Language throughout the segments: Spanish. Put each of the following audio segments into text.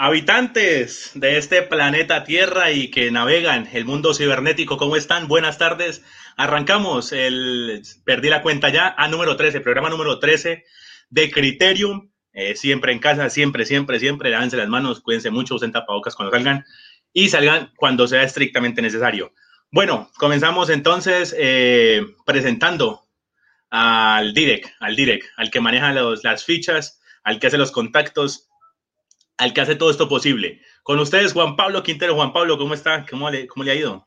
Habitantes de este planeta Tierra y que navegan el mundo cibernético, ¿cómo están? Buenas tardes. Arrancamos perdí la cuenta ya, número 13, programa número 13 de Criterium. Siempre en casa, siempre, lávense las manos, cuídense mucho, usen tapabocas cuando salgan y salgan cuando sea estrictamente necesario. Bueno, comenzamos entonces presentando al que maneja las fichas, al que hace los contactos, al que hace todo esto posible. Con ustedes, Juan Pablo Quintero. Juan Pablo, ¿cómo está? ¿Cómo le ha ido?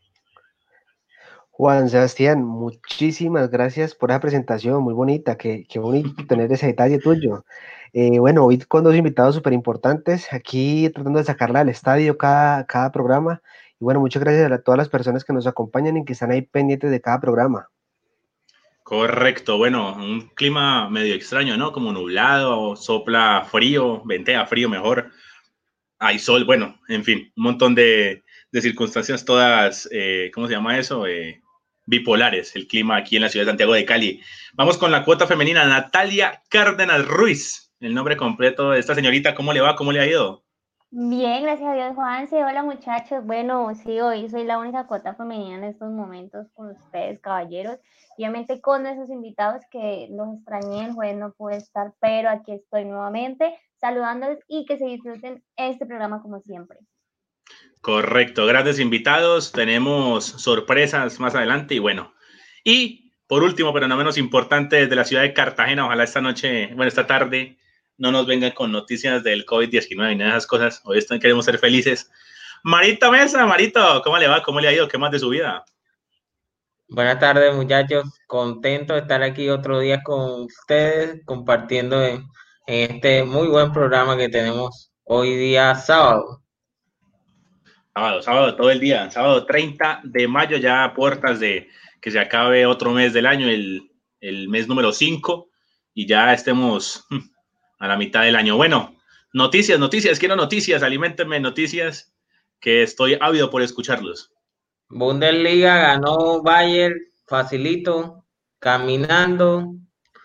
Juan Sebastián, muchísimas gracias por esa presentación, muy bonita, qué bonito tener ese detalle tuyo. Bueno, hoy con dos invitados súper importantes, aquí tratando de sacarla al estadio cada programa. Y bueno, muchas gracias a todas las personas que nos acompañan y que están ahí pendientes de cada programa. Correcto, bueno, un clima medio extraño, ¿no? Como nublado, sopla frío, ventea frío mejor, hay sol, bueno, en fin, un montón de circunstancias todas, ¿cómo se llama eso? Bipolares, el clima aquí en la ciudad de Santiago de Cali. Vamos con la cuota femenina, Natalia Cárdenas Ruiz, el nombre completo de esta señorita, ¿cómo le va? ¿Cómo le ha ido? Bien, gracias a Dios, Juanse. Hola, muchachos. Bueno, sí, hoy soy la única cuota femenina en estos momentos con ustedes, caballeros. Y obviamente con esos invitados que los extrañé, el jueves no pude estar, pero aquí estoy nuevamente saludándoles y que se disfruten este programa como siempre. Correcto, grandes invitados, tenemos sorpresas más adelante y bueno. Y por último, pero no menos importante, desde la ciudad de Cartagena, ojalá esta noche, bueno, esta tarde, no nos vengan con noticias del COVID-19 y nada de esas cosas. Hoy queremos ser felices. Marito Mesa, Marito, ¿cómo le va? ¿Cómo le ha ido? ¿Qué más de su vida? Buenas tardes, muchachos. Contento de estar aquí otro día con ustedes, compartiendo en este muy buen programa que tenemos hoy día sábado. Sábado, todo el día. Sábado 30 de mayo, ya a puertas de que se acabe otro mes del año, el mes número 5 y ya estemos a la mitad del año. Bueno, noticias, quiero noticias, alimentenme noticias, que estoy ávido por escucharlos. Bundesliga ganó Bayern facilito, caminando.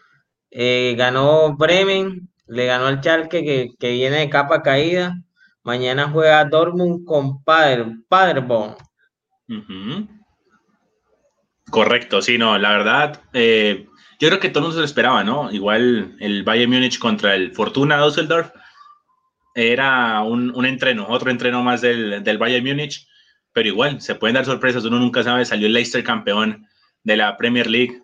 Ganó Bremen, le ganó al Schalke que viene de capa caída. Mañana juega Dortmund con Paderborn. Uh-huh. Correcto, sí, no, la verdad, yo creo que todo el mundo se lo esperaba, ¿no? Igual el Bayern Múnich contra el Fortuna Düsseldorf era un entreno, otro entreno más del Bayern Múnich, pero igual, se pueden dar sorpresas, uno nunca sabe, salió el Leicester campeón de la Premier League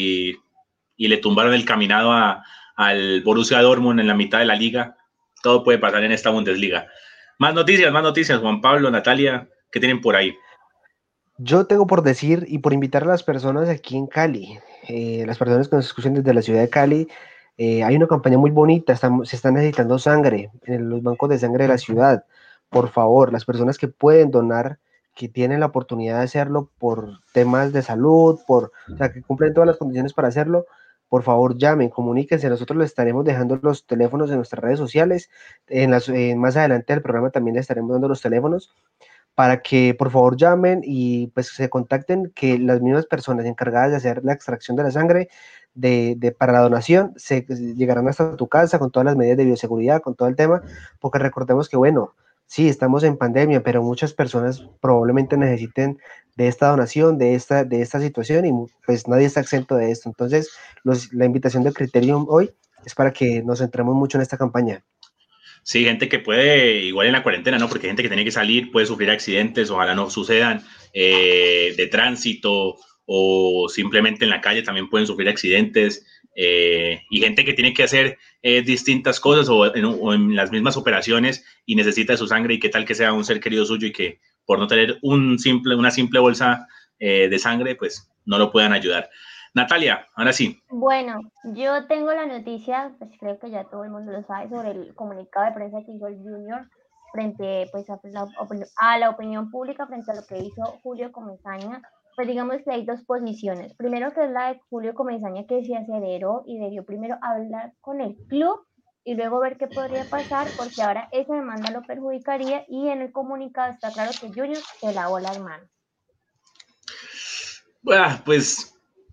y le tumbaron el caminado al Borussia Dortmund en la mitad de la liga, todo puede pasar en esta Bundesliga. Más noticias, Juan Pablo, Natalia, ¿qué tienen por ahí? Yo tengo por decir y por invitar a las personas aquí en Cali, las personas que nos escuchan desde la ciudad de Cali, hay una campaña muy bonita, se está necesitando sangre en los bancos de sangre de la ciudad. Por favor, las personas que pueden donar, que tienen la oportunidad de hacerlo por temas de salud, o sea, que cumplen todas las condiciones para hacerlo, por favor llamen, comuníquense, nosotros les estaremos dejando los teléfonos en nuestras redes sociales, más adelante del programa también les estaremos dando los teléfonos para que por favor llamen y pues se contacten, que las mismas personas encargadas de hacer la extracción de la sangre para la donación se llegarán hasta tu casa con todas las medidas de bioseguridad, con todo el tema, porque recordemos que bueno, sí, estamos en pandemia, pero muchas personas probablemente necesiten de esta donación, de esta situación y pues nadie está exento de esto. Entonces, la invitación de Criterium hoy es para que nos centremos mucho en esta campaña. Sí, gente que puede, igual en la cuarentena, ¿no? Porque hay gente que tiene que salir, puede sufrir accidentes, ojalá no sucedan, de tránsito o simplemente en la calle también pueden sufrir accidentes. Y gente que tiene que hacer distintas cosas o en las mismas operaciones y necesita de su sangre y qué tal que sea un ser querido suyo y que por no tener una simple bolsa de sangre, pues no lo puedan ayudar. Natalia, ahora sí. Bueno, yo tengo la noticia, pues creo que ya todo el mundo lo sabe, sobre el comunicado de prensa que hizo el Junior frente pues, a la opinión pública frente a lo que hizo Julio Comesaña. Pues digamos que hay dos posiciones. Primero que es la de Julio Comesaña, que se aceleró y debió primero hablar con el club y luego ver qué podría pasar, porque ahora esa demanda lo perjudicaría y en el comunicado está claro que Junior se lavó las manos. Pues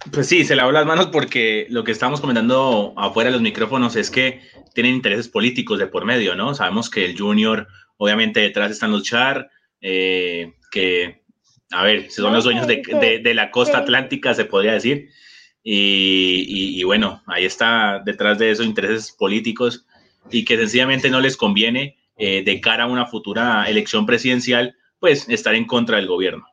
Pues sí, se lavó las manos porque lo que estábamos comentando afuera de los micrófonos es que tienen intereses políticos de por medio, ¿no? Sabemos que el Junior, obviamente detrás están los Char, que, a ver, si son los No, dueños de la costa que atlántica, se podría decir. Y bueno, ahí está detrás de esos intereses políticos y que sencillamente no les conviene de cara a una futura elección presidencial, pues estar en contra del gobierno.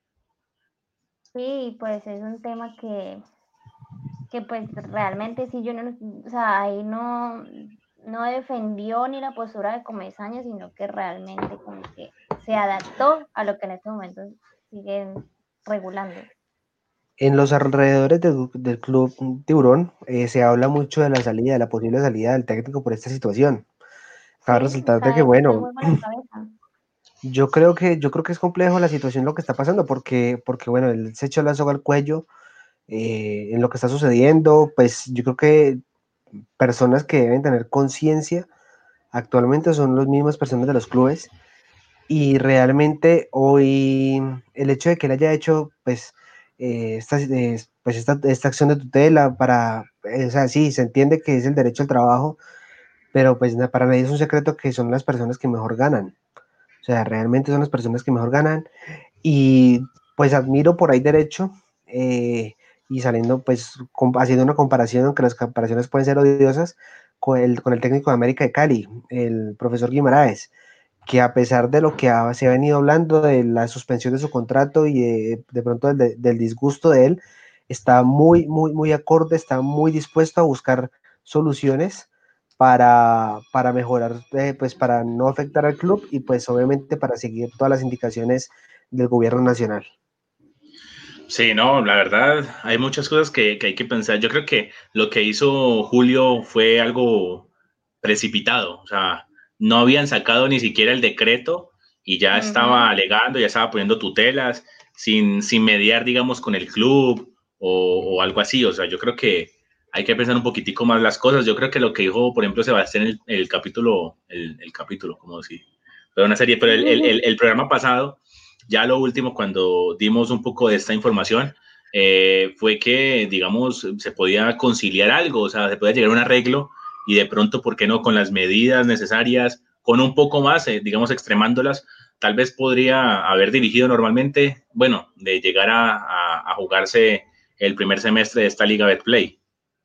sí, pues es un tema que pues realmente sí, yo no, o sea, ahí no defendió ni la postura de Comesaña, sino que realmente como que se adaptó a lo que en este momento siguen regulando. En los alrededores del club Tiburón se habla mucho de la salida, de la posible salida del técnico por esta situación. Cabe Sí, resaltar de que, está en bueno, juego la cabeza. yo creo que es complejo la situación, lo que está pasando, porque bueno, él se echó la soga al cuello en lo que está sucediendo, pues yo creo que personas que deben tener conciencia actualmente son las mismas personas de los clubes y realmente hoy el hecho de que él haya hecho pues, esta acción de tutela para, o sea, sí, se entiende que es el derecho al trabajo, pero pues para nadie es un secreto que son las personas que mejor ganan. O sea, realmente son las personas que mejor ganan y pues admiro por ahí derecho y saliendo pues haciendo una comparación, aunque las comparaciones pueden ser odiosas, con el técnico de América de Cali, el profesor Guimaraes, que a pesar de lo que se ha venido hablando de la suspensión de su contrato y de pronto del disgusto de él, está muy, muy, muy acorde, está muy dispuesto a buscar soluciones para mejorar, pues para no afectar al club y pues obviamente para seguir todas las indicaciones del gobierno nacional. Sí, no, la verdad, hay muchas cosas que hay que pensar. Yo creo que lo que hizo Julio fue algo precipitado, o sea, no habían sacado ni siquiera el decreto y ya estaba Ujú. alegando, ya estaba poniendo tutelas sin mediar, digamos, con el club o algo así. O sea, yo creo que hay que pensar un poquitico más las cosas. Yo creo que lo que dijo, por ejemplo, Sebastián, el capítulo, el capítulo, como si fuera una serie, pero el programa pasado ya lo último, cuando dimos un poco de esta información, fue que, digamos, se podía conciliar algo, o sea, se podía llegar a un arreglo y de pronto, ¿por qué no? Con las medidas necesarias, con un poco más, digamos, extremándolas, tal vez podría haber dirigido normalmente, bueno, de llegar a jugarse el primer semestre de esta Liga Betplay.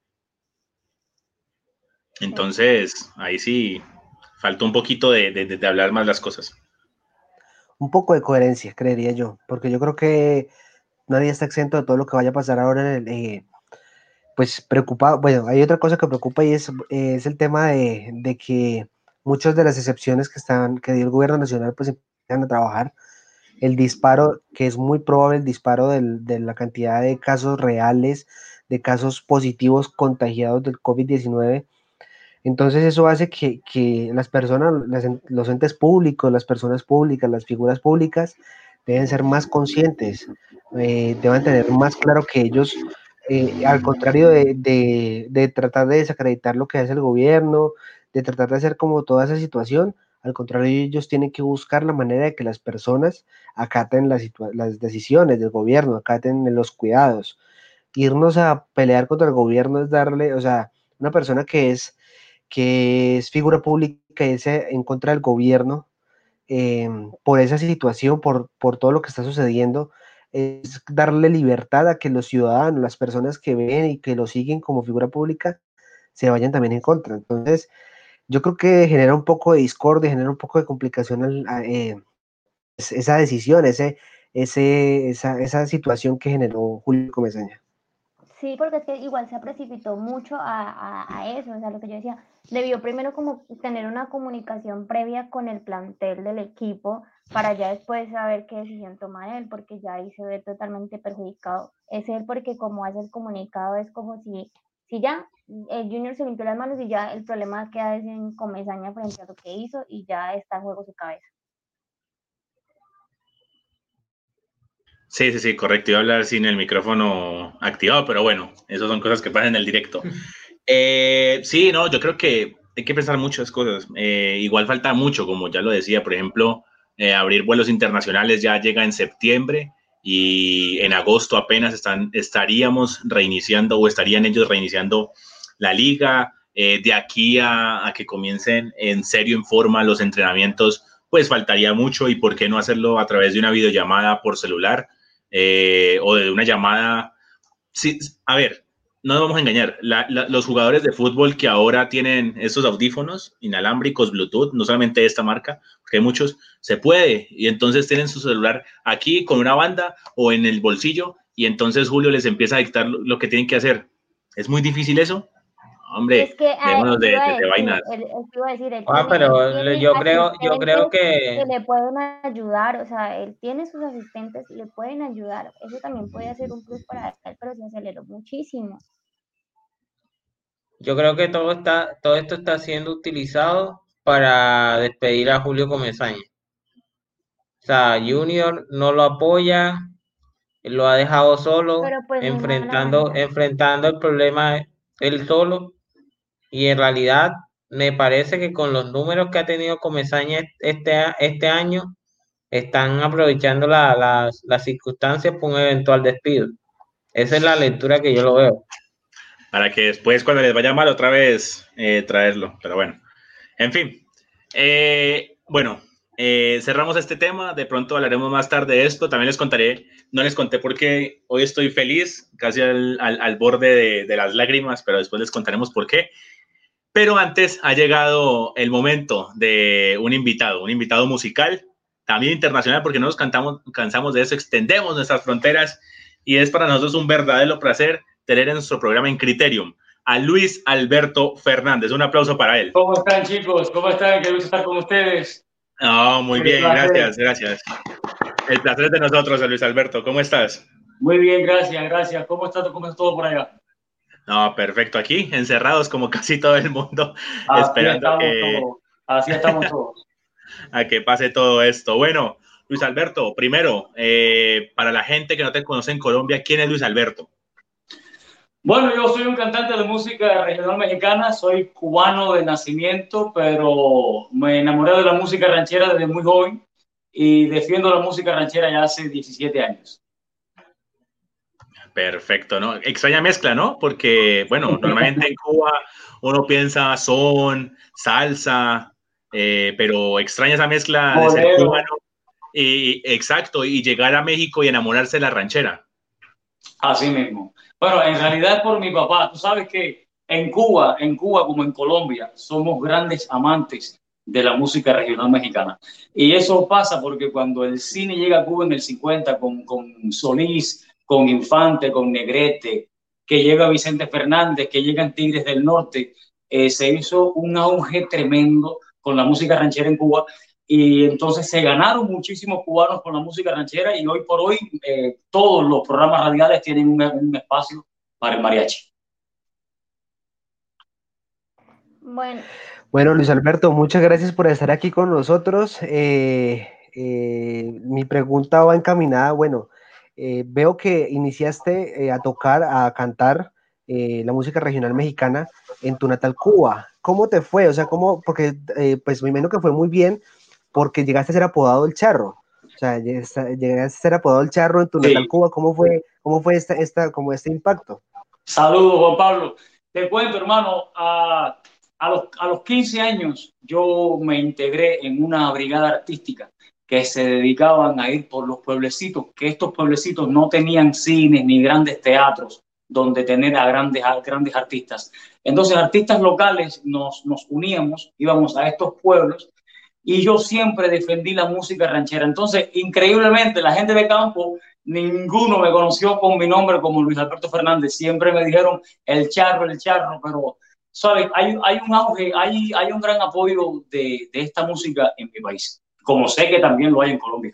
Sí. Entonces, ahí sí faltó un poquito de hablar más las cosas. Un poco de coherencia, creería yo, porque yo creo que nadie está exento de todo lo que vaya a pasar ahora pues preocupado. Bueno, hay otra cosa que preocupa y es el tema de que muchas de las excepciones que dio el gobierno nacional pues empiezan a trabajar. El disparo, que es muy probable el disparo de la cantidad de casos reales, de casos positivos contagiados del COVID-19. Entonces eso hace que las personas, los entes públicos, las personas públicas, las figuras públicas deben ser más conscientes, deben tener más claro que ellos, al contrario de tratar de desacreditar lo que hace el gobierno, de tratar de hacer como toda esa situación, al contrario, ellos tienen que buscar la manera de que las personas acaten las decisiones del gobierno, acaten los cuidados. Irnos a pelear contra el gobierno es darle, o sea, una persona que es figura pública y es en contra del gobierno por esa situación, por todo lo que está sucediendo, es darle libertad a que los ciudadanos, las personas que ven y que lo siguen como figura pública, se vayan también en contra. Entonces, yo creo que genera un poco de discordia, genera un poco de complicación esa decisión, esa situación que generó Julio Comesaña. Sí, porque es que igual se precipitó mucho a eso, o sea, lo que yo decía, debió primero como tener una comunicación previa con el plantel del equipo para ya después saber qué decisión toma él, porque ya ahí se ve totalmente perjudicado. Es él porque como hace el comunicado es como si ya el Junior se limpió las manos y ya el problema queda en Comesaña frente a lo que hizo y ya está en juego su cabeza. Sí, sí, sí, correcto. Iba a hablar sin el micrófono activado, pero bueno, esas son cosas que pasan en el directo. Sí, no, yo creo que hay que pensar muchas cosas. Igual falta mucho, como ya lo decía, por ejemplo, abrir vuelos internacionales ya llega en septiembre y en agosto apenas estaríamos reiniciando o estarían ellos reiniciando la liga. De aquí a que comiencen en serio, en forma, los entrenamientos, pues faltaría mucho, y por qué no hacerlo a través de una videollamada por celular o de una llamada. Sí, a ver, no nos vamos a engañar, los jugadores de fútbol que ahora tienen estos audífonos inalámbricos Bluetooth, no solamente de esta marca, porque hay muchos, se puede, y entonces tienen su celular aquí con una banda o en el bolsillo, y entonces Julio les empieza a dictar lo que tienen que hacer. ¿Es muy difícil eso? Hombre, Es que dejémonos te iba a de decir, vainas. te iba a decir, él Pero tiene yo creo asistentes que que le pueden ayudar, o sea, él tiene sus asistentes, le pueden ayudar. Eso también puede ser un plus para él, pero se aceleró muchísimo. Yo creo que todo esto está siendo utilizado para despedir a Julio Comesaña. O sea, Junior no lo apoya, lo ha dejado solo, Pero pues muy mala manera. enfrentando el problema él solo. Y en realidad me parece que con los números que ha tenido Comesaña este año, están aprovechando las circunstancias por un eventual despido. Esa es la lectura que yo lo veo. Para que después, cuando les vaya mal, otra vez traerlo. Pero bueno, en fin. Bueno, cerramos este tema. De pronto hablaremos más tarde de esto. También les contaré, no les conté por qué hoy estoy feliz, casi al borde de las lágrimas, pero después les contaremos por qué. Pero antes ha llegado el momento de un invitado musical, también internacional, porque no nos cansamos de eso, extendemos nuestras fronteras, y es para nosotros un verdadero placer tener en nuestro programa en Criterium a Luis Alberto Fernández. Un aplauso para él. ¿Cómo están, chicos? ¿Cómo están? Qué gusto estar con ustedes. Oh, muy bien, Placer. gracias. El placer es de nosotros, Luis Alberto. ¿Cómo estás? Muy bien, gracias. ¿Cómo está todo por allá? No, perfecto. Aquí, encerrados como casi todo el mundo, esperando Así estamos todos. a que pase todo esto. Bueno, Luis Alberto, primero, para la gente que no te conoce en Colombia, ¿quién es Luis Alberto? Bueno, yo soy un cantante de música regional mexicana, soy cubano de nacimiento, pero me enamoré de la música ranchera desde muy joven y defiendo la música ranchera ya hace 17 años. Perfecto, ¿no? Extraña mezcla, ¿no? Porque, bueno, normalmente en Cuba uno piensa son, salsa, pero extraña esa mezcla de ser cubano y exacto, y llegar a México y enamorarse de la ranchera. Así mismo. Bueno, en realidad es por mi papá. Tú sabes que en Cuba como en Colombia, somos grandes amantes de la música regional mexicana. Y eso pasa porque cuando el cine llega a Cuba en el 50 con Solís, con Infante, con Negrete, que llega Vicente Fernández, que llegan Tigres del Norte, se hizo un auge tremendo con la música ranchera en Cuba. Y entonces se ganaron muchísimos cubanos con la música ranchera y hoy por hoy todos los programas radiales tienen un espacio para el mariachi. Bueno, Luis Alberto, muchas gracias por estar aquí con nosotros. Mi pregunta va encaminada, bueno, veo que iniciaste a tocar, a cantar la música regional mexicana en tu natal Cuba. ¿Cómo te fue? O sea, ¿cómo? Porque pues me imagino que fue muy bien porque llegaste a ser apodado el Charro. O sea, llegaste a ser apodado el Charro en tu natal Sí. Cuba. ¿Cómo fue como este impacto? Saludos, Juan Pablo. Te cuento, hermano, a los 15 años yo me integré en una brigada artística que se dedicaban a ir por los pueblecitos, que estos pueblecitos no tenían cines ni grandes teatros donde tener a grandes artistas. Entonces, artistas locales nos uníamos, íbamos a estos pueblos y yo siempre defendí la música ranchera. Entonces, increíblemente, la gente de campo, ninguno me conoció con mi nombre como Luis Alberto Fernández. Siempre me dijeron el charro, pero, ¿sabes? Hay un auge, hay un gran apoyo de esta música en mi país, como sé que también lo hay en Colombia.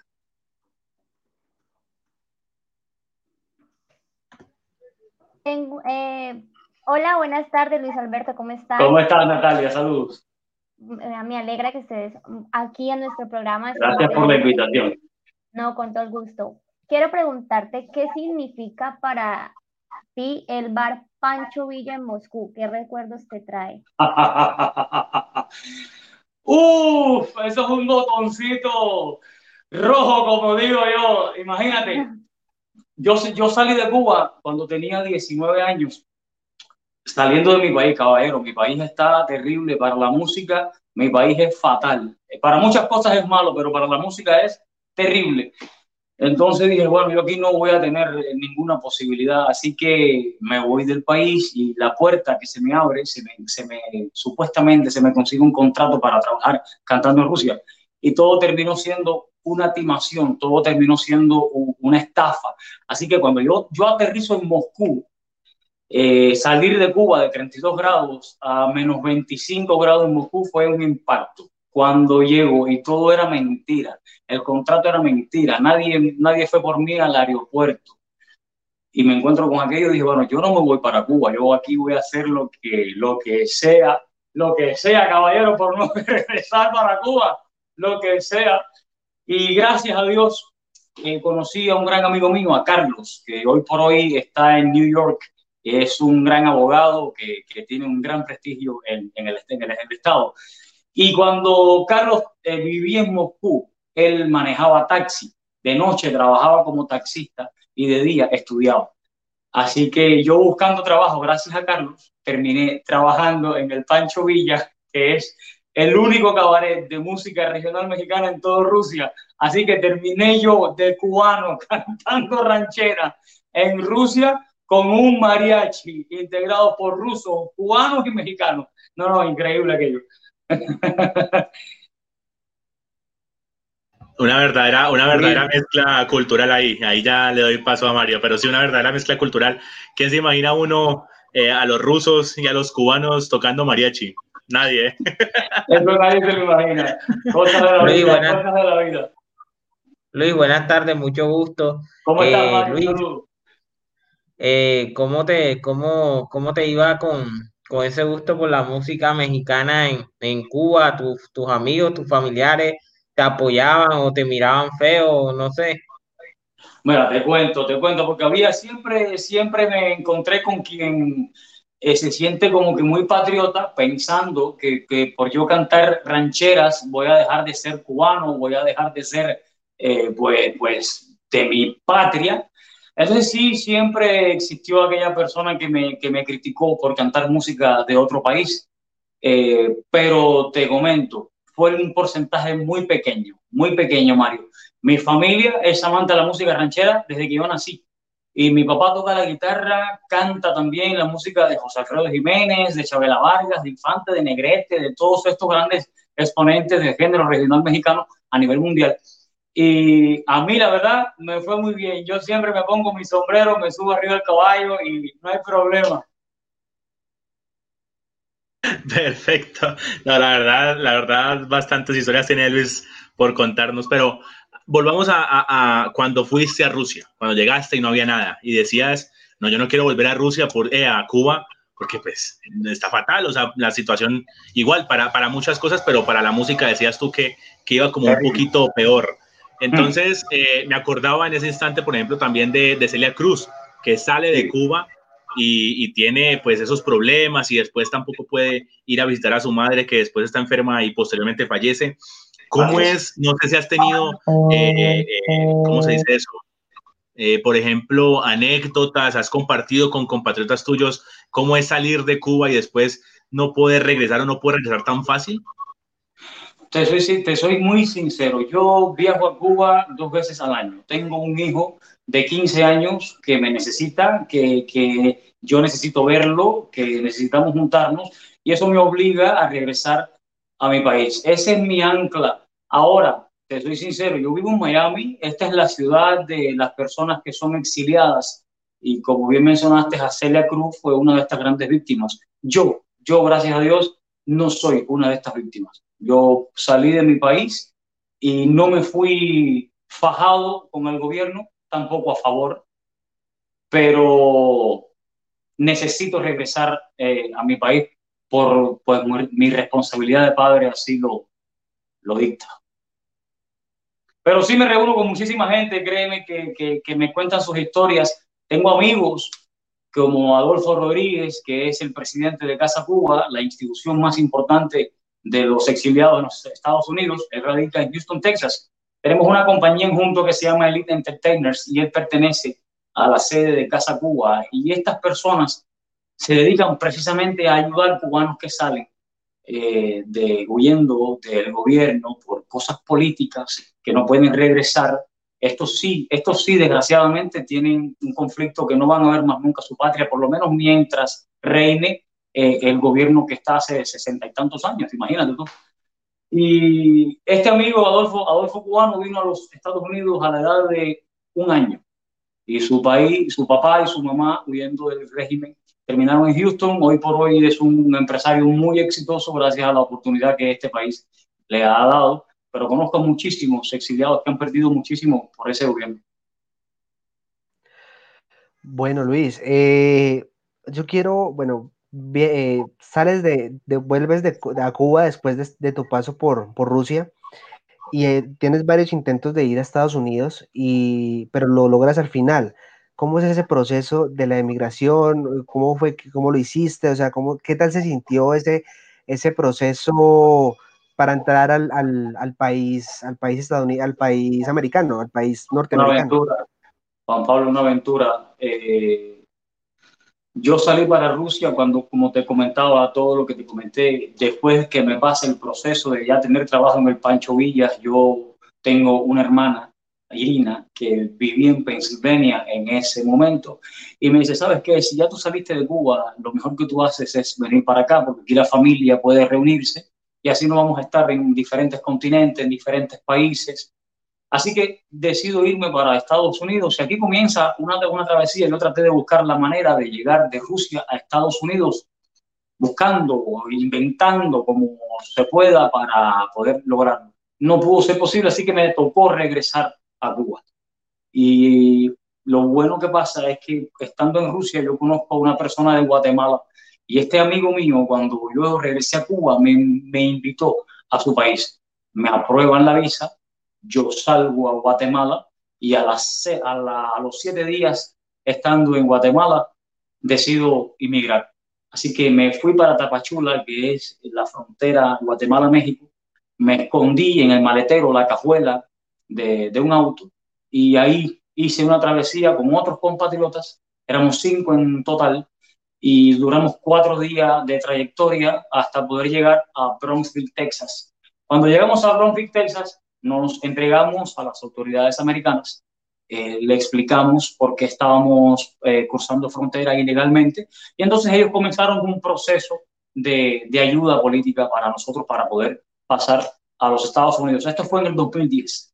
Hola, buenas tardes, Luis Alberto, ¿cómo estás? ¿Cómo estás, Natalia? Saludos. Me alegra que estés aquí en nuestro programa. Gracias por la invitación. No, con todo el gusto. Quiero preguntarte qué significa para ti el bar Pancho Villa en Moscú. ¿Qué recuerdos te trae? Uf, eso es un botoncito rojo, como digo yo. Imagínate, yo salí de Cuba cuando tenía 19 años, saliendo de mi país, caballero. Mi país está terrible para la música, mi país es fatal. Para muchas cosas es malo, pero para la música es terrible. Entonces dije, bueno, yo aquí no voy a tener ninguna posibilidad, así que me voy del país y la puerta que se me abre, supuestamente se me consigue un contrato para trabajar cantando en Rusia. Y todo terminó siendo una timación, todo terminó siendo una estafa. Así que cuando yo aterrizo en Moscú, salir de Cuba de 32 grados a menos 25 grados en Moscú fue un impacto. Cuando llego y todo era mentira, el contrato era mentira, nadie fue por mí al aeropuerto y me encuentro con aquello y dije, bueno, yo no me voy para Cuba, yo aquí voy a hacer lo que sea, caballero, por no regresar para Cuba, lo que sea. Y gracias a Dios conocí a un gran amigo mío, a Carlos, que hoy por hoy está en New York. Es un gran abogado que tiene un gran prestigio en el estado. Y cuando Carlos vivía en Moscú, él manejaba taxi. De noche trabajaba como taxista y de día estudiaba. Así que yo buscando trabajo, gracias a Carlos, terminé trabajando en el Pancho Villa, que es el único cabaret de música regional mexicana en toda Rusia. Así que terminé yo de cubano cantando ranchera en Rusia con un mariachi integrado por rusos, cubanos y mexicanos. No, increíble aquello. Una verdadera mezcla cultural ahí. Ahí ya le doy paso a Mario, pero sí una verdadera mezcla cultural. ¿Quién se imagina uno a los rusos y a los cubanos tocando mariachi? Nadie, ¿eh? Eso nadie se lo imagina. Cosas de la Luis, vida, cosas de la vida. Luis, buenas tardes, mucho gusto. ¿Cómo estás, Mario? Luis, Saludos. ¿cómo te iba con ese gusto por la música mexicana en Cuba? ¿Tus amigos, tus familiares te apoyaban o te miraban feo? No sé. Mira, te cuento, porque siempre me encontré con quien se siente como que muy patriota, pensando que por yo cantar rancheras voy a dejar de ser cubano, voy a dejar de ser, pues, de mi patria. Entonces sí, siempre existió aquella persona que me criticó por cantar música de otro país. Pero te comento, fue un porcentaje muy pequeño, Mario. Mi familia es amante de la música ranchera desde que yo nací. Y mi papá toca la guitarra, canta también la música de José Alfredo Jiménez, de Chabela Vargas, de Infante, de Negrete, de todos estos grandes exponentes del género regional mexicano a nivel mundial. Y a mí, la verdad, me fue muy bien. Yo siempre me pongo mi sombrero, me subo arriba del caballo y no hay problema. Perfecto. No, la verdad, bastantes historias tiene Luis por contarnos, pero volvamos a cuando fuiste a Rusia, cuando llegaste y no había nada y decías, no, yo no quiero volver a Rusia, a Cuba, porque pues está fatal, o sea, la situación igual para muchas cosas, pero para la música decías tú que iba como un poquito peor. Entonces, me acordaba en ese instante, por ejemplo, también de Celia Cruz, que sale de Cuba y tiene pues esos problemas y después tampoco puede ir a visitar a su madre que después está enferma y posteriormente fallece. ¿Cómo es? No sé si has tenido, ¿cómo se dice eso? Por ejemplo, anécdotas, has compartido con compatriotas tuyos cómo es salir de Cuba y después no poder regresar o no poder regresar tan fácil. Te soy muy sincero. Yo viajo a Cuba 2 veces al año. Tengo un hijo de 15 años que me necesita, que yo necesito verlo, que necesitamos juntarnos y eso me obliga a regresar a mi país. Ese es mi ancla. Ahora, te soy sincero, yo vivo en Miami. Esta es la ciudad de las personas que son exiliadas y como bien mencionaste, Celia Cruz fue una de estas grandes víctimas. Yo, gracias a Dios, no soy una de estas víctimas. Yo salí de mi país y no me fui fajado con el gobierno, tampoco a favor, pero necesito regresar a mi país por pues, mi responsabilidad de padre así lo dicta. Pero sí me reúno con muchísima gente, créeme, que me cuentan sus historias. Tengo amigos como Adolfo Rodríguez, que es el presidente de Casa Cuba, la institución más importante de los exiliados en los Estados Unidos. Él radica en Houston, Texas. Tenemos una compañía en junto que se llama Elite Entertainers y él pertenece a la sede de Casa Cuba, y estas personas se dedican precisamente a ayudar cubanos que salen huyendo del gobierno por cosas políticas que no pueden regresar. Estos sí, desgraciadamente, tienen un conflicto que no van a ver más nunca su patria, por lo menos mientras reine el gobierno que está hace 60 y tantos años, imagínate tú. Y este amigo Adolfo Cubano vino a los Estados Unidos a la edad de 1 año, y su país, su papá y su mamá, huyendo del régimen, terminaron en Houston. Hoy por hoy es un empresario muy exitoso gracias a la oportunidad que este país le ha dado, pero conozco muchísimos exiliados que han perdido muchísimo por ese gobierno. Bueno, Luis, yo quiero, bueno, sales vuelves a Cuba después de tu paso por Rusia y tienes varios intentos de ir a Estados Unidos, pero lo logras al final. ¿Cómo es ese proceso de la emigración? ¿Cómo fue, cómo lo hiciste? O sea, qué tal se sintió ese proceso para entrar al país estadounidense, al país americano, al país Una norteamericano? aventura, Juan Pablo, una aventura. Yo salí para Rusia cuando, como te comentaba, todo lo que te comenté, después que me pase el proceso de ya tener trabajo en el Pancho Villas. Yo tengo una hermana, Irina, que vivía en Pensilvania en ese momento, y me dice, ¿sabes qué? Si ya tú saliste de Cuba, lo mejor que tú haces es venir para acá, porque aquí la familia puede reunirse, y así no vamos a estar en diferentes continentes, en diferentes países. Así que decido irme para Estados Unidos, y aquí comienza una travesía. Yo traté de buscar la manera de llegar de Rusia a Estados Unidos, buscando o inventando como se pueda para poder lograrlo. No pudo ser posible, así que me tocó regresar a Cuba. Y lo bueno que pasa es que, estando en Rusia, yo conozco a una persona de Guatemala, y este amigo mío, cuando yo regresé a Cuba, me invitó a su país. Me aprueban la visa, yo salgo a Guatemala, y a los 7 días estando en Guatemala decido inmigrar. Así que me fui para Tapachula, que es la frontera Guatemala-México. Me escondí en el maletero, la cajuela de un auto, y ahí hice una travesía con otros compatriotas. Éramos 5 en total, y duramos 4 días de trayectoria hasta poder llegar a Brownsville, Texas. Cuando llegamos a Brownsville, Texas, nos entregamos a las autoridades americanas. Le explicamos por qué estábamos cruzando frontera ilegalmente, y entonces ellos comenzaron un proceso de ayuda política para nosotros para poder pasar a los Estados Unidos. Esto fue en el 2010.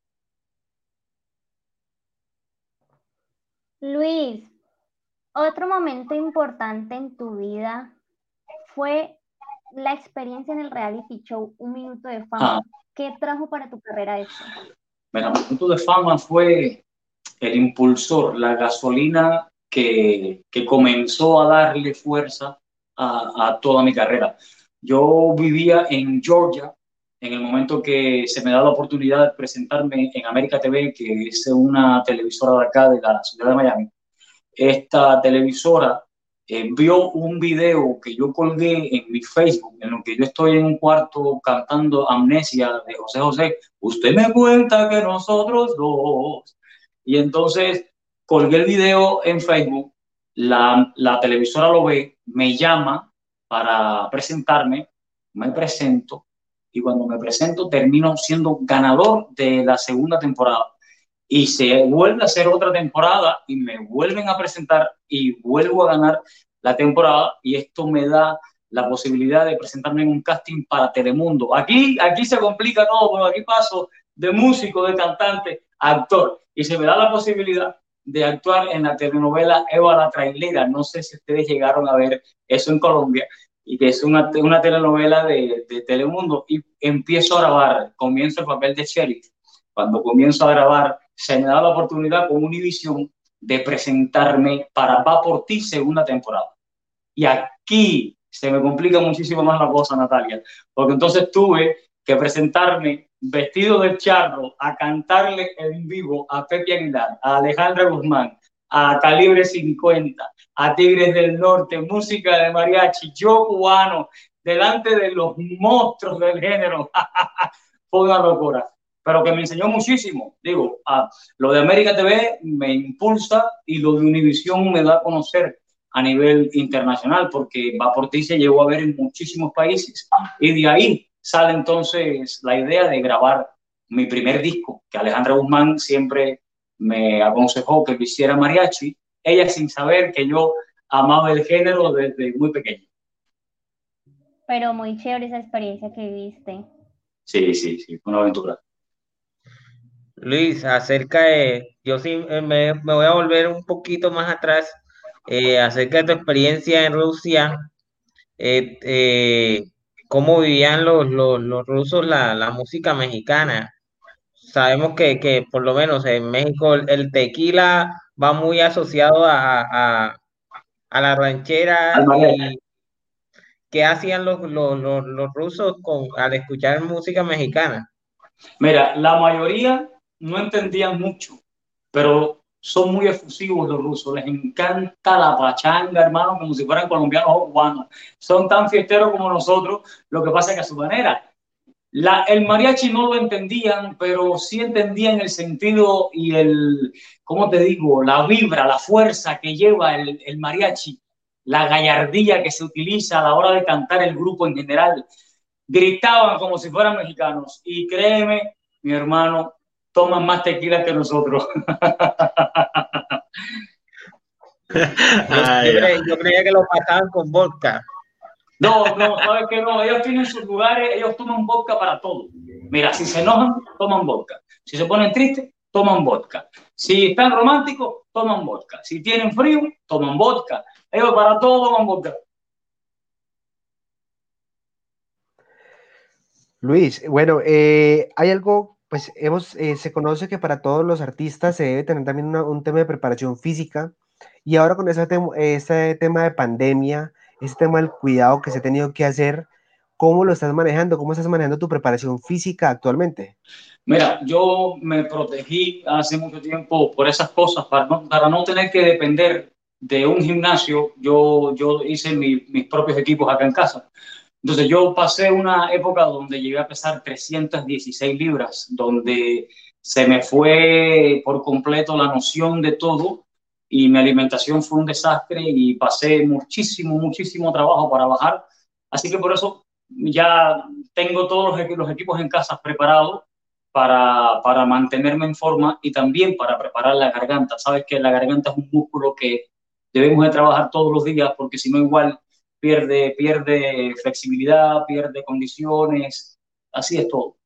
Luis, otro momento importante en tu vida fue la experiencia en el reality show Un Minuto de Fama. ¿Qué trajo para tu carrera esto? Bueno, Un Minuto de Fama fue el impulsor, la gasolina que comenzó a darle fuerza a toda mi carrera. Yo vivía en Georgia en el momento que se me da la oportunidad de presentarme en América TV, que es una televisora de acá, de la ciudad de Miami. Esta televisora vio un video que yo colgué en mi Facebook, en lo que yo estoy en un cuarto cantando Amnesia de José José. Usted me cuenta que nosotros dos. Y entonces colgué el video en Facebook, la televisora lo ve, me llama para presentarme, me presento, y cuando me presento termino siendo ganador de la segunda temporada. Y se vuelve a hacer otra temporada y me vuelven a presentar y vuelvo a ganar la temporada, y esto me da la posibilidad de presentarme en un casting para Telemundo. Aquí se complica todo, pero aquí paso de músico, de cantante, a actor, y se me da la posibilidad de actuar en la telenovela Eva la Trailera. No sé si ustedes llegaron a ver eso en Colombia, y que es una telenovela de Telemundo, y empiezo a grabar, comienzo el papel de Sheriff. Cuando comienzo a grabar, se me da la oportunidad con Univision de presentarme para Va por Ti segunda temporada. Y aquí se me complica muchísimo más la cosa, Natalia, porque entonces tuve que presentarme vestido de charro a cantarle en vivo a Pepe Aguilar, a Alejandra Guzmán, a Calibre 50, a Tigres del Norte, música de mariachi, yo cubano, delante de los monstruos del género. Fue una locura. pero que me enseñó muchísimo. Digo, lo de América TV me impulsa y lo de Univisión me da a conocer a nivel internacional, porque Va por ti se llegó a ver en muchísimos países y de ahí sale entonces la idea de grabar mi primer disco, que Alejandra Guzmán siempre me aconsejó que lo hiciera mariachi, ella sin saber que yo amaba el género desde muy pequeño. Pero muy chévere esa experiencia que viviste. Sí, sí, sí, fue una aventura. Luis, acerca de, yo sí me voy a volver un poquito más atrás, acerca de tu experiencia en Rusia, eh, eh, cómo vivían los rusos la música mexicana. Sabemos que por lo menos en México el tequila va muy asociado a la Al ranchera. mariachi. ¿Y qué hacían los rusos al escuchar música mexicana? Mira, la mayoría no entendían mucho, pero son muy efusivos los rusos, les encanta la pachanga, hermano, como si fueran colombianos o cubanos. Son tan fiesteros como nosotros, lo que pasa es que a su manera. El mariachi no lo entendían, pero sí entendían el sentido y ¿cómo te digo? La vibra, la fuerza que lleva el mariachi, la gallardía que se utiliza a la hora de cantar el grupo en general. Gritaban como si fueran mexicanos y créeme, mi hermano, toman más tequila que nosotros. Ay, Yo creía que lo mataban con vodka. No, no, sabes que no, ellos tienen sus lugares, ellos toman vodka para todo. Mira, si se enojan, toman vodka. Si se ponen tristes, toman vodka. Si están románticos, toman vodka. Si tienen frío, toman vodka. Ellos para todo toman vodka. Luis, bueno, hay algo, pues se conoce que para todos los artistas se debe tener también un tema de preparación física y ahora con ese tema de pandemia, ese tema del cuidado que se ha tenido que hacer, ¿cómo lo estás manejando? ¿Cómo estás manejando tu preparación física actualmente? Mira, yo me protegí hace mucho tiempo por esas cosas, para no tener que depender de un gimnasio. Yo hice mis propios equipos acá en casa. Entonces yo pasé una época donde llegué a pesar 316 libras, donde se me fue por completo la noción de todo y mi alimentación fue un desastre y pasé muchísimo, muchísimo trabajo para bajar. Así que por eso ya tengo todos los equipos en casa preparados para mantenerme en forma y también para preparar la garganta. Sabes que la garganta es un músculo que debemos de trabajar todos los días porque si no igual pierde flexibilidad, pierde condiciones, así es todo.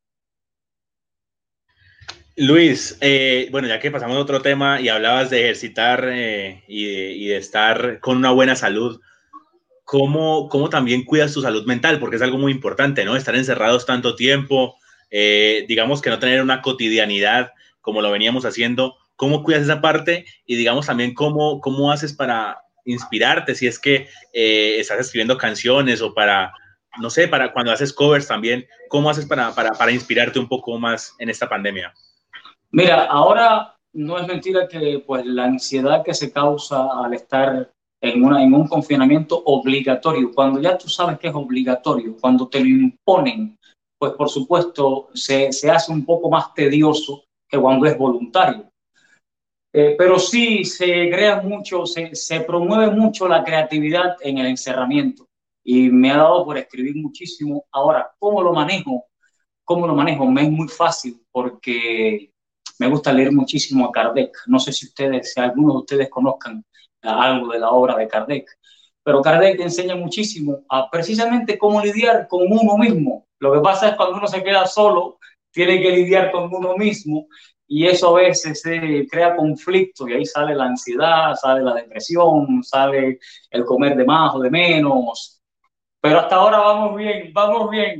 Luis, bueno, ya que pasamos a otro tema y hablabas de ejercitar y de estar con una buena salud, ¿cómo también cuidas tu salud mental? Porque es algo muy importante, ¿no? Estar encerrados tanto tiempo, digamos que no tener una cotidianidad como lo veníamos haciendo. ¿Cómo cuidas esa parte? Y digamos también cómo haces para inspirarte, si es que estás escribiendo canciones o para, no sé, para cuando haces covers también, ¿cómo haces para inspirarte un poco más en esta pandemia? Mira, ahora no es mentira que pues la ansiedad que se causa al estar en un confinamiento obligatorio, cuando ya tú sabes que es obligatorio, cuando te lo imponen, pues por supuesto se hace un poco más tedioso que cuando es voluntario. Pero sí se crea mucho, se promueve mucho la creatividad en el encerramiento y me ha dado por escribir muchísimo. Ahora, ¿cómo lo manejo? ¿Cómo lo manejo? Me es muy fácil porque me gusta leer muchísimo a Kardec. No sé si algunos de ustedes conozcan algo de la obra de Kardec, pero Kardec enseña muchísimo a precisamente cómo lidiar con uno mismo. Lo que pasa es cuando uno se queda solo, tiene que lidiar con uno mismo y eso a veces crea conflicto y ahí sale la ansiedad, sale la depresión, sale el comer de más o de menos. Pero hasta ahora vamos bien, vamos bien.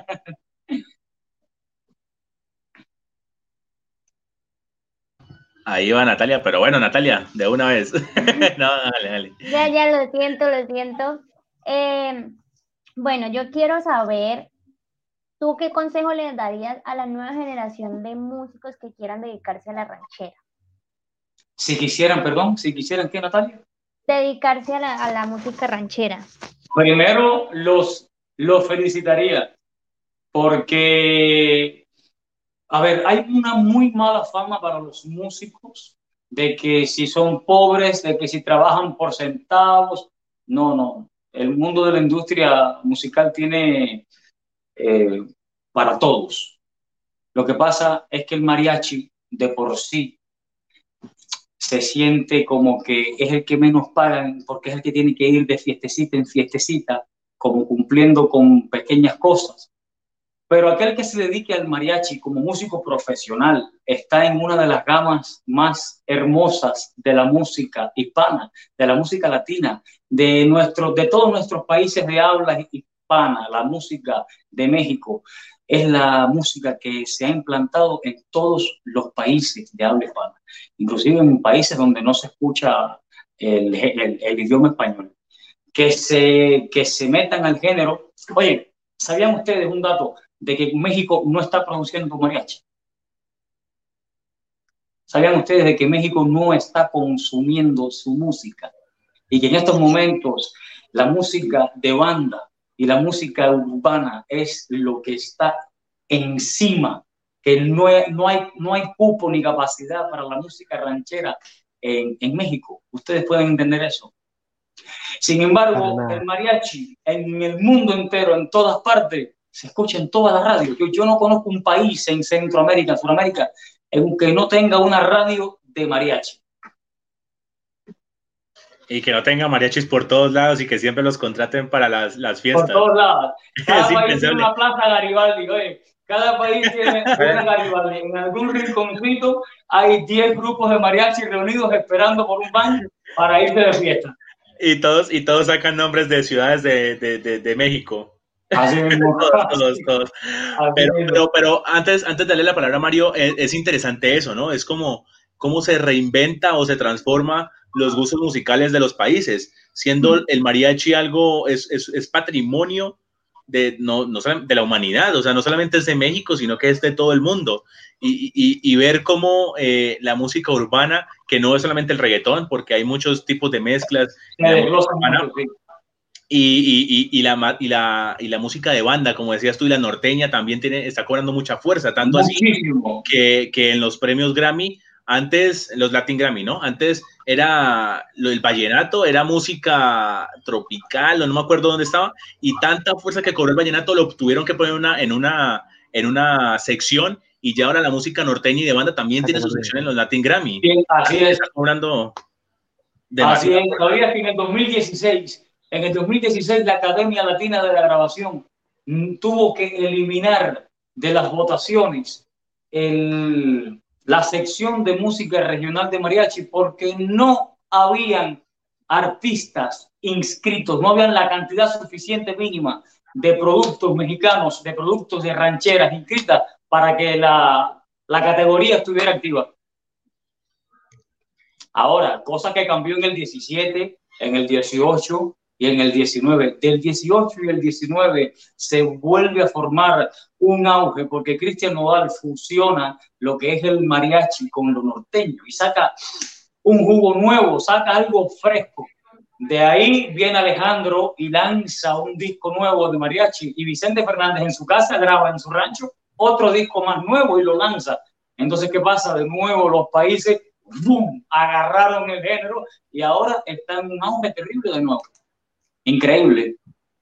Ahí va Natalia, pero bueno, Natalia, de una vez. No, dale. Ya, lo siento, lo siento. Bueno, yo quiero saber, ¿tú qué consejo le darías a la nueva generación de músicos que quieran dedicarse a la ranchera? Si quisieran, ¿qué, Natalia? Dedicarse a la música ranchera. Primero los felicitaría porque A ver, hay una muy mala fama para los músicos de que si son pobres, de que si trabajan por centavos. No, no. El mundo de la industria musical tiene eh, para todos. Lo que pasa es que el mariachi de por sí se siente como que es el que menos pagan porque es el que tiene que ir de fiestecita en fiestecita, como cumpliendo con pequeñas cosas. Pero aquel que se dedique al mariachi como músico profesional está en una de las gamas más hermosas de la música hispana, de la música latina, de todos nuestros países de habla hispana. La música de México es la música que se ha implantado en todos los países de habla hispana, inclusive en países donde no se escucha el idioma español. Que se metan al género. Oye, ¿sabían ustedes un dato de que México no está produciendo mariachi? ¿Sabían ustedes de que México no está consumiendo su música? Y que en estos momentos la música de banda y la música urbana es lo que está encima, que no hay cupo ni capacidad para la música ranchera en México. ¿Ustedes pueden entender eso? Sin embargo, el mariachi en el mundo entero, en todas partes, se escucha en toda la radio. Yo no conozco un país en Centroamérica, en Sudamérica, en que no tenga una radio de mariachi. Y que no tenga mariachis por todos lados y que siempre los contraten para las fiestas. Por todos lados. Cada país tiene una plaza Garibaldi. Oye, cada país tiene una Garibaldi. En algún rinconcito hay 10 grupos de mariachi reunidos esperando por un baño para irse de fiesta. Y todos sacan nombres de ciudades de México. Así mismo. todos. Pero antes de darle la palabra a Mario, es interesante eso, ¿no? Es como cómo se reinventa o se transforma los gustos musicales de los países, siendo el mariachi algo, es patrimonio de la humanidad, o sea, no solamente es de México, sino que es de todo el mundo. Y ver cómo la música urbana, que no es solamente el reggaetón, porque hay muchos tipos de mezclas, y la música de banda, como decías tú, y la norteña también está cobrando mucha fuerza, tanto muchísimo. Así que en los premios Grammy, antes, los Latin Grammy, ¿no? Antes era el vallenato, era música tropical, o no me acuerdo dónde estaba, y tanta fuerza que cobró el vallenato lo tuvieron que poner en una sección, y ya ahora la música norteña y de banda también tiene su sección en los Latin Grammy. Bien, así es. Está cobrando demasiado. Así es, todavía que en el 2016 la Academia Latina de la Grabación tuvo que eliminar de las votaciones la sección de música regional de mariachi porque no habían artistas inscritos, no habían la cantidad suficiente mínima de productos mexicanos, de productos de rancheras inscritas para que la categoría estuviera activa. Ahora, cosa que cambió en el 17, en el 18 y en el 19. Del 18 y el 19 se vuelve a formar un auge porque Cristian Nodal fusiona lo que es el mariachi con lo norteño y saca un jugo nuevo, saca algo fresco. De ahí viene Alejandro y lanza un disco nuevo de mariachi y Vicente Fernández en su casa graba en su rancho otro disco más nuevo y lo lanza. Entonces, ¿qué pasa? De nuevo los países ¡boom!, agarraron el género y ahora está en un auge terrible de nuevo. Increíble.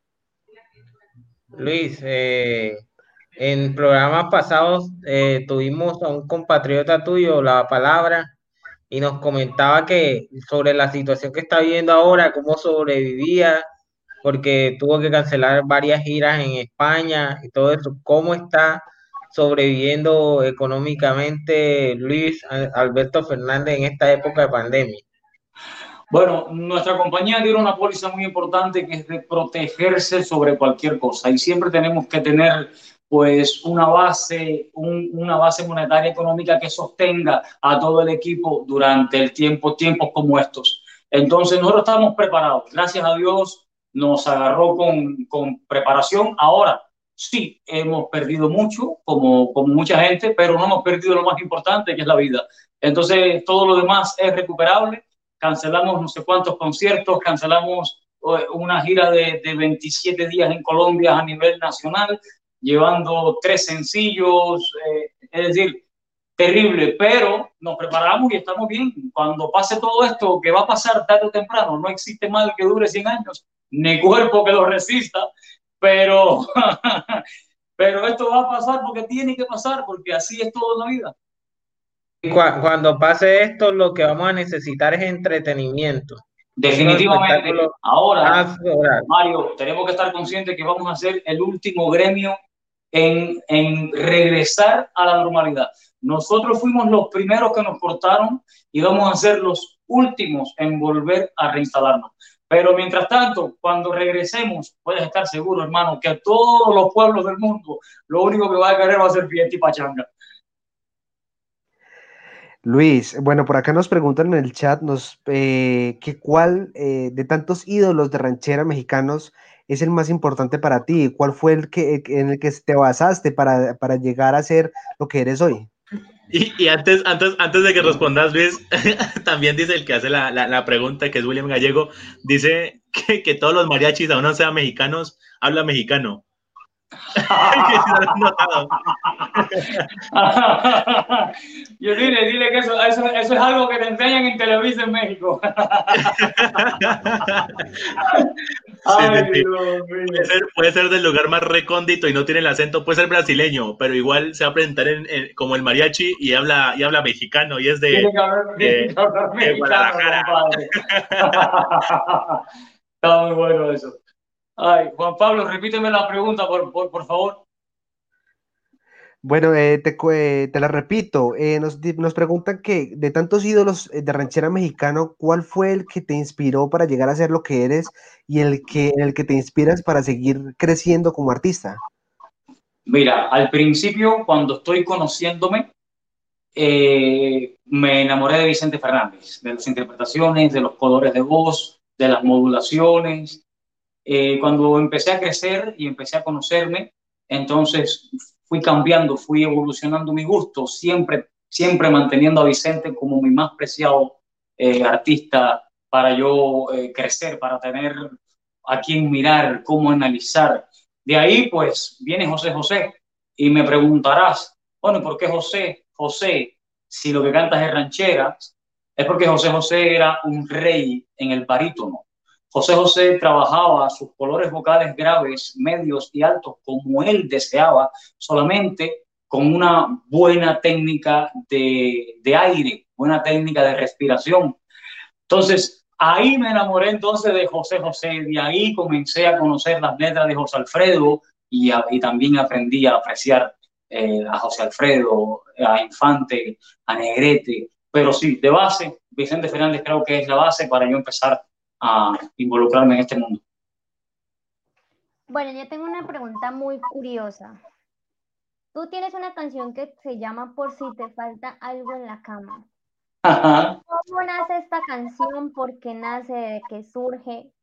Luis, en programas pasados tuvimos a un compatriota tuyo, La Palabra, y nos comentaba que sobre la situación que está viviendo ahora, cómo sobrevivía, porque tuvo que cancelar varias giras en España y todo eso. ¿Cómo está sobreviviendo económicamente Luis Alberto Fernández en esta época de pandemia? Bueno, nuestra compañía tiene una póliza muy importante que es de protegerse sobre cualquier cosa y siempre tenemos que tener pues una base monetaria económica que sostenga a todo el equipo durante tiempos como estos. Entonces nosotros estamos preparados. Gracias a Dios nos agarró con preparación. Ahora sí, hemos perdido mucho como mucha gente, pero no hemos perdido lo más importante, que es la vida. Entonces todo lo demás es recuperable. Cancelamos no sé cuántos conciertos, cancelamos una gira de 27 días en Colombia a nivel nacional, llevando 3 sencillos, Es decir, terrible, pero nos preparamos y estamos bien. Cuando pase todo esto, que va a pasar tarde o temprano, no existe mal que dure 100 años, ni cuerpo que lo resista, pero, pero esto va a pasar porque tiene que pasar, porque así es todo en la vida. Cuando pase esto, lo que vamos a necesitar es entretenimiento. Definitivamente. Ahora, lograr. Mario, tenemos que estar conscientes que vamos a ser el último gremio en regresar a la normalidad. Nosotros fuimos los primeros que nos cortaron y vamos a ser los últimos en volver a reinstalarnos. Pero mientras tanto, cuando regresemos, puedes estar seguro, hermano, que a todos los pueblos del mundo lo único que va a querer va a ser fiesta y pachanga. Luis, bueno, por acá nos preguntan en el chat que cuál de tantos ídolos de ranchera mexicanos es el más importante para ti. ¿Cuál fue en el que te basaste para llegar a ser lo que eres hoy? Y antes de que respondas, Luis, también dice el que hace la pregunta, que es William Gallego, dice que todos los mariachis, aún no sean mexicanos, habla mexicano. Yo dile que eso es algo que te enseñan en Televisa en México. Ay, sí. Dios mío. Puede ser del lugar más recóndito y no tiene el acento, puede ser brasileño, pero igual se va a presentar como el mariachi y habla mexicano y es de Guadalajara. Está muy bueno eso. Ay, Juan Pablo, repíteme la pregunta, por favor. Bueno, te la repito. Nos preguntan que de tantos ídolos de ranchera mexicano, ¿cuál fue el que te inspiró para llegar a ser lo que eres y en el que te inspiras para seguir creciendo como artista? Mira, al principio, cuando estoy conociéndome, me enamoré de Vicente Fernández, de las interpretaciones, de los colores de voz, de las modulaciones. Cuando empecé a crecer y empecé a conocerme, entonces fui cambiando, fui evolucionando mi gusto, siempre manteniendo a Vicente como mi más preciado artista para yo crecer, para tener a quién mirar, cómo analizar. De ahí, pues, viene José José y me preguntarás, bueno, ¿por qué José José? Si lo que cantas es ranchera, es porque José José era un rey en el barítono. José José trabajaba sus colores vocales graves, medios y altos como él deseaba, solamente con una buena técnica de aire, buena técnica de respiración. Entonces, ahí me enamoré entonces de José José, de ahí comencé a conocer las letras de José Alfredo y también aprendí a apreciar a José Alfredo, a Infante, a Negrete, pero sí, de base, Vicente Fernández creo que es la base para yo empezar a involucrarme en este mundo. Bueno, yo tengo una pregunta muy curiosa. Tú tienes una canción que se llama Por si te falta algo en la cama. Ajá. ¿Cómo nace esta canción? ¿Por qué nace? ¿De qué surge?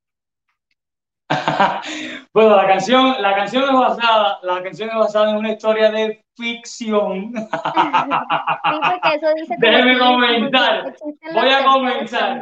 Bueno, la canción es basada en una historia de ficción. Sí, porque eso dice. Déjeme comenzar. Voy a comenzar.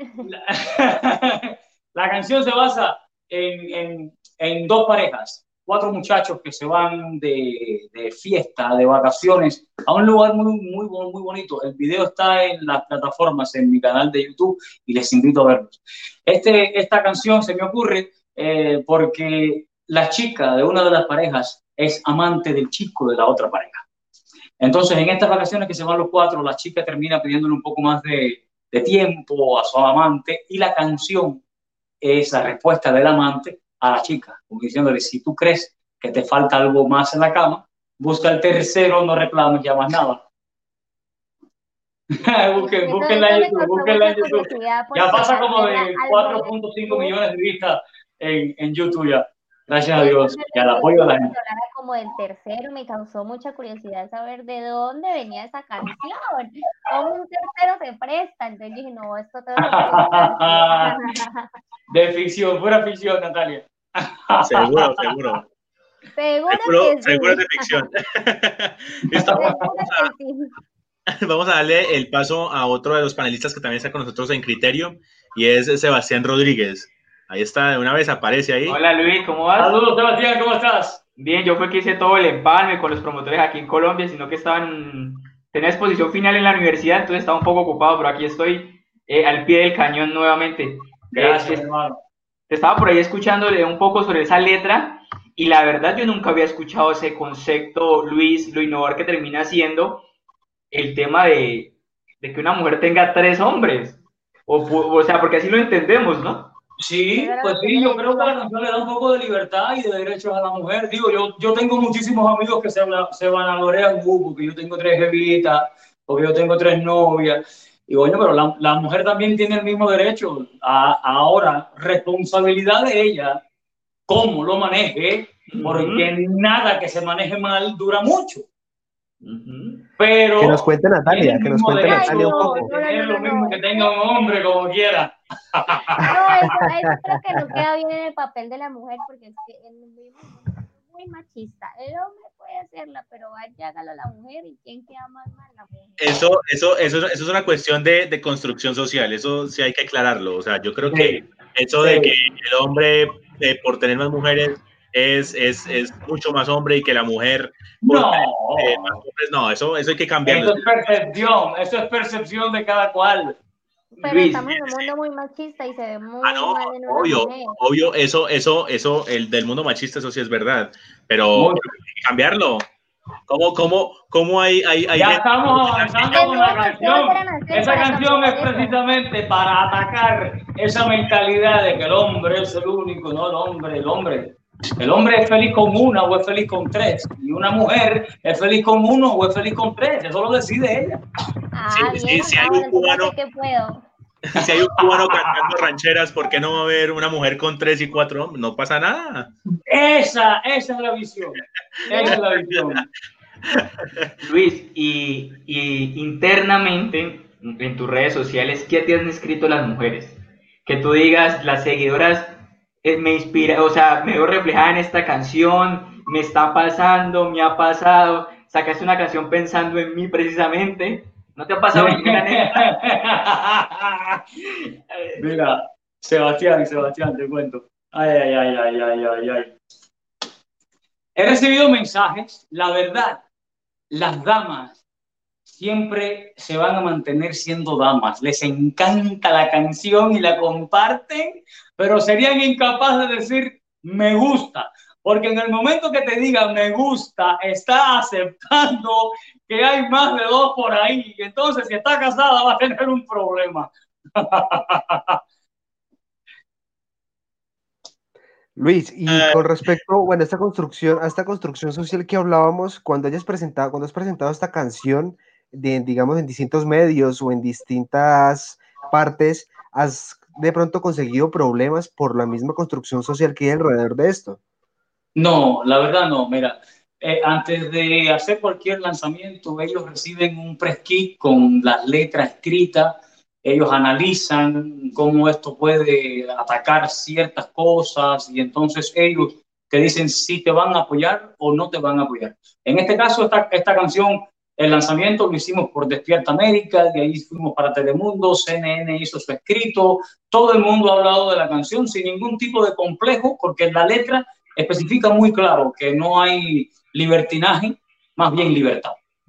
La canción se basa en dos parejas, 4 muchachos que se van de fiesta, de vacaciones, a un lugar muy bonito. El video está en las plataformas, en mi canal de YouTube, y les invito a verlos. Esta canción se me ocurre porque la chica de una de las parejas es amante del chico de la otra pareja. Entonces, en estas vacaciones que se van los 4, la chica termina pidiéndole un poco más de tiempo a su amante, y la canción es la respuesta del amante a la chica, como diciéndole: si tú crees que te falta algo más en la cama, busca el tercero, no reclames ya más nada. Búsquenla en YouTube. Ya pasa como de 4.5 millones de vistas en YouTube ya. Gracias a Dios y al apoyo de la gente. Como del tercero, me causó mucha curiosidad saber de dónde venía esa canción. ¿Cómo un tercero se presta? Entonces dije, no, esto todo de ficción, pura ficción, Natalia. Seguro. Seguro de ficción. Listo. Vamos a darle el paso a otro de los panelistas que también está con nosotros en Criterio, y es Sebastián Rodríguez. Ahí está, de una vez aparece ahí. Hola Luis, ¿cómo vas? Saludos, Sebastián, ¿cómo estás? Bien, yo fue que hice todo el empalme con los promotores aquí en Colombia, sino que tenía exposición final en la universidad, entonces estaba un poco ocupado, pero aquí estoy al pie del cañón nuevamente. Gracias, hermano. Te estaba por ahí escuchándole un poco sobre esa letra y la verdad yo nunca había escuchado ese concepto, Luis, lo innovador que termina siendo el tema de que una mujer tenga 3 hombres. O sea, porque así lo entendemos, ¿no? Sí, pues sí, yo creo que la canción le da un poco de libertad y de derechos a la mujer. Digo, yo tengo muchísimos amigos que se vanaglorian, porque yo tengo 3 jevitas, porque yo tengo 3 novias. Y bueno, pero la mujer también tiene el mismo derecho. Ahora, responsabilidad de ella, cómo lo maneje, porque nada que se maneje mal dura mucho. Pero que nos cuente Natalia, un poco. tener lo mismo que tenga un hombre como quiera. No, eso creo que no queda bien en el papel de la mujer, porque es que el mismo es muy machista. El hombre puede hacerla, pero vaya, hágalo la mujer, y quién queda más mal, la mujer. Eso es una cuestión de construcción social, eso sí hay que aclararlo. O sea, yo creo que eso de que el hombre, por tener más mujeres, es mucho más hombre y que la mujer por no, tener más hombres, no, eso hay que cambiarlo. Eso es percepción de cada cual. Pero Luis, estamos en un mundo muy machista y se ve muy mal en una mujer. Obvio, eso, el del mundo machista, eso sí es verdad, pero hay que cambiarlo. ¿Cómo hay ya estamos avanzando con la canción? Esa canción es precisamente para atacar esa mentalidad de que el hombre es el único, no el hombre. El hombre es feliz con una o es feliz con 3. Y una mujer es feliz con 1 o es feliz con 3. Eso lo decide ella. Si hay un cubano, si hay un cubano cantando rancheras, ¿por qué no va a haber una mujer con 3 y 4 hombres? No pasa nada. Esa es la visión. Esa es la visión. Luis, y internamente en tus redes sociales, ¿qué te han escrito las mujeres? Que tú digas, las seguidoras me inspira, o sea, me veo reflejada en esta canción, me está pasando, me ha pasado, sacaste una canción pensando en mí precisamente. ¿No te ha pasado ninguna neta? Mira, Sebastián, te cuento. Ay. He recibido mensajes, la verdad, las damas siempre se van a mantener siendo damas, les encanta la canción y la comparten, pero serían incapaces de decir me gusta, porque en el momento que te diga me gusta, está aceptando que hay más de 2 por ahí, y entonces si está casada va a tener un problema. Luis, y con respecto, bueno, a esta construcción social que hablábamos, cuando has presentado esta canción, digamos, en distintos medios o en distintas partes, ¿has de pronto conseguido problemas por la misma construcción social que hay alrededor de esto? No, la verdad no, mira, antes de hacer cualquier lanzamiento, ellos reciben un press kit con las letras escritas, ellos analizan cómo esto puede atacar ciertas cosas y entonces ellos te dicen si te van a apoyar o no te van a apoyar. En este caso, esta canción, el lanzamiento lo hicimos por Despierta América, de ahí fuimos para Telemundo, CNN hizo su escrito, todo el mundo ha hablado de la canción sin ningún tipo de complejo, porque la letra especifica muy claro que no hay libertinaje, más bien libertad.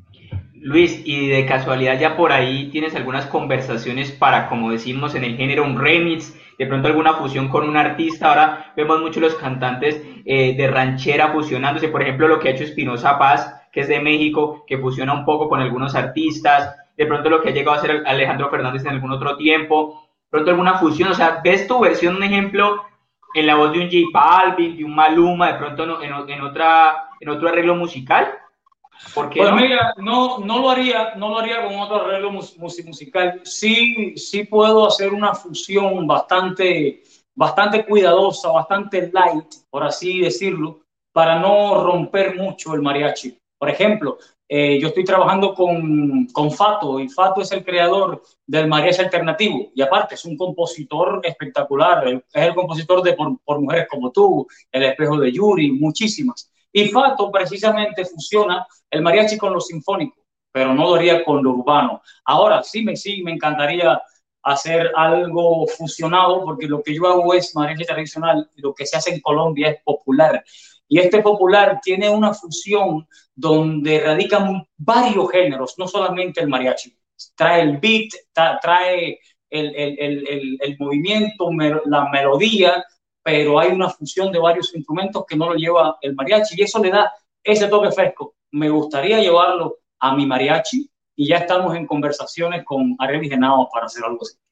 Luis, y de casualidad ya por ahí tienes algunas conversaciones para, como decimos en el género, un remix, de pronto alguna fusión con un artista. Ahora vemos mucho los cantantes de ranchera fusionándose, por ejemplo lo que ha hecho Espinoza Paz, que es de México, que fusiona un poco con algunos artistas, de pronto lo que ha llegado a hacer Alejandro Fernández en algún otro tiempo, de pronto alguna fusión. O sea, ¿ves tu versión, un ejemplo, en la voz de un J Balvin, de un Maluma, de pronto en otro arreglo musical? Pues no? Mira, no lo haría con otro arreglo musical. Sí puedo hacer una fusión bastante cuidadosa, bastante light, por así decirlo, para no romper mucho el mariachi. Por ejemplo, yo estoy trabajando con Fato, y Fato es el creador del mariachi alternativo, y aparte es un compositor espectacular, es el compositor de Por Mujeres Como Tú, El Espejo de Yuri, muchísimas. Y Fato precisamente fusiona el mariachi con lo sinfónico, pero no lo haría con lo urbano. Ahora sí me encantaría hacer algo fusionado, porque lo que yo hago es mariachi tradicional y lo que se hace en Colombia es popular. Y este popular tiene una fusión donde radican varios géneros, no solamente el mariachi. Trae el beat, trae el movimiento, la melodía, pero hay una fusión de varios instrumentos que no lo lleva el mariachi y eso le da ese toque fresco. Me gustaría llevarlo a mi mariachi y ya estamos en conversaciones con Arelis Henao para hacer algo así.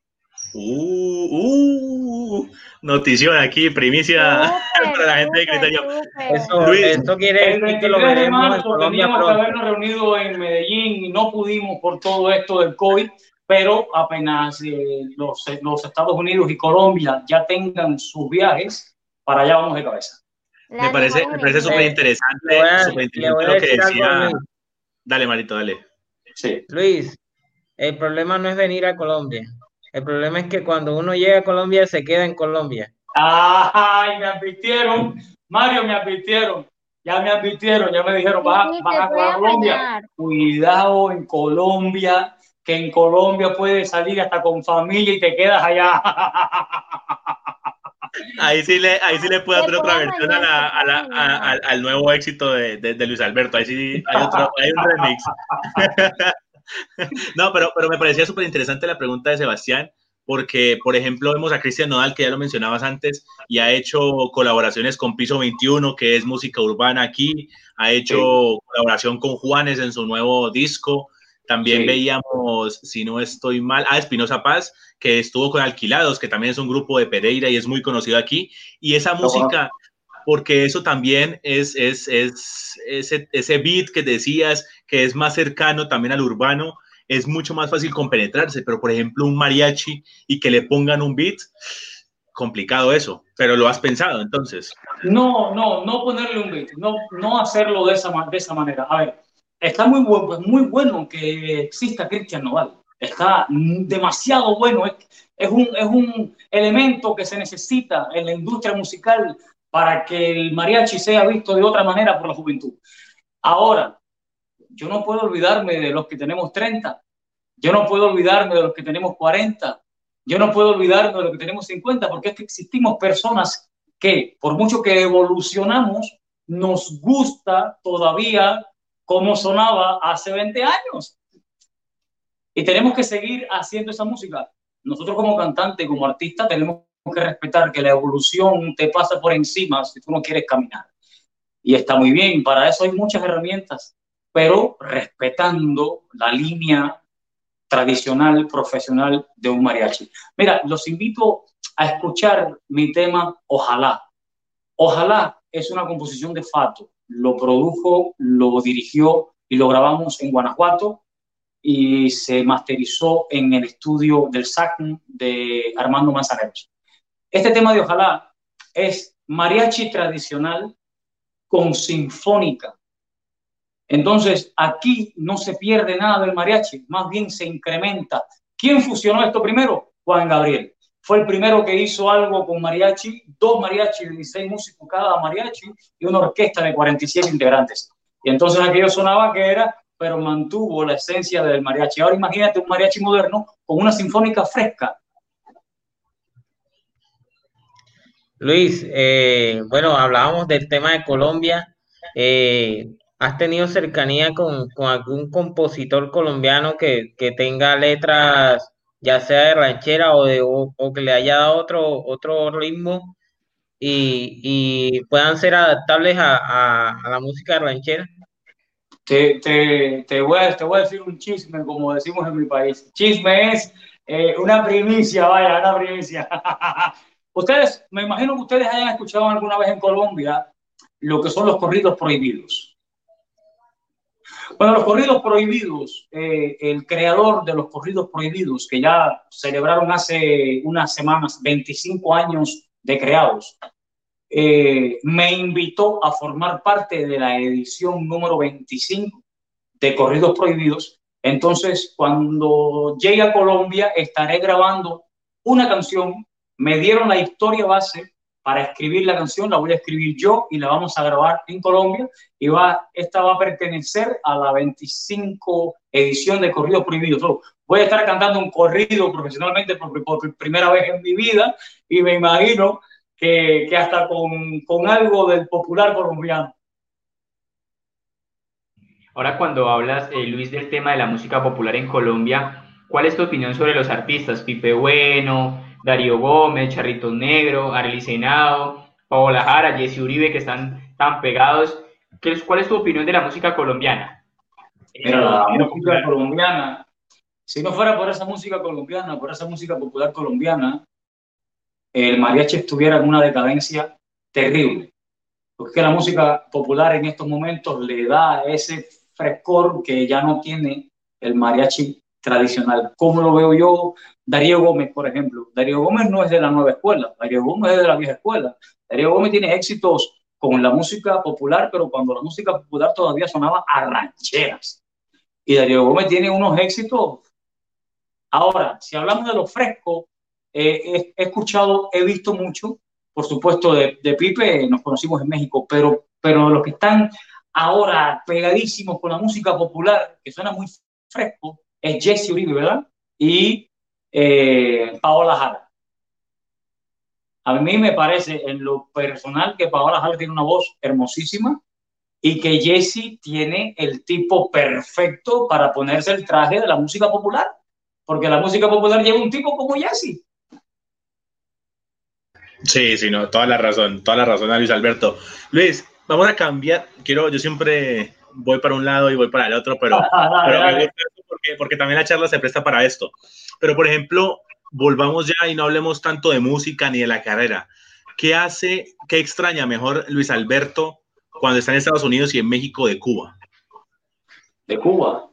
Notición aquí, primicia para la gente de Criterio. Esto quiere decir que lo veremos en Colombia pronto. Teníamos que habernos reunido en Medellín y no pudimos por todo esto del COVID, pero apenas los Estados Unidos y Colombia ya tengan sus viajes, para allá vamos de cabeza. Me parece súper interesante lo que decía. Dale, Marito, dale. Sí. Luis, el problema no es venir a Colombia. El problema es que cuando uno llega a Colombia se queda en Colombia. ¡Ay, me advirtieron! Mario, me advirtieron. Ya me advirtieron, ya me dijeron, vas a Colombia. Cuidado en Colombia, que en Colombia puedes salir hasta con familia y te quedas allá. Ahí sí le puedo hacer otra versión al nuevo éxito de Luis Alberto. Ahí sí hay un remix. No, pero me parecía súper interesante la pregunta de Sebastián, porque, por ejemplo, vemos a Cristian Nodal, que ya lo mencionabas antes, y ha hecho colaboraciones con Piso 21, que es música urbana aquí, ha hecho colaboración con Juanes en su nuevo disco. También veíamos, si no estoy mal, a Espinosa Paz, que estuvo con Alquilados, que también es un grupo de Pereira y es muy conocido aquí. Y esa música, porque eso también es ese beat que decías, que es más cercano también al urbano, es mucho más fácil compenetrarse. Pero, por ejemplo, un mariachi y que le pongan un beat, complicado eso. Pero lo has pensado, entonces. No ponerle un beat, no hacerlo de esa manera. A ver, está muy bueno que exista Cristian Nodal. Está demasiado bueno. Es un elemento que se necesita en la industria musical para que el mariachi sea visto de otra manera por la juventud. Ahora, yo no puedo olvidarme de los que tenemos 30. Yo no puedo olvidarme de los que tenemos 40. Yo no puedo olvidarme de los que tenemos 50, porque es que existimos personas que, por mucho que evolucionamos, nos gusta todavía cómo sonaba hace 20 años. Y tenemos que seguir haciendo esa música. Nosotros como cantante, como artista, tenemos que respetar que la evolución te pasa por encima si tú no quieres caminar. Y está muy bien, para eso hay muchas herramientas, pero respetando la línea tradicional, profesional de un mariachi. Mira, los invito a escuchar mi tema Ojalá. Ojalá es una composición de Fato. Lo produjo, lo dirigió y lo grabamos en Guanajuato y se masterizó en el estudio del SACM de Armando Manzanares. Este tema de Ojalá es mariachi tradicional con sinfónica. Entonces, aquí no se pierde nada del mariachi, más bien se incrementa. ¿Quién fusionó esto primero? Juan Gabriel. Fue el primero que hizo algo con mariachi, 2 mariachis de 16 músicos cada mariachi y una orquesta de 47 integrantes. Y entonces aquello sonaba que era, pero mantuvo la esencia del mariachi. Ahora imagínate un mariachi moderno con una sinfónica fresca. Luis, bueno, hablábamos del tema de Colombia. ¿Has tenido cercanía con algún compositor colombiano que tenga letras, ya sea de ranchera o que le haya dado otro ritmo y puedan ser adaptables a la música ranchera? Te voy a decir un chisme, como decimos en mi país. Chisme es una primicia, vaya, una primicia. Ustedes, me imagino que ustedes hayan escuchado alguna vez en Colombia lo que son los corridos prohibidos. Bueno, los corridos prohibidos, el creador de los corridos prohibidos, que ya celebraron hace unas semanas 25 años de creados, me invitó a formar parte de la edición número 25 de Corridos Prohibidos. Entonces, cuando llegue a Colombia, estaré grabando una canción. Me dieron la historia base para escribir la canción, la voy a escribir yo y la vamos a grabar en Colombia. Y esta va a pertenecer a la 25 edición de Corridos Prohibidos. Voy a estar cantando un corrido profesionalmente por primera vez en mi vida y me imagino que hasta con algo del popular colombiano. Ahora, cuando hablas, Luis, del tema de la música popular en Colombia, ¿cuál es tu opinión sobre los artistas? Pipe Bueno, Darío Gómez, Charrito Negro, Arely Senao, Paola Jara, Jesse Uribe, que están tan pegados. ¿Cuál es tu opinión de la música colombiana? Mira, la música colombiana, si no fuera por esa música colombiana, por esa música popular colombiana, el mariachi estuviera en una decadencia terrible. Porque la música popular en estos momentos le da ese frescor que ya no tiene el mariachi tradicional. ¿Cómo lo veo yo? Darío Gómez, por ejemplo. Darío Gómez no es de la nueva escuela, Darío Gómez es de la vieja escuela. Darío Gómez tiene éxitos con la música popular, pero cuando la música popular todavía sonaba a rancheras. Y Darío Gómez tiene unos éxitos. Ahora, si hablamos de lo fresco, he escuchado, he visto mucho, por supuesto, de Pipe, nos conocimos en México, pero los que están ahora pegadísimos con la música popular, que suena muy fresco, es Jesse Uribe, ¿verdad? Y Paola Jara. A mí me parece, en lo personal, que Paola Jara tiene una voz hermosísima y que Jesse tiene el tipo perfecto para ponerse el traje de la música popular, porque la música popular lleva un tipo como Jesse. Sí, sí, no, toda la razón, Luis Alberto. Luis, vamos a cambiar. Yo siempre voy para un lado y voy para el otro, pero me gusta esto porque también la charla se presta para esto. Pero, por ejemplo, volvamos ya y no hablemos tanto de música ni de la carrera. ¿Qué extraña mejor Luis Alberto cuando está en Estados Unidos y en México de Cuba? De Cuba,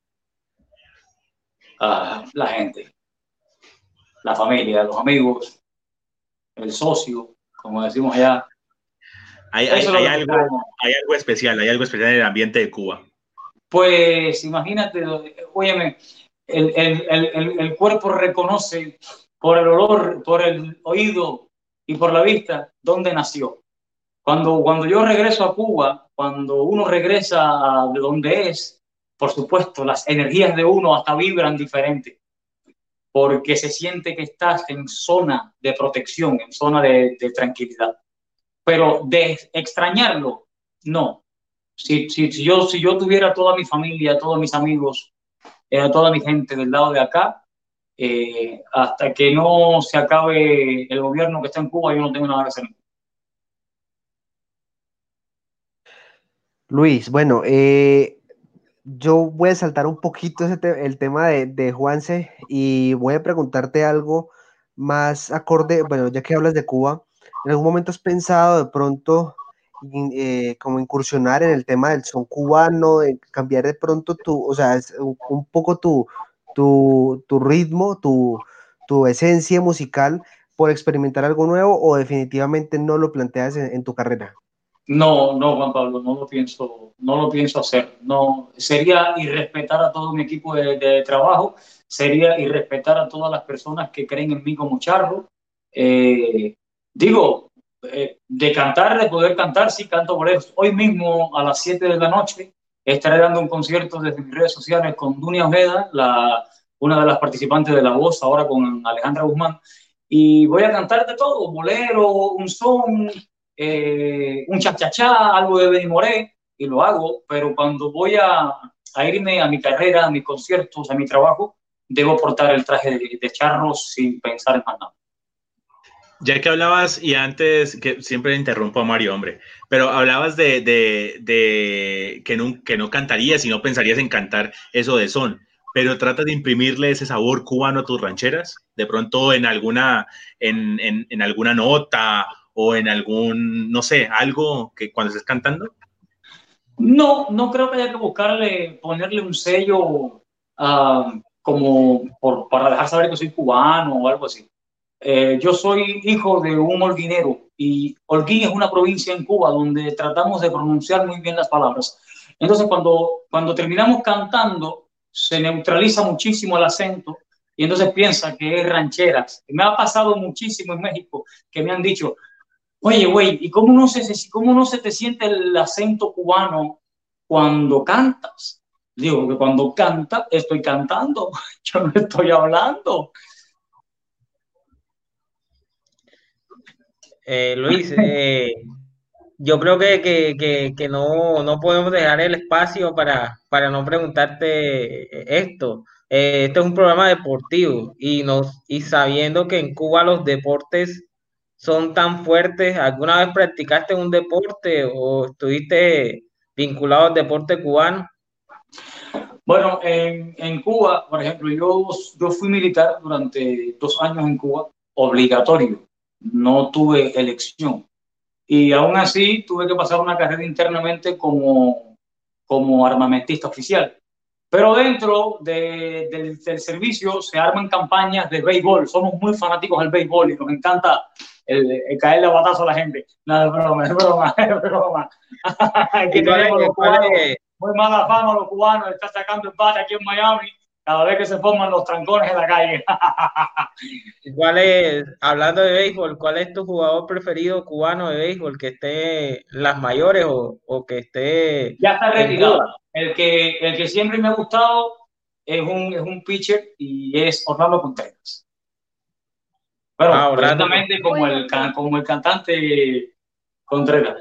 la gente, la familia, los amigos, el socio, como decimos allá. Hay algo especial en el ambiente de Cuba. Pues imagínate, óyeme, el cuerpo reconoce por el olor, por el oído y por la vista dónde nació. Cuando yo regreso a Cuba, cuando uno regresa de donde es, por supuesto, las energías de uno hasta vibran diferente, porque se siente que estás en zona de protección, en zona de tranquilidad. Pero de extrañarlo, no. Si yo tuviera toda mi familia, todos mis amigos, toda mi gente del lado de acá, hasta que no se acabe el gobierno que está en Cuba, yo no tengo nada que hacer. Luis, bueno, yo voy a saltar un poquito el tema de Juanse y voy a preguntarte algo más acorde, bueno, ya que hablas de Cuba, ¿en algún momento has pensado de pronto como incursionar en el tema del son cubano, de cambiar de pronto o sea, un poco tu ritmo, tu esencia musical por experimentar algo nuevo o definitivamente no lo planteas en tu carrera? No, Juan Pablo, no lo pienso hacer. No, sería irrespetar a todo mi equipo de trabajo, sería irrespetar a todas las personas que creen en mí como charro. Digo, de poder cantar, sí canto boleros. Hoy mismo a las 7 de la noche estaré dando un concierto desde mis redes sociales con Dunia Ojeda, una de las participantes de La Voz, ahora con Alejandra Guzmán, y voy a cantar de todo, bolero, un son, un cha-cha-cha, algo de Benny Moré, y lo hago, pero cuando voy a irme a mi carrera, a mis conciertos, a mi trabajo, debo portar el traje de charro sin pensar en más nada. Ya que hablabas, y antes, que siempre interrumpo a Mario, hombre, pero hablabas de que no cantarías y no pensarías en cantar eso de son, pero tratas de imprimirle ese sabor cubano a tus rancheras, de pronto en alguna nota o en algún, no sé, algo que cuando estés cantando. No creo que haya que ponerle un sello para dejar saber que soy cubano o algo así. Yo soy hijo de un holguinero y Holguín es una provincia en Cuba donde tratamos de pronunciar muy bien las palabras. Entonces, cuando terminamos cantando, se neutraliza muchísimo el acento y entonces piensa que es rancheras. Me ha pasado muchísimo en México que me han dicho, oye, güey, ¿y cómo no se te siente el acento cubano cuando cantas? Digo, que cuando canta, estoy cantando, yo no estoy hablando. Luis, yo creo que no podemos dejar el espacio para no preguntarte esto. Este es un programa deportivo y sabiendo que en Cuba los deportes son tan fuertes, ¿alguna vez practicaste un deporte o estuviste vinculado al deporte cubano? Bueno, en Cuba, por ejemplo, yo fui militar durante 2 años en Cuba, obligatorio, no tuve elección. Y aún así tuve que pasar una carrera internamente como armamentista oficial. Pero dentro del servicio se arman campañas de béisbol. Somos muy fanáticos del béisbol y nos encanta el caerle a batazo a la gente. No, es broma, es broma, es broma. Que tenemos los cubanos, muy mala fama los cubanos, está sacando el bate aquí en Miami cada vez que se forman los trancones en la calle. Hablando de béisbol, cuál es tu jugador preferido cubano de béisbol que esté en las mayores o que esté Ya está en retirado. Cuba? El que siempre me ha gustado es un pitcher y es Orlando Contreras. Bueno, precisamente como el cantante Contreras.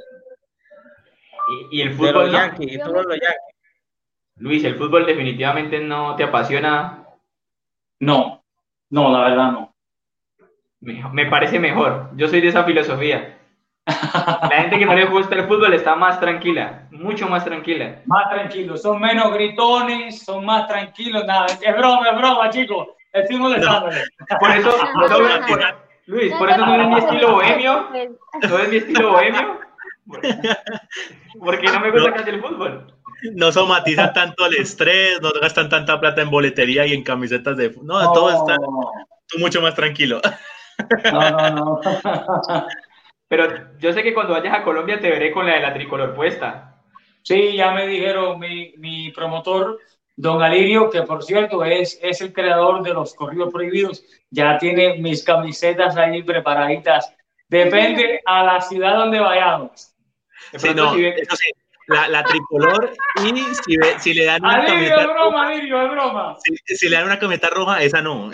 Y el De fútbol, los ¿no? Yankees, tú de los Yankees. Luis, ¿el fútbol definitivamente no te apasiona? No, la verdad no. Me parece mejor. Yo soy de esa filosofía. La gente que no le gusta el fútbol está más tranquila, mucho más tranquila. Más tranquilos, son menos gritones, son más tranquilos. Nada, es broma, chicos. Estoy molestándole. Por eso, Luis, por eso no es mi estilo bohemio. No es mi estilo bohemio. Porque no me gusta casi el fútbol. No somatizan tanto el estrés, no gastan tanta plata en boletería y en camisetas de... No, todo está mucho más tranquilo. No. Pero yo sé que cuando vayas a Colombia te veré con la de la tricolor puesta. Sí, ya me dijeron mi promotor, don Alirio, que por cierto es el creador de los corridos prohibidos, ya tiene mis camisetas ahí preparaditas. Depende a la ciudad donde vayamos. Sí, no, eso sí, la tricolor y si le dan una camiseta roja, es broma. Si le dan una camiseta roja, esa no.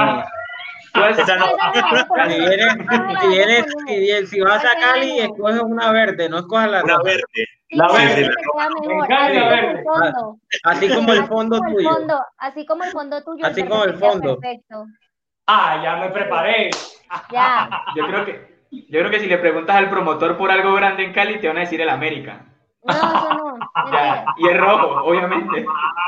Si vas a Cali, escoges una verde, no escoges la roja. La verde. Así como el fondo tuyo. Así como el fondo tuyo. Así como el fondo. Perfecto. Ya me preparé. Ya. Yo creo que si le preguntas al promotor por algo grande en Cali, te van a decir el América. No, eso no. Ya. Y es rojo, obviamente.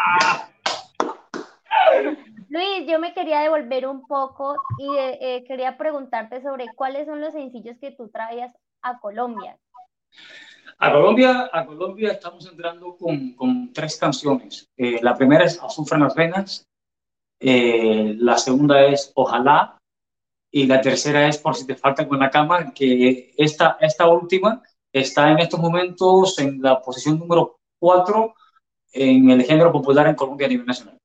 Luis, yo me quería devolver un poco y quería preguntarte sobre cuáles son los sencillos que tú traías a Colombia. A Colombia estamos entrando con 3 canciones. La primera es Azufre en las venas, la segunda es Ojalá y la tercera es Por si te falta con la cama, que esta última está en estos momentos en la posición número 4 en el género popular en Colombia a nivel nacional.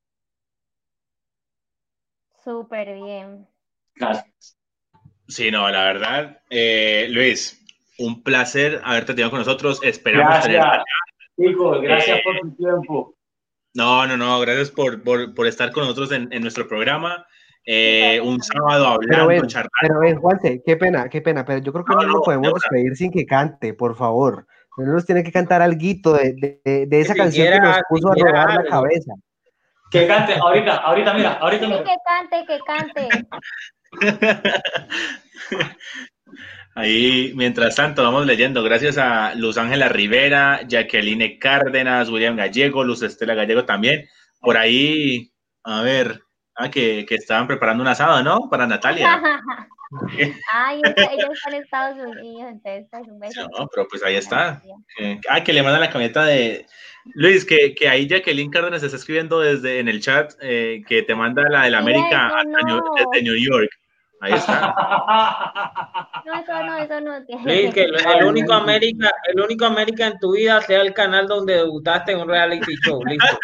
Súper bien. Gracias. Sí, no, la verdad, Luis, un placer haberte tenido con nosotros. Esperamos tenerte acá. Chicos, gracias por tu tiempo. No, gracias por estar con nosotros en nuestro programa. Un sábado hablando, charlando. Pero ven, Juanse, qué pena, pero yo creo que no nos podemos despedir sin que cante, por favor. No nos tiene que cantar alguito de esa canción que nos puso a robar la cabeza. Que cante, ahorita mira. Que cante. Ahí, mientras tanto, vamos leyendo. Gracias a Luz Ángela Rivera, Jacqueline Cárdenas, William Gallego, Luz Estela Gallego también. Por ahí, a ver, que estaban preparando un asado, ¿no? Para Natalia. Ellos están en Estados Unidos, entonces pues un beso. No, pero pues ahí está. Que le mandan la camioneta de... Luis, que ahí Jacqueline Cárdenas está escribiendo en el chat que te manda la del América desde New York. Ahí está. Eso no. Luis, que el único América en tu vida sea el canal donde debutaste en un reality show. Listo.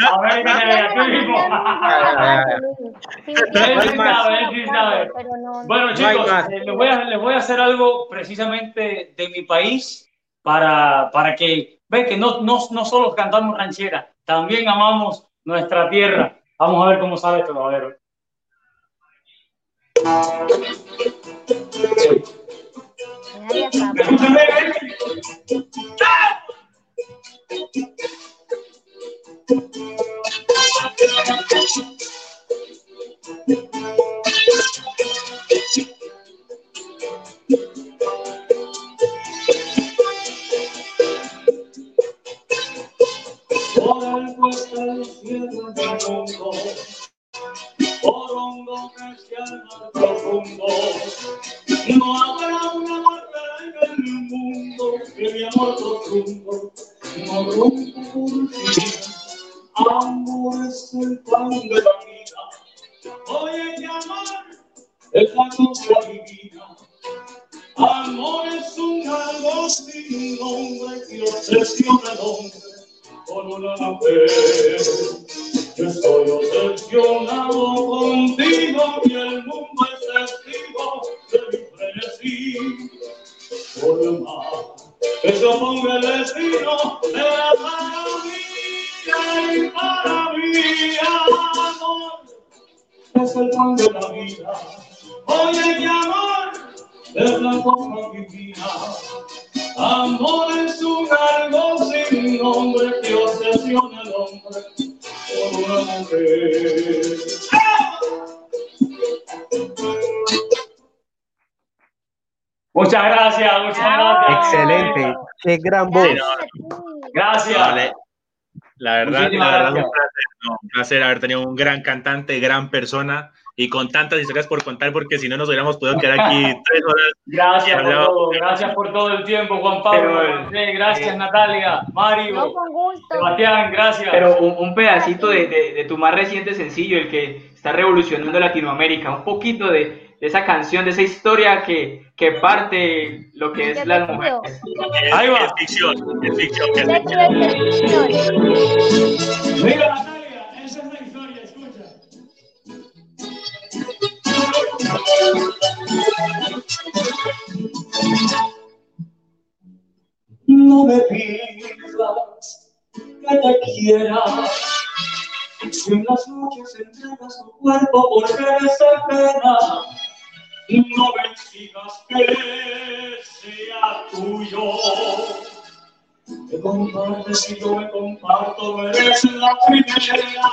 Bueno, chicos, les voy a hacer algo precisamente de mi país para que vean que no solo cantamos ranchera, también amamos nuestra tierra. Vamos a ver cómo sale esto, a ver. Nadie está. Por el cuesta el cielo del mundo, por hondo que se al profundo, no habrá un amor en el mundo que mi amor profundo no rompa por ti. Amor es el pan de la vida, oye que amor es la cosa divina. Amor es un algo sin nombre que obsesiona al hombre con una mujer. Yo estoy obsesionado contigo y el mundo es testigo de mi frenesí. Por más que se oponga el destino, será para mí y para mí. Amor es el pan de la vida. Oye, que amor es la cosa divina. Amor es un algo sin nombre que obsesiona al hombre por una mujer. Muchas gracias, muchas gracias. Excelente, qué gran voz. Gracias. Vale. La verdad, Gracias. un placer haber tenido un gran cantante, gran persona y con tantas historias por contar, porque si no nos hubiéramos podido quedar aquí 3 horas. Gracias por todo el tiempo, Juan Pablo. Gracias, Natalia, Mario, No, con gusto. Sebastián, gracias. Pero un pedacito de tu más reciente sencillo, el que está revolucionando Latinoamérica, un poquito de esa canción, de esa historia que parte lo que es las mujeres. Ahí va. Es ficción. Mira, Natalia, esa es la historia, escucha. No me pidas que te quiera, si en las noches entregas tu cuerpo porque desespera. No me exigas que sea tuyo. Te compartes y yo me comparto, no eres la primera.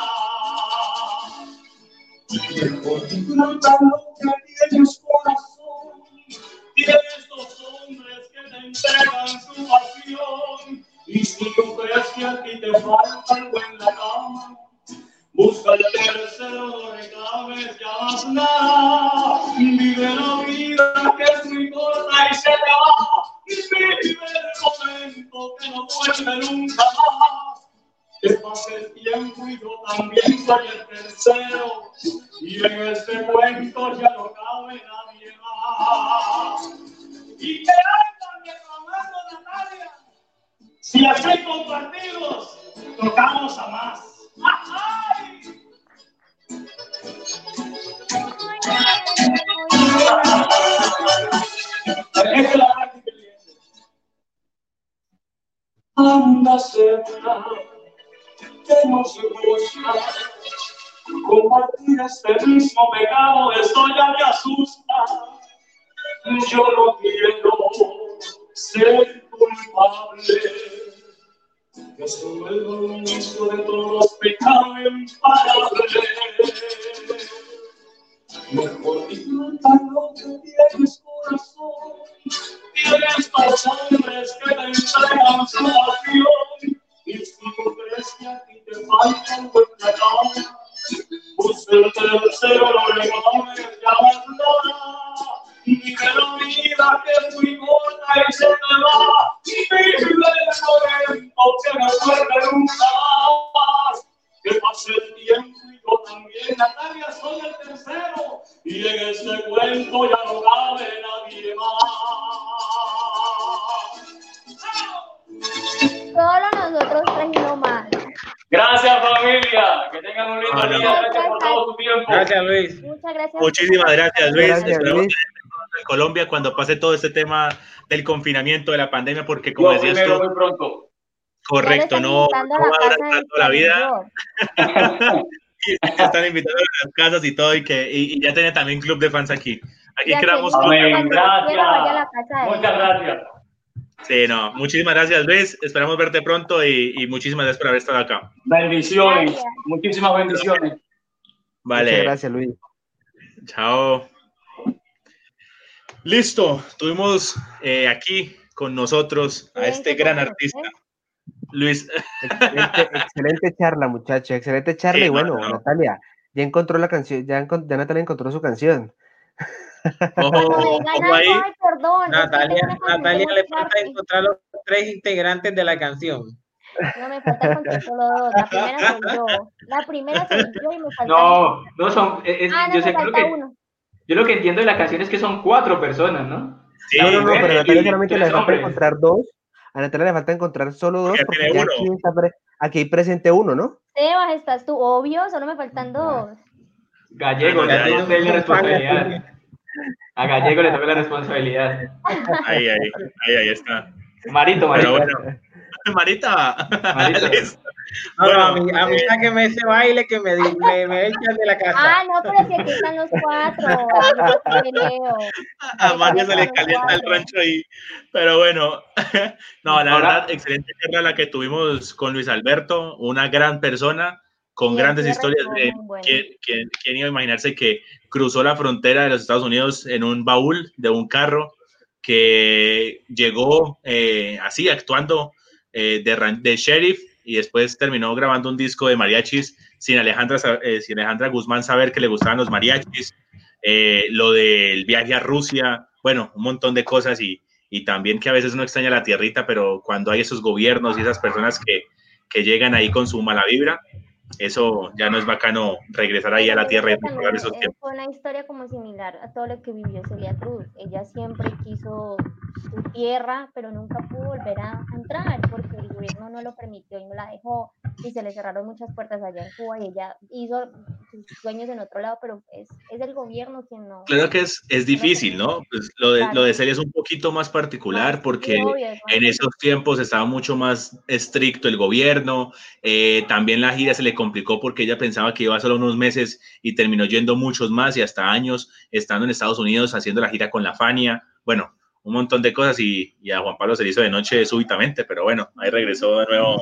Mejor disfruta lo que tienes, corazón. Tienes 2 hombres que te entregan su pasión. Y si tú crees que a ti te falta algo en la cama, busca el tercero, no reclames ya más nada. Vive la vida que es muy corta y se te va. Vive el momento que no vuelve nunca más. Que pase el tiempo y yo también soy el tercero. Y en este cuento ya no cabe nadie más. Y que andan reclamando, Natalia. Si así compartidos, tocamos a más. ¡Ay! Es la parte que viene. Anda cerca, que nos gusta compartir este mismo pecado, esto ya me asusta. Yo no quiero ser culpable, que soy el mismo de todos los pecados imparables. Mejor disfruta lo que tienes, corazón. Tienes 2 hombres que te entregan su pasión. Y si tú crees que a ti te falta un buen regalo, busca el tercero, no reclames ya más nada. Vive la vida que es muy corta y se te va. Vive el momento que no vuelve nunca más. Que pase el tiempo y yo también, Natalia, soy el tercero. Y en este cuento ya no cabe nadie más. Solo nosotros 3 y no más. Gracias, familia. Que tengan un lindo día. Gracias por todo tu tiempo. Gracias, Luis. Muchas gracias. Muchísimas gracias, Luis. Gracias, Esperamos Luis. en Colombia cuando pase todo este tema del confinamiento, de la pandemia, porque como decías primero, tú, muy pronto. correcto, no va a durar toda la vida. Y están invitando a las casas y todo, y ya tiene también club de fans aquí. Aquí quedamos. Amén. Gracias. Vaya a la casa de Muchas ella. gracias. Sí, no. Muchísimas gracias, Luis. Esperamos verte pronto y muchísimas gracias por haber estado acá. Bendiciones. Gracias. Muchísimas bendiciones. Muchas Vale. gracias, Luis. Chao. Listo. Tuvimos aquí con nosotros a Bien, este ¿qué gran tal? artista, Luis. Excelente charla, muchacho, excelente charla. Sí, Y bueno, no. Natalia, ya encontró la canción, ya Natalia encontró su canción. Cuando me Ojo, digan ojo ahí. algo, ay, perdón, es que tengo Natalia, una canción Natalia muy le falta fuerte. encontrar los 3 integrantes de la canción. No me falta encontrar solo 2. La primera soy yo. La primera soy yo y me falta. No, son. No, Yo me sé, creo falta que. uno. Yo lo que entiendo de la canción es que son 4 personas, ¿no? Sí, La No, mujer pero a Natalia y solamente 3 le falta hombres. encontrar 2. A Natalia le falta encontrar solo 2 ya porque tiene ya uno. aquí hay presente uno, ¿no? Sebas, estás tú, obvio, solo me faltan 2. Gallego, Ah, no, le ya, toca a ya. usted la Un fan así. responsabilidad. A Gallego le toca la responsabilidad. Ahí está. Marito. Pero bueno, Marita. Marito. Listo. No, Bueno, a mí sáqueme ese baile que me echan de la casa. Ah, no, pero si aquí están los 4. Yo peleo. a Mario se le calienta el rancho ahí. Pero bueno, no, la Ahora- verdad, excelente charla la que tuvimos con Luis Alberto, una gran persona con Y el grandes cierre historias. estuvo muy bueno. ¿Quién iba a imaginarse que cruzó la frontera de los Estados Unidos en un baúl de un carro, que llegó así actuando de sheriff y después terminó grabando un disco de mariachis sin Alejandra Guzmán saber que le gustaban los mariachis, lo del viaje a Rusia, bueno, un montón de cosas y también que a veces uno extraña la tierrita, pero cuando hay esos gobiernos y esas personas que llegan ahí con su mala vibra, eso ya no es bacano regresar ahí a la tierra y recordar esos tiempos. Fue una historia como similar a todo lo que vivió Celia Cruz. Ella siempre quiso su tierra, pero nunca pudo volver a entrar porque el gobierno no lo permitió y no la dejó y se le cerraron muchas puertas allá en Cuba y ella hizo sus sueños en otro lado, pero es el gobierno quien no. Claro que es difícil, ¿no? Pues lo de Celia es un poquito más particular porque en esos tiempos estaba mucho más estricto el gobierno, también la gira se le complicó porque ella pensaba que iba solo unos meses y terminó yendo muchos más y hasta años estando en Estados Unidos haciendo la gira con la Fania, bueno, un montón de cosas y a Juan Pablo se le hizo de noche súbitamente, pero bueno, ahí regresó de nuevo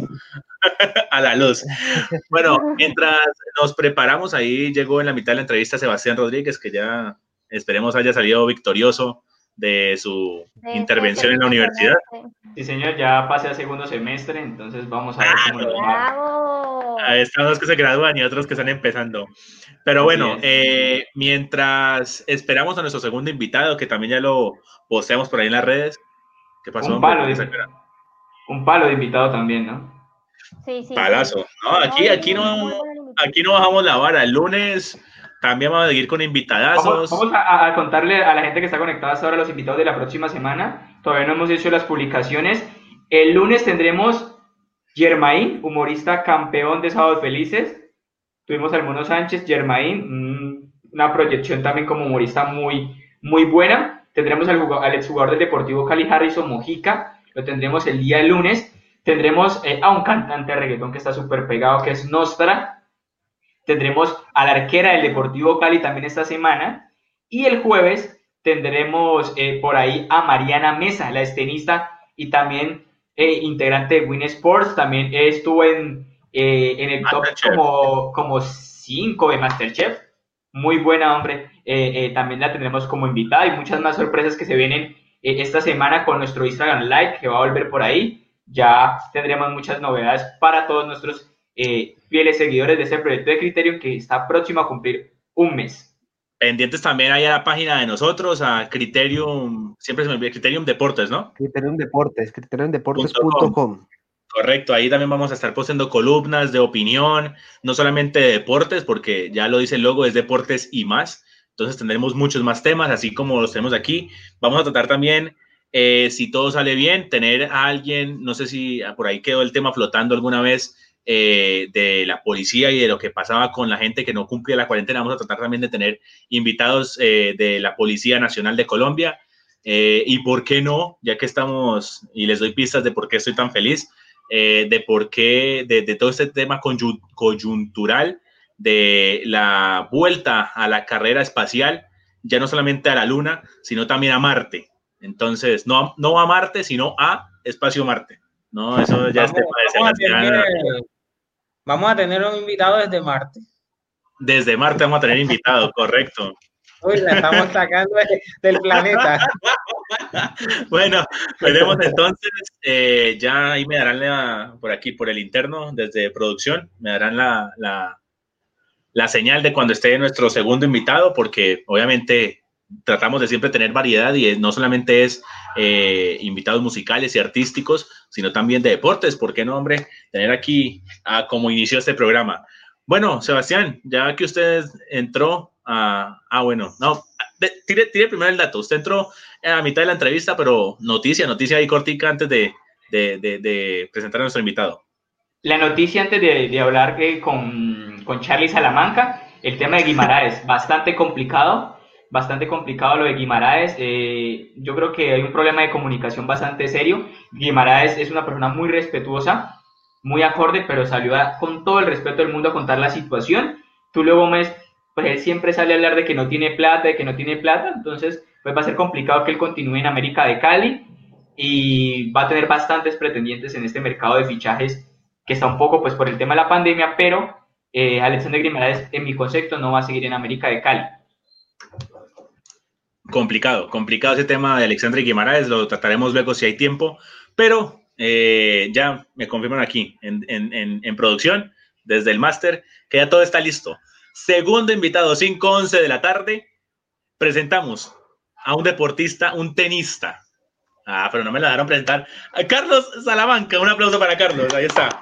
a la luz. Bueno, mientras nos preparamos, ahí llegó en la mitad de la entrevista Sebastián Rodríguez, que ya esperemos haya salido victorioso de su intervención en la universidad. Sí, señor, ya pasé a segundo semestre, entonces vamos a ver cómo nos va. ¡Bravo! Están los que se gradúan y otros que están empezando. Pero bueno, mientras esperamos a nuestro segundo invitado, que también ya lo posteamos por ahí en las redes. ¿Qué pasó? Un palo de invitado también, ¿no? Sí. Palazo. No, aquí no bajamos la vara. El lunes también vamos a seguir con invitadazos. Vamos a contarle a la gente que está conectada hasta ahora los invitados de la próxima semana. Todavía no hemos hecho las publicaciones. El lunes tendremos Germain, humorista campeón de Sábados Felices. Tuvimos al Mono Sánchez, Germain, una proyección también como humorista muy, muy buena. Tendremos al exjugador del Deportivo Cali, Harrison Mojica. Lo tendremos el día lunes. Tendremos a un cantante de reggaetón que está súper pegado, que es Nostra. Tendremos a la arquera del Deportivo Cali también esta semana. Y el jueves tendremos por ahí a Mariana Mesa, la estenista y también integrante de Win Sports. También estuvo en el top como 5 de Masterchef. Muy buena, hombre. También la tendremos como invitada y muchas más sorpresas que se vienen esta semana con nuestro Instagram Live, que va a volver por ahí. Ya tendremos muchas novedades para todos nuestros fieles seguidores de este proyecto de Criterium que está próximo a cumplir un mes. Pendientes también ahí a la página de nosotros, a Criterium, siempre se me olvida, Criterium Deportes, ¿no? Criterium Deportes, criteriumdeportes.com. Correcto, ahí también vamos a estar posteando columnas de opinión, no solamente de deportes, porque ya lo dice el logo, es deportes y más. Entonces tendremos muchos más temas, así como los tenemos aquí. Vamos a tratar también, si todo sale bien, tener a alguien, no sé si por ahí quedó el tema flotando alguna vez, de la policía y de lo que pasaba con la gente que no cumplía la cuarentena. Vamos a tratar también de tener invitados de la Policía Nacional de Colombia. Y por qué no, ya que estamos, y les doy pistas de por qué estoy tan feliz, de por qué, de todo este tema coyuntural de la vuelta a la carrera espacial, ya no solamente a la Luna, sino también a Marte. Entonces, no a Marte, sino a Espacio Marte. No, eso ya es tema de Sebastián. Vamos a tener un invitado desde Marte. Desde Marte vamos a tener invitado, correcto. Uy, la estamos sacando del planeta. Bueno, veremos entonces, ya ahí me darán por aquí, por el interno, desde producción, me darán la señal de cuando esté nuestro segundo invitado, porque obviamente tratamos de siempre tener variedad y no solamente es invitados musicales y artísticos, sino también de deportes. ¿Por qué no, hombre? Tener aquí como inició este programa. Bueno, Sebastián, ya que usted entró bueno, no, tire primero el dato. Usted entró a mitad de la entrevista, pero noticia ahí cortica antes de presentar a nuestro invitado. La noticia antes de hablar con Charly Salamanca, el tema de Guimaraes, bastante complicado lo de Guimaraes. Yo creo que hay un problema de comunicación bastante serio. Guimaraes es una persona muy respetuosa, muy acorde, pero salió con todo el respeto del mundo a contar la situación. Tulio Gómez, pues él siempre sale a hablar de que no tiene plata, entonces pues va a ser complicado que él continúe en América de Cali y va a tener bastantes pretendientes en este mercado de fichajes que está un poco pues por el tema de la pandemia, pero Alexander Guimaraes, en mi concepto, no va a seguir en América de Cali. Complicado ese tema de Alexander Guimaraes, lo trataremos luego si hay tiempo, pero ya me confirman aquí en producción, desde el máster, que ya todo está listo. Segundo invitado, 5:11 de la tarde, presentamos a un deportista, un tenista. Pero no me la dejaron presentar. A Carlos Salamanca, un aplauso para Carlos, ahí está.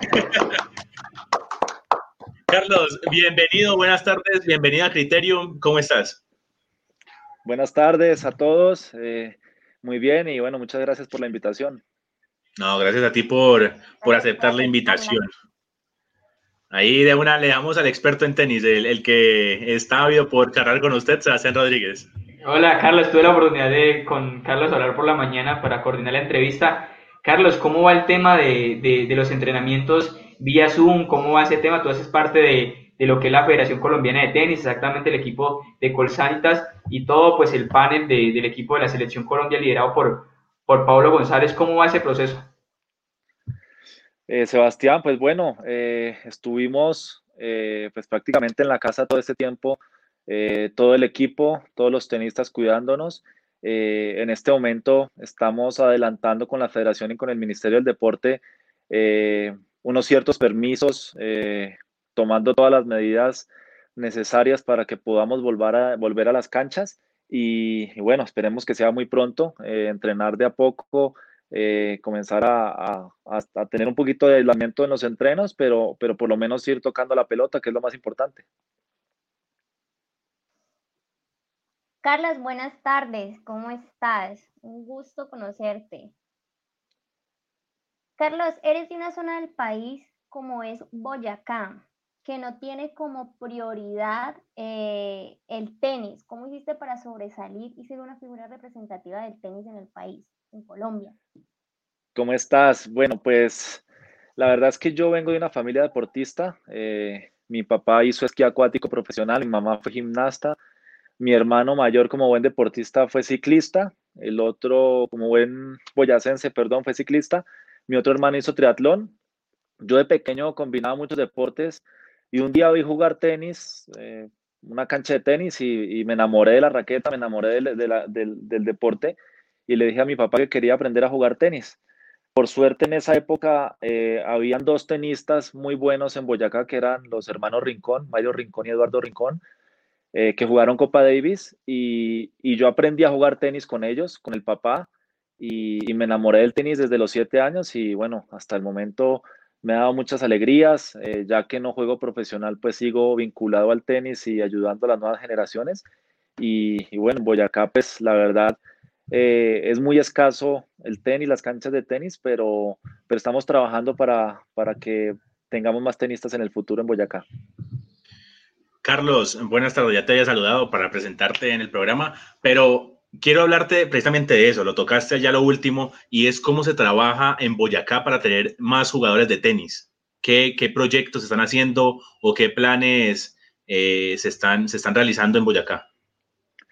Carlos, bienvenido, buenas tardes, bienvenido a Criterium, ¿cómo estás? Buenas tardes a todos, muy bien y bueno, muchas gracias por la invitación. No, gracias a ti por aceptar la invitación. Ahí de una le damos al experto en tenis, el que está ávido por charlar con usted, Sebastián Rodríguez. Hola Carlos, tuve la oportunidad de con Carlos hablar por la mañana para coordinar la entrevista. Carlos, ¿cómo va el tema de los entrenamientos vía Zoom? ¿Cómo va ese tema? Tú haces parte de lo que es la Federación Colombiana de Tenis, exactamente el equipo de Colsanitas y todo pues el panel del equipo de la Selección Colombia liderado por Pablo González. ¿Cómo va ese proceso? Sebastián, pues bueno, estuvimos pues prácticamente en la casa todo este tiempo, todo el equipo, todos los tenistas cuidándonos. En este momento estamos adelantando con la Federación y con el Ministerio del Deporte unos ciertos permisos, tomando todas las medidas necesarias para que podamos volver a las canchas y bueno, esperemos que sea muy pronto, entrenar de a poco, comenzar a tener un poquito de aislamiento en los entrenos, pero por lo menos ir tocando la pelota, que es lo más importante. Carlos, buenas tardes, ¿cómo estás? Un gusto conocerte. Carlos, eres de una zona del país como es Boyacá, que no tiene como prioridad el tenis. ¿Cómo hiciste para sobresalir y ser una figura representativa del tenis en el país, en Colombia? ¿Cómo estás? Bueno, pues la verdad es que yo vengo de una familia deportista. Mi papá hizo esquí acuático profesional, mi mamá fue gimnasta, mi hermano mayor como buen deportista fue ciclista, el otro como buen boyacense, perdón, fue ciclista, mi otro hermano hizo triatlón. Yo de pequeño combinaba muchos deportes y un día vi jugar tenis, una cancha de tenis y me enamoré de la raqueta, me enamoré del deporte y le dije a mi papá que quería aprender a jugar tenis. Por suerte en esa época habían dos tenistas muy buenos en Boyacá que eran los hermanos Rincón, Mario Rincón y Eduardo Rincón, que jugaron Copa Davis y yo aprendí a jugar tenis con ellos, con el papá y me enamoré del tenis desde los 7 años y bueno, hasta el momento me ha dado muchas alegrías, ya que no juego profesional pues sigo vinculado al tenis y ayudando a las nuevas generaciones y bueno, en Boyacá pues la verdad es muy escaso el tenis, las canchas de tenis, pero estamos trabajando para que tengamos más tenistas en el futuro en Boyacá. Carlos, buenas tardes, ya te había saludado para presentarte en el programa, pero quiero hablarte precisamente de eso, lo tocaste ya lo último, y es cómo se trabaja en Boyacá para tener más jugadores de tenis. ¿Qué proyectos se están haciendo o qué planes se están realizando en Boyacá?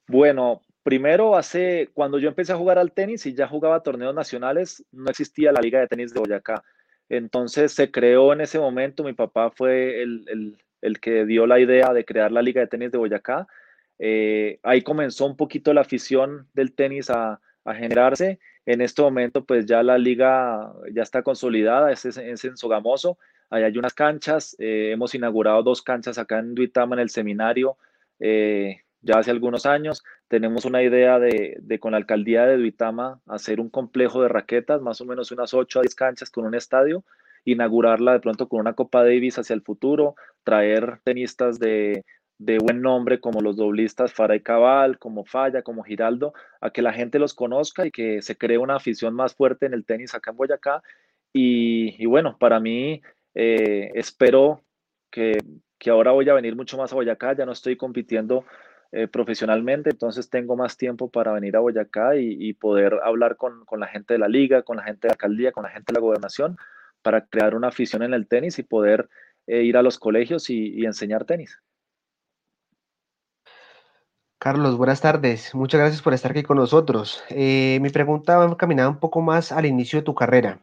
Bueno, primero cuando yo empecé a jugar al tenis y ya jugaba torneos nacionales, no existía la Liga de Tenis de Boyacá. Entonces se creó en ese momento, mi papá fue el que dio la idea de crear la Liga de Tenis de Boyacá. Ahí comenzó un poquito la afición del tenis a generarse. En este momento, pues ya la liga ya está consolidada, es en Sogamoso. Ahí hay unas canchas, hemos inaugurado 2 canchas acá en Duitama, en el seminario, ya hace algunos años. Tenemos una idea con la alcaldía de Duitama hacer un complejo de raquetas, más o menos unas 8 a 10 canchas con un estadio, inaugurarla de pronto con una Copa Davis hacia el futuro, traer tenistas de buen nombre como los doblistas Faray Cabal, como Falla, como Giraldo, a que la gente los conozca y que se cree una afición más fuerte en el tenis acá en Boyacá. Y bueno, para mí espero que ahora voy a venir mucho más a Boyacá, ya no estoy compitiendo profesionalmente, entonces tengo más tiempo para venir a Boyacá y poder hablar con la gente de la liga, con la gente de la alcaldía, con la gente de la gobernación, para crear una afición en el tenis y poder ir a los colegios y enseñar tenis. Carlos, buenas tardes. Muchas gracias por estar aquí con nosotros. Mi pregunta va encaminada un poco más al inicio de tu carrera.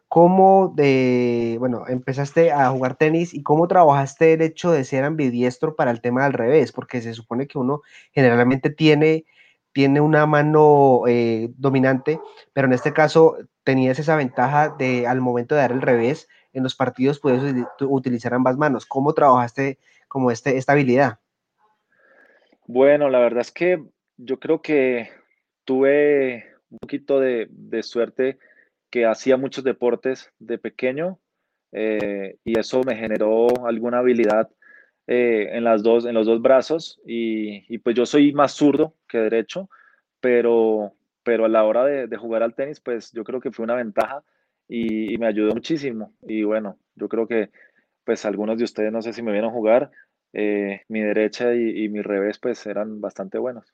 Bueno, empezaste a jugar tenis y cómo trabajaste el hecho de ser ambidiestro para el tema del revés? Porque se supone que uno generalmente tiene una mano dominante, pero en este caso tenías esa ventaja de al momento de dar el revés, en los partidos puedes utilizar ambas manos. ¿Cómo trabajaste como esta habilidad? Bueno, la verdad es que yo creo que tuve un poquito de suerte que hacía muchos deportes de pequeño, y eso me generó alguna habilidad en los dos brazos y pues yo soy más zurdo que derecho, pero, pero a la hora de jugar al tenis pues yo creo que fue una ventaja y me ayudó muchísimo y bueno, yo creo que pues algunos de ustedes no sé si me vieron jugar, mi derecha y mi revés pues eran bastante buenos.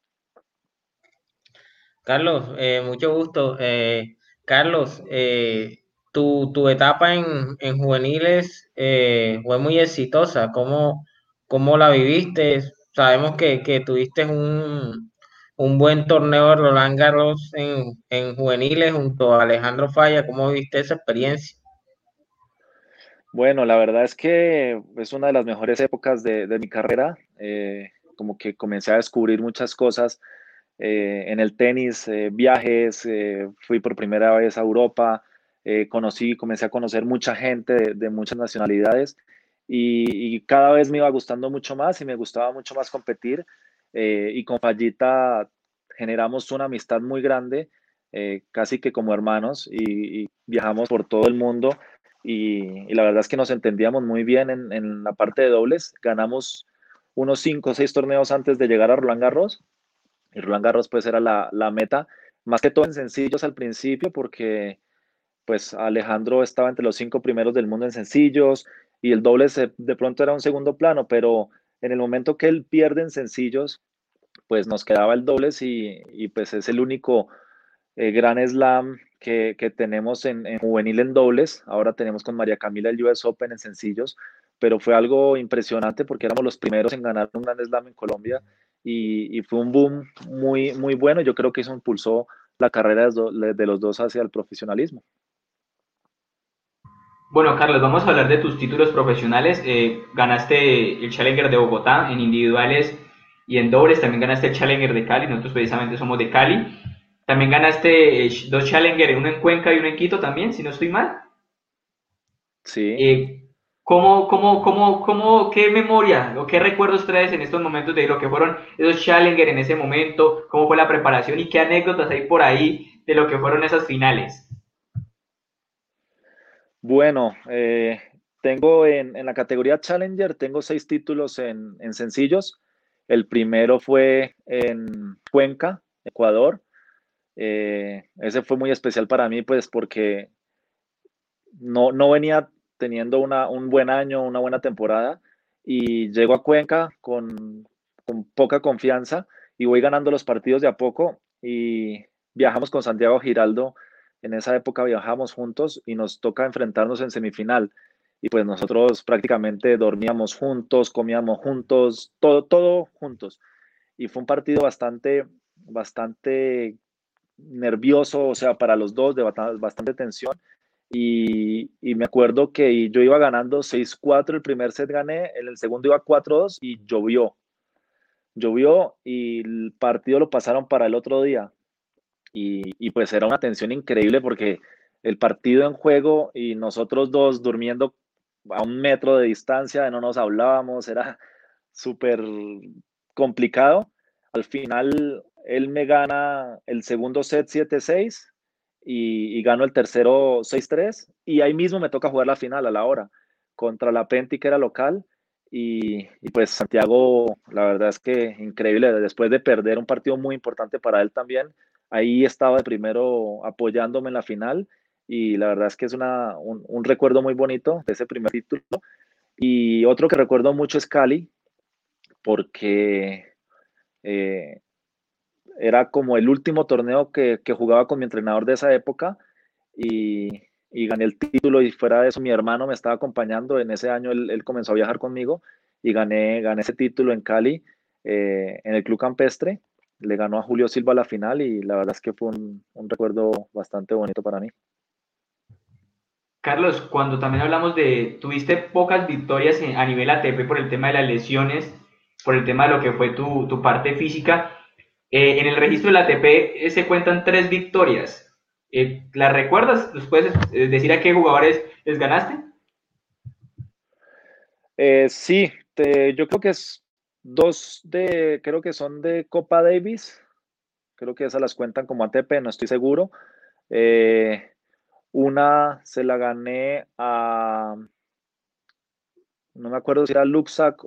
Carlos, mucho gusto. Carlos, tu etapa en juveniles fue muy exitosa. ¿Cómo la viviste? Sabemos que tuviste un buen torneo de Roland Garros en juveniles junto a Alejandro Falla. ¿Cómo viste esa experiencia? Bueno, la verdad es que es una de las mejores épocas de mi carrera, como que comencé a descubrir muchas cosas en el tenis, viajes, fui por primera vez a Europa, comencé a conocer mucha gente de muchas nacionalidades y cada vez me iba gustando mucho más y me gustaba mucho más competir, y con Fallita generamos una amistad muy grande, casi que como hermanos y viajamos por todo el mundo y la verdad es que nos entendíamos muy bien en la parte de dobles, ganamos unos 5 o 6 torneos antes de llegar a Roland Garros y Roland Garros pues era la meta, más que todo en sencillos al principio porque pues Alejandro estaba entre los 5 primeros del mundo en sencillos y el doble de pronto era un segundo plano, pero en el momento que él pierde en sencillos, pues nos quedaba el dobles y pues es el único gran slam que tenemos en juvenil en dobles. Ahora tenemos con María Camila el US Open en sencillos, pero fue algo impresionante porque éramos los primeros en ganar un gran slam en Colombia y fue un boom muy, muy bueno. Yo creo que eso impulsó la carrera de los dos hacia el profesionalismo. Bueno, Carlos, vamos a hablar de tus títulos profesionales. Ganaste el Challenger de Bogotá en individuales y en dobles. También ganaste el Challenger de Cali. Nosotros precisamente somos de Cali. También ganaste 2 Challenger, uno en Cuenca y uno en Quito también, si no estoy mal. Sí. Eh, qué memoria o qué recuerdos traes en estos momentos de lo que fueron esos Challenger en ese momento? ¿Cómo fue la preparación y qué anécdotas hay por ahí de lo que fueron esas finales? Bueno, tengo en la categoría Challenger, tengo 6 títulos en sencillos. El primero fue en Cuenca, Ecuador. Ese fue muy especial para mí, pues porque no venía teniendo un buen año, una buena temporada, y llego a Cuenca con poca confianza y voy ganando los partidos de a poco y viajamos con Santiago Giraldo. En esa época viajamos juntos y nos toca enfrentarnos en semifinal. Y pues nosotros prácticamente dormíamos juntos, comíamos juntos, todo juntos y fue un partido bastante nervioso, o sea, para los dos, de bastante tensión. Y me acuerdo que yo iba ganando 6-4, el primer set gané, en el segundo iba 4-2 y llovió y el partido lo pasaron para el otro día. Y pues era una tensión increíble porque el partido en juego y nosotros dos durmiendo a 1 metro de distancia, no nos hablábamos, era súper complicado. Al final él me gana el segundo set 7-6 y gano el tercero 6-3 y ahí mismo me toca jugar la final a la hora contra la Penti que era local y pues Santiago, la verdad es que increíble, después de perder un partido muy importante para él también, ahí estaba de primero apoyándome en la final y la verdad es que es un recuerdo muy bonito de ese primer título. Y otro que recuerdo mucho es Cali, porque eh, era como el último torneo que jugaba con mi entrenador de esa época y gané el título y fuera de eso mi hermano me estaba acompañando. En ese año él comenzó a viajar conmigo y gané ese título en Cali, en el Club Campestre. Le ganó a Julio Silva la final y la verdad es que fue un recuerdo bastante bonito para mí. Carlos, cuando también hablamos tuviste pocas victorias a nivel ATP por el tema de las lesiones, por el tema de lo que fue tu parte física. En el registro del ATP se cuentan 3 victorias. ¿Las recuerdas? ¿Nos puedes decir a qué jugadores les ganaste? Sí, yo creo que creo que son de Copa Davis. Creo que esas las cuentan como ATP, no estoy seguro. Eh, una se la gané no me acuerdo si era Luxac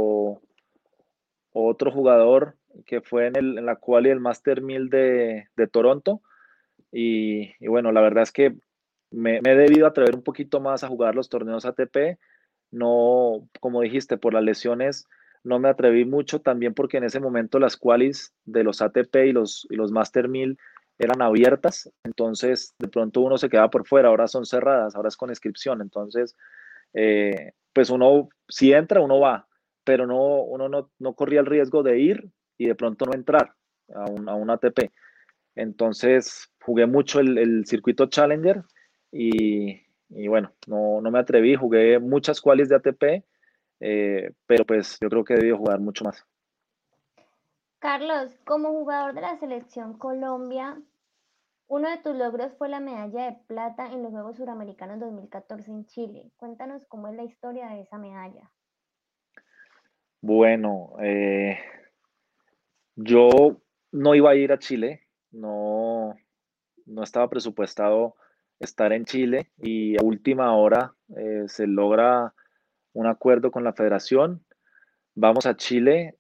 o otro jugador que fue en la quali del Master 1000 de Toronto. Y bueno, la verdad es que me he debido atrever un poquito más a jugar los torneos ATP. No, como dijiste, por las lesiones no me atreví mucho, también porque en ese momento las qualis de los ATP y los Master 1000 eran abiertas, entonces de pronto uno se quedaba por fuera, ahora son cerradas, ahora es con inscripción, entonces pues uno, si entra, uno va, pero uno no corría el riesgo de ir y de pronto no entrar a un ATP. Entonces jugué mucho el circuito Challenger y bueno, no me atreví, jugué muchas qualis de ATP, pero pues yo creo que he debido jugar mucho más. Carlos, como jugador de la selección Colombia, uno de tus logros fue la medalla de plata en los Juegos Suramericanos 2014 en Chile. Cuéntanos cómo es la historia de esa medalla. Bueno, yo no iba a ir a Chile, no estaba presupuestado estar en Chile y a última hora se logra un acuerdo con la federación. Vamos a Chile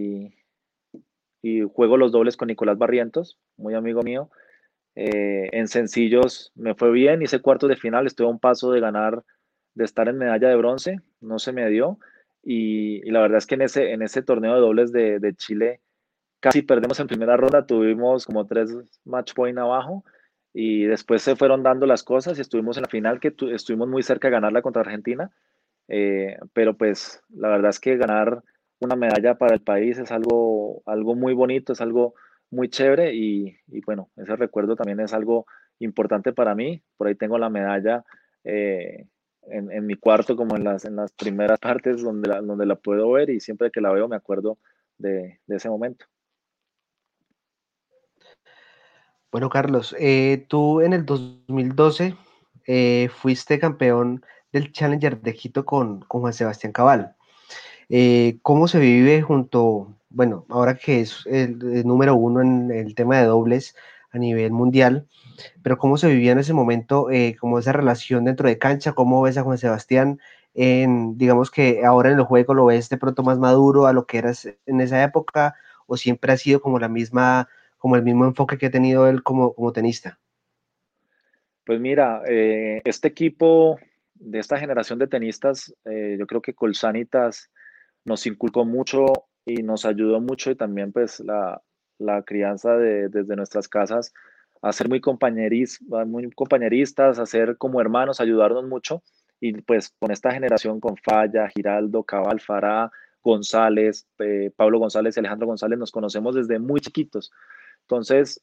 y juego los dobles con Nicolás Barrientos, muy amigo mío. En sencillos me fue bien, hice cuartos de final, estuve a un paso de ganar, de estar en medalla de bronce, no se me dio. Y la verdad es que en ese torneo de dobles de Chile casi perdemos en primera ronda, tuvimos como 3 match point abajo y después se fueron dando las cosas y estuvimos en la final que estuvimos muy cerca de ganarla contra Argentina. Pero pues la verdad es que ganar una medalla para el país es algo muy bonito, es algo muy chévere y bueno, ese recuerdo también es algo importante para mí. Por ahí tengo la medalla en mi cuarto como en las primeras partes donde la puedo ver y siempre que la veo me acuerdo de ese momento. Bueno, Carlos, tú en el 2012 fuiste campeón del Challenger de Quito con Juan Sebastián Cabal. ¿Cómo se vive bueno, ahora que es el número uno en el tema de dobles a nivel mundial, pero cómo se vivía en ese momento, como esa relación dentro de cancha, cómo ves a Juan Sebastián, digamos que ahora en el juego lo ves de pronto más maduro a lo que eras en esa época, o siempre ha sido como el mismo enfoque que ha tenido él como tenista? Pues mira, este equipo de esta generación de tenistas, yo creo que Colsanitas nos inculcó mucho y nos ayudó mucho y también pues la crianza desde nuestras casas a ser muy compañeristas, a ser como hermanos, ayudarnos mucho y pues con esta generación con Falla, Giraldo, Cabal, Fará, González, Pablo González y Alejandro González nos conocemos desde muy chiquitos. Entonces,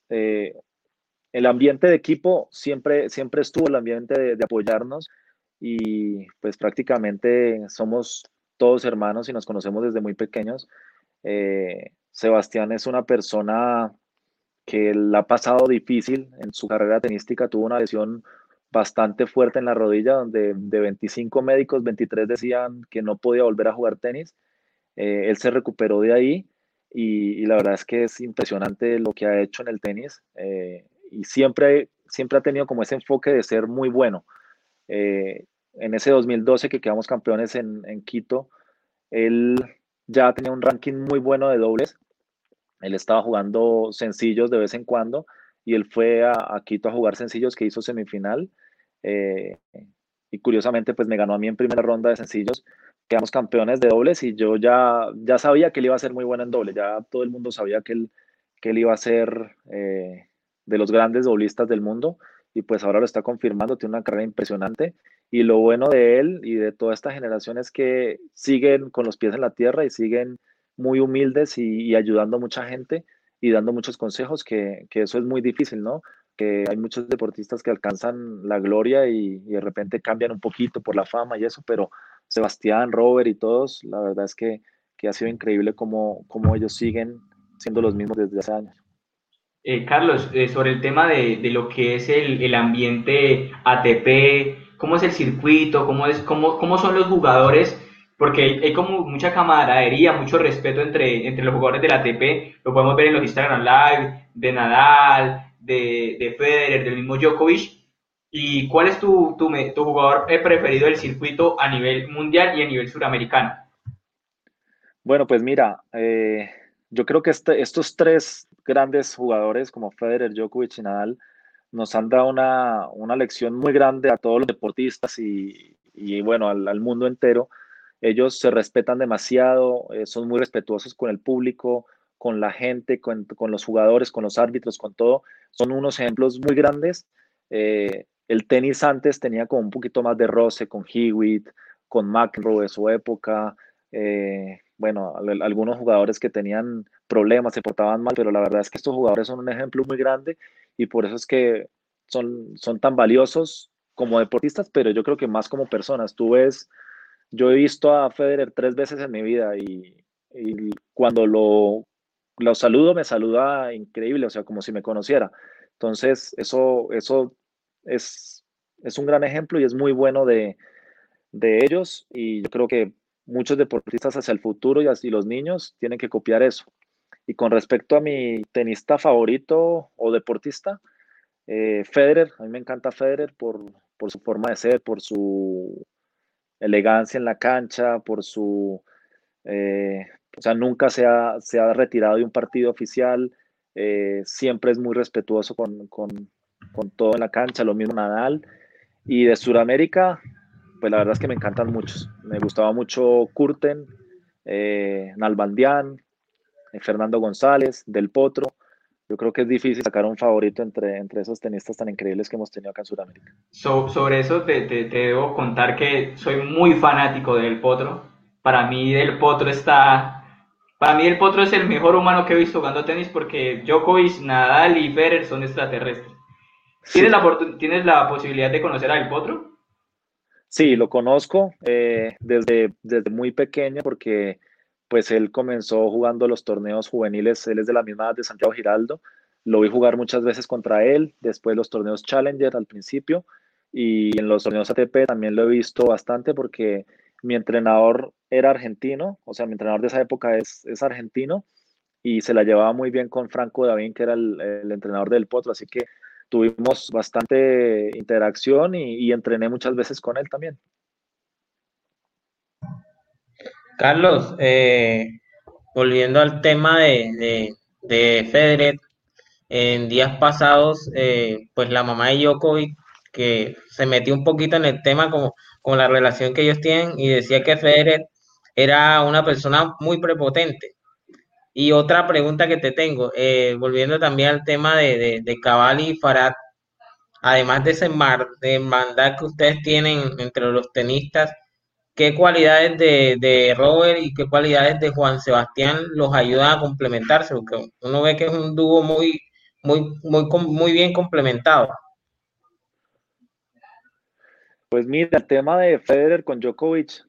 el ambiente de equipo siempre estuvo, el ambiente de apoyarnos y pues prácticamente somos todos hermanos y nos conocemos desde muy pequeños. Sebastián es una persona que la ha pasado difícil en su carrera tenística, tuvo una lesión bastante fuerte en la rodilla, donde de 25 médicos, 23 decían que no podía volver a jugar tenis. Él se recuperó de ahí y la verdad es que es impresionante lo que ha hecho en el tenis y siempre ha tenido como ese enfoque de ser muy bueno. En ese 2012 que quedamos campeones en Quito, él ya tenía un ranking muy bueno de dobles. Él estaba jugando sencillos de vez en cuando y él fue a Quito a jugar sencillos que hizo semifinal. eh, y curiosamente pues me ganó a mí en primera ronda de sencillos. Quedamos campeones de dobles y yo ya sabía que él iba a ser muy bueno en doble. Ya todo el mundo sabía que él iba a ser de los grandes doblistas del mundo y pues ahora lo está confirmando, tiene una carrera impresionante. Y lo bueno de él y de toda esta generación es que siguen con los pies en la tierra y siguen muy humildes y ayudando a mucha gente y dando muchos consejos, que eso es muy difícil, ¿no? Que hay muchos deportistas que alcanzan la gloria y de repente cambian un poquito por la fama y eso, pero Sebastián, Robert y todos, la verdad es que ha sido increíble cómo ellos siguen siendo los mismos desde hace años. Carlos, sobre el tema de lo que es el ambiente ATP, cómo es el circuito, cómo son los jugadores, porque hay como mucha camaradería, mucho respeto entre los jugadores del ATP, lo podemos ver en los Instagram Live, de Nadal, de Federer, del mismo Djokovic. ¿Y cuál es tu jugador preferido del circuito a nivel mundial y a nivel suramericano? Bueno, pues mira, yo creo que estos tres grandes jugadores como Federer, Djokovic y Nadal nos han dado una lección muy grande a todos los deportistas y bueno, al mundo entero. Ellos se respetan demasiado, son muy respetuosos con el público, con la gente, con los jugadores, con los árbitros, con todo. Son unos ejemplos muy grandes. El tenis antes tenía como un poquito más de roce con Hewitt, con McEnroe de su época. Bueno, algunos jugadores que tenían problemas, se portaban mal, pero la verdad es que estos jugadores son un ejemplo muy grande y por eso es que son tan valiosos como deportistas, pero yo creo que más como personas. Yo he visto a Federer 3 veces en mi vida y cuando lo saludo, me saluda increíble, o sea, como si me conociera. Entonces, eso es un gran ejemplo y es muy bueno de ellos y yo creo que muchos deportistas hacia el futuro y así los niños tienen que copiar eso. Y con respecto a mi tenista favorito o deportista, Federer, a mí me encanta Federer por su forma de ser, por su elegancia en la cancha, o sea, nunca se ha retirado de un partido oficial, siempre es muy respetuoso con todo en la cancha, lo mismo Nadal. Y de Sudamérica, pues la verdad es que me encantan muchos. Me gustaba mucho Kurten, Nalbandián, Fernando González, Del Potro. Yo creo que es difícil sacar un favorito entre esos tenistas tan increíbles que hemos tenido acá en Sudamérica. Sobre eso te debo contar que soy muy fanático de Del Potro. Para mí Del Potro es el mejor humano que he visto jugando tenis porque Djokovic, Nadal y Federer son extraterrestres. Sí. ¿Tienes la posibilidad de conocer a Del Potro? Sí, lo conozco desde muy pequeño porque pues él comenzó jugando los torneos juveniles, él es de la misma edad de Santiago Giraldo, lo vi jugar muchas veces contra él, después los torneos Challenger al principio y en los torneos ATP también lo he visto bastante porque mi entrenador era argentino, o sea, mi entrenador de esa época es argentino y se la llevaba muy bien con Franco Davín, que era el entrenador del Potro, así que tuvimos bastante interacción y entrené muchas veces con él también. Carlos, volviendo al tema de Federer, en días pasados, pues la mamá de Djokovic, que se metió un poquito en el tema con la relación que ellos tienen y decía que Federer era una persona muy prepotente. Y otra pregunta que te tengo, volviendo también al tema de Cabal y Farad, además de ese de hermandad que ustedes tienen entre los tenistas, qué cualidades de Robert y qué cualidades de Juan Sebastián los ayudan a complementarse, porque uno ve que es un dúo muy bien complementado. Pues mira, el tema de Federer con Djokovic,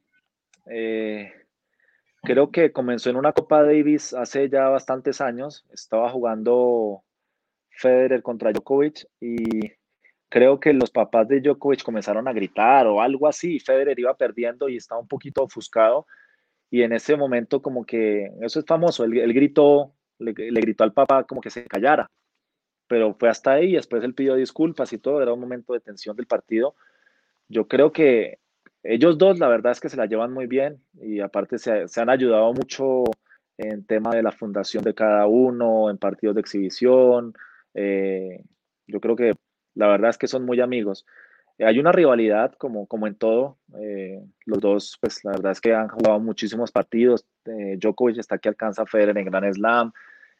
creo que comenzó en una Copa Davis hace ya bastantes años. Estaba jugando Federer contra Djokovic y creo que los papás de Djokovic comenzaron a gritar o algo así. Federer iba perdiendo y estaba un poquito ofuscado y en ese momento como que, eso es famoso, él gritó, le gritó al papá como que se callara, pero fue hasta ahí, después él pidió disculpas y todo, era un momento de tensión del partido. Yo creo que ellos dos, la verdad es que se la llevan muy bien y aparte se han ayudado mucho en tema de la fundación de cada uno, en partidos de exhibición. eh, yo creo que la verdad es que son muy amigos. Hay una rivalidad como en todo. Los dos, pues la verdad es que han jugado muchísimos partidos. Djokovic está que alcanza a Federer en Grand Slam.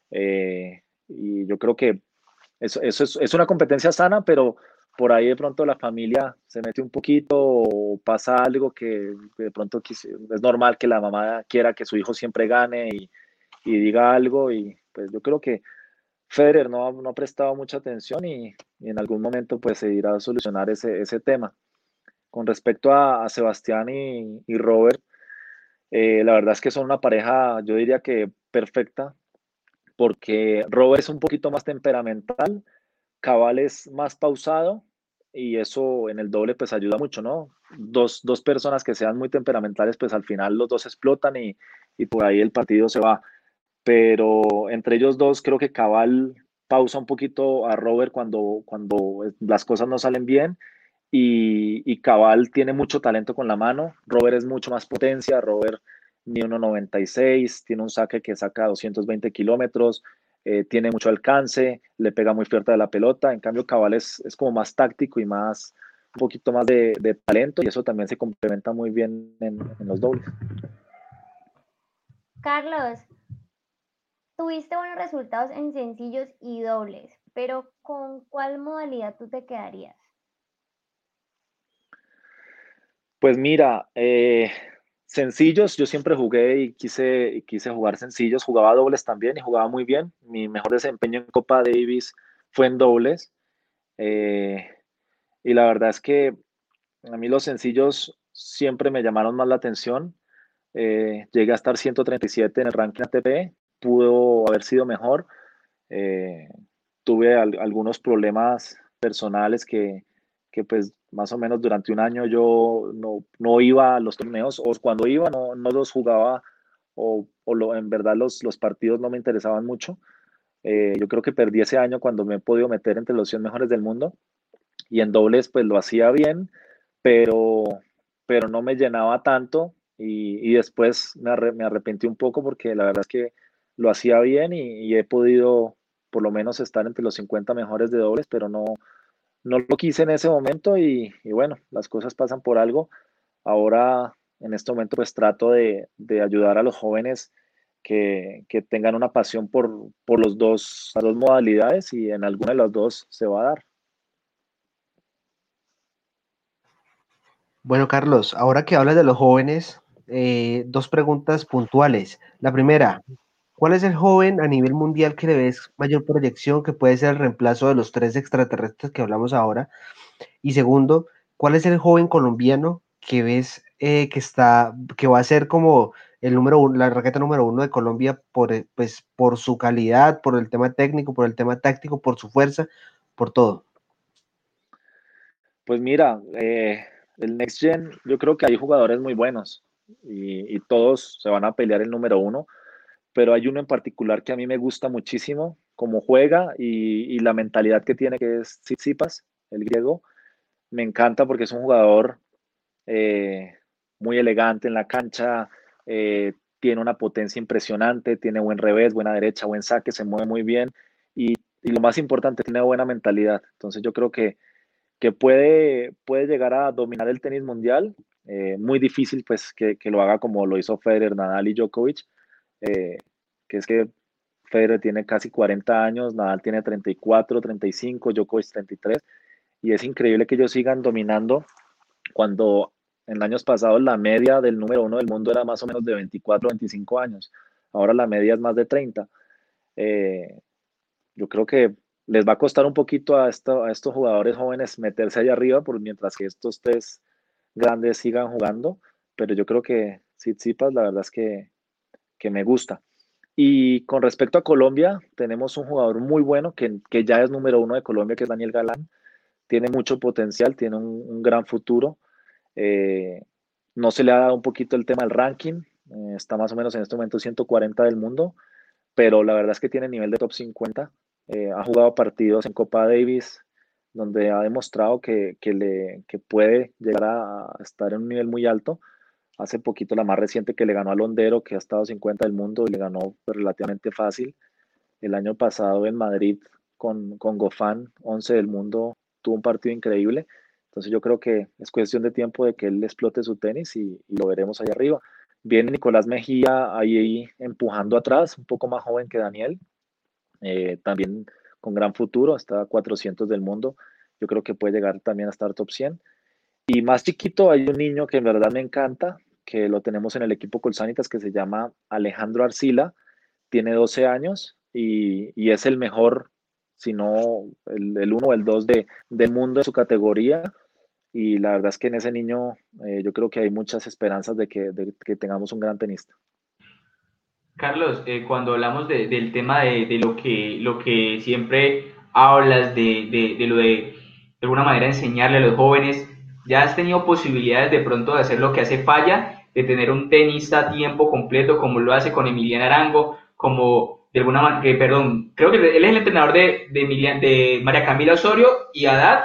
Y yo creo que eso es una competencia sana, pero por ahí de pronto la familia se mete un poquito o pasa algo que de pronto es normal que la mamá quiera que su hijo siempre gane y diga algo y pues yo creo que Federer no ha prestado mucha atención y en algún momento pues se irá a solucionar ese tema. Con respecto a Sebastián y Robert, la verdad es que son una pareja, yo diría que perfecta, porque Robert es un poquito más temperamental, Cabal es más pausado y eso en el doble pues ayuda mucho, ¿no? Dos personas que sean muy temperamentales pues al final los dos explotan y por ahí el partido se va. Pero entre ellos dos creo que Cabal pausa un poquito a Robert cuando las cosas no salen bien y Cabal tiene mucho talento con la mano. Robert es mucho más potencia. Robert mide 1,96, tiene un saque que saca 220 kilómetros, tiene mucho alcance, le pega muy fuerte a la pelota. En cambio, Cabal es como más táctico y un poquito más de talento y eso también se complementa muy bien en los dobles. Carlos, tuviste buenos resultados en sencillos y dobles, pero ¿con cuál modalidad tú te quedarías? Pues mira, sencillos, yo siempre jugué y quise jugar sencillos, jugaba dobles también y jugaba muy bien. Mi mejor desempeño en Copa Davis fue en dobles. eh, y la verdad es que a mí los sencillos siempre me llamaron más la atención. Llegué a estar 137 en el ranking ATP, pudo haber sido mejor. Eh, tuve algunos problemas personales que pues más o menos durante un año yo no iba a los torneos o cuando iba no los jugaba en verdad los partidos no me interesaban mucho. Yo creo que perdí ese año cuando me he podido meter entre los 100 mejores del mundo y en dobles pues lo hacía bien, pero, pero no me llenaba tanto y después me arrepentí un poco porque la verdad es que lo hacía bien y he podido por lo menos estar entre los 50 mejores de dobles, pero no lo quise en ese momento y bueno, las cosas pasan por algo. Ahora, en este momento, pues trato de ayudar a los jóvenes que tengan una pasión por las dos modalidades y en alguna de las dos se va a dar. Bueno, Carlos, ahora que hablas de los jóvenes, dos preguntas puntuales. La primera, ¿cuál es el joven a nivel mundial que le ves mayor proyección que puede ser el reemplazo de los tres extraterrestres que hablamos ahora? Y segundo, ¿cuál es el joven colombiano que ves que va a ser como el número uno, la raqueta número uno de Colombia pues, por su calidad, por el tema técnico, por el tema táctico, por su fuerza, por todo? Pues mira, el Next Gen, yo creo que hay jugadores muy buenos y todos se van a pelear el número uno, pero hay uno en particular que a mí me gusta muchísimo, cómo juega y la mentalidad que tiene, que es Tsitsipas, el griego. Me encanta porque es un jugador eh, muy elegante en la cancha, tiene una potencia impresionante, tiene buen revés, buena derecha, buen saque, se mueve muy bien y lo más importante, tiene buena mentalidad. Entonces yo creo que puede llegar a dominar el tenis mundial. Muy difícil pues que lo haga como lo hizo Federer, Nadal y Djokovic, eh, que es que Federer tiene casi 40 años, Nadal tiene 34, 35, Djokovic 33, y es increíble que ellos sigan dominando cuando En años pasados la media del número uno del mundo era más o menos de 24, 25 años. Ahora la media es más de 30. Eh, yo creo que les va a costar un poquito a estos jugadores jóvenes meterse allá arriba mientras que estos tres grandes sigan jugando, pero yo creo que Tsitsipas la verdad es que me gusta. Y con respecto a Colombia, tenemos un jugador muy bueno que ya es número uno de Colombia, que es Daniel Galán. Tiene mucho potencial, tiene un gran futuro. Eh, no se le ha dado un poquito el tema del ranking, está más o menos en este momento 140 del mundo, pero la verdad es que tiene nivel de top 50. Ha jugado partidos en Copa Davis, donde ha demostrado que puede llegar a estar en un nivel muy alto. Hace poquito la más reciente que le ganó a Londero, que ha estado 50 del mundo y le ganó pues, relativamente fácil. El año pasado en Madrid con Gofán, 11 del mundo, tuvo un partido increíble. Entonces yo creo que es cuestión de tiempo de que él explote su tenis y lo veremos ahí arriba. Viene Nicolás Mejía ahí empujando atrás, un poco más joven que Daniel, también con gran futuro, está a 400 del mundo. Yo creo que puede llegar también a estar top 100. Y más chiquito hay un niño que en verdad me encanta, que lo tenemos en el equipo Colsanitas, que se llama Alejandro Arcila, tiene 12 años y es el mejor, si no el uno o el dos del mundo de su categoría. Y la verdad es que en ese niño yo creo que hay muchas esperanzas de que tengamos un gran tenista. Carlos, cuando hablamos del tema de lo que siempre hablas, de lo de alguna manera enseñarle a los jóvenes, ¿ya has tenido posibilidades de pronto de hacer lo que hace Falla, de tener un tenista a tiempo completo como lo hace con Emiliano Arango, como de alguna manera, perdón, creo que él es el entrenador de María Camila Osorio y Haddad,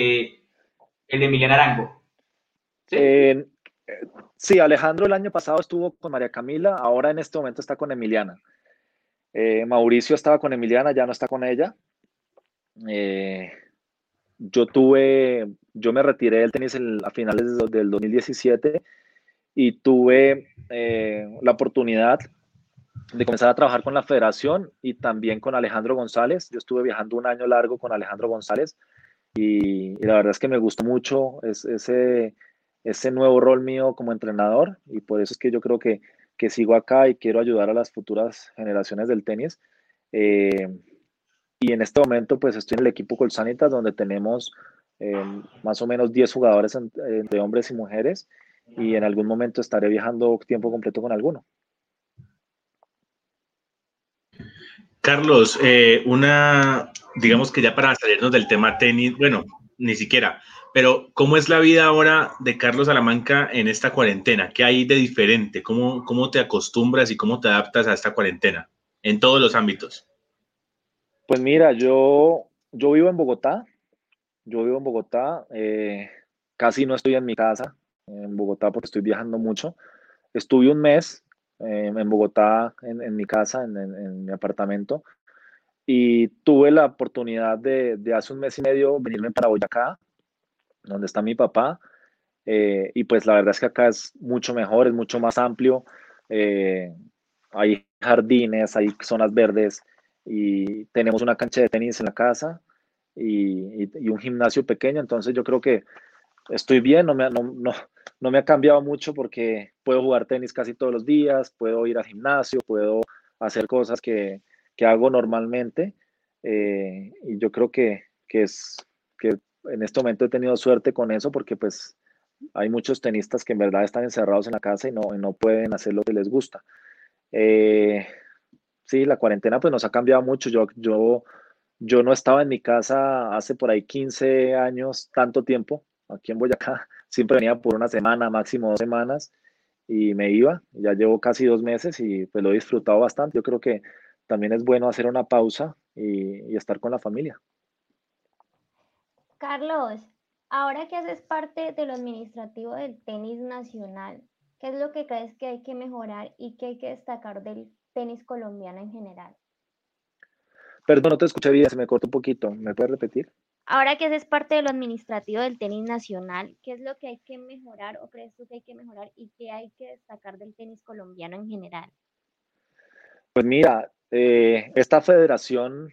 el de Emiliano Arango? ¿Sí? Eh, sí, Alejandro el año pasado estuvo con María Camila, ahora en este momento está con Emiliana. Mauricio estaba con Emiliana, ya no está con ella. Eh, yo me retiré del tenis a finales del 2017 y tuve la oportunidad de comenzar a trabajar con la federación y también con Alejandro González. Yo estuve viajando un año largo con Alejandro González y la verdad es que me gustó mucho ese nuevo rol mío como entrenador y por eso es que yo creo que sigo acá y quiero ayudar a las futuras generaciones del tenis. Eh, y en este momento pues estoy en el equipo Colsanitas donde tenemos eh, más o menos 10 jugadores entre hombres y mujeres y en algún momento estaré viajando tiempo completo con alguno. Carlos, digamos que ya para salirnos del tema tenis, bueno, ni siquiera, pero ¿cómo es la vida ahora de Carlos Salamanca en esta cuarentena? ¿Qué hay de diferente? ¿Cómo te acostumbras y cómo te adaptas a esta cuarentena en todos los ámbitos? Pues mira, yo vivo en Bogotá, casi no estoy en mi casa en Bogotá porque estoy viajando mucho. Estuve un mes en Bogotá, en mi casa, en mi apartamento, y tuve la oportunidad de hace un mes y medio venirme para Boyacá, donde está mi papá, y pues la verdad es que acá es mucho mejor, es mucho más amplio, eh, hay jardines, hay zonas verdes, y tenemos una cancha de tenis en la casa y un gimnasio pequeño, entonces yo creo que estoy bien, no me ha cambiado mucho porque puedo jugar tenis casi todos los días, puedo ir al gimnasio, puedo hacer cosas que hago normalmente. Y yo creo que en este momento he tenido suerte con eso porque pues hay muchos tenistas que en verdad están encerrados en la casa y no pueden hacer lo que les gusta. Eh, sí, la cuarentena pues nos ha cambiado mucho. Yo no estaba en mi casa hace por ahí 15 años, tanto tiempo, aquí en Boyacá. Siempre venía por una semana, máximo 2 semanas, y me iba. Ya llevo casi 2 meses y pues lo he disfrutado bastante. Yo creo que también es bueno hacer una pausa y estar con la familia. Carlos, ahora que haces parte de lo administrativo del tenis nacional, ¿qué es lo que crees que hay que mejorar y qué hay que destacar del tenis colombiano en general? Perdón, no te escuché bien, se me cortó un poquito. ¿Me puedes repetir? Ahora que haces parte de lo administrativo del tenis nacional, ¿qué es lo que hay que mejorar o crees tú que hay que mejorar y qué hay que destacar del tenis colombiano en general? Pues mira, esta federación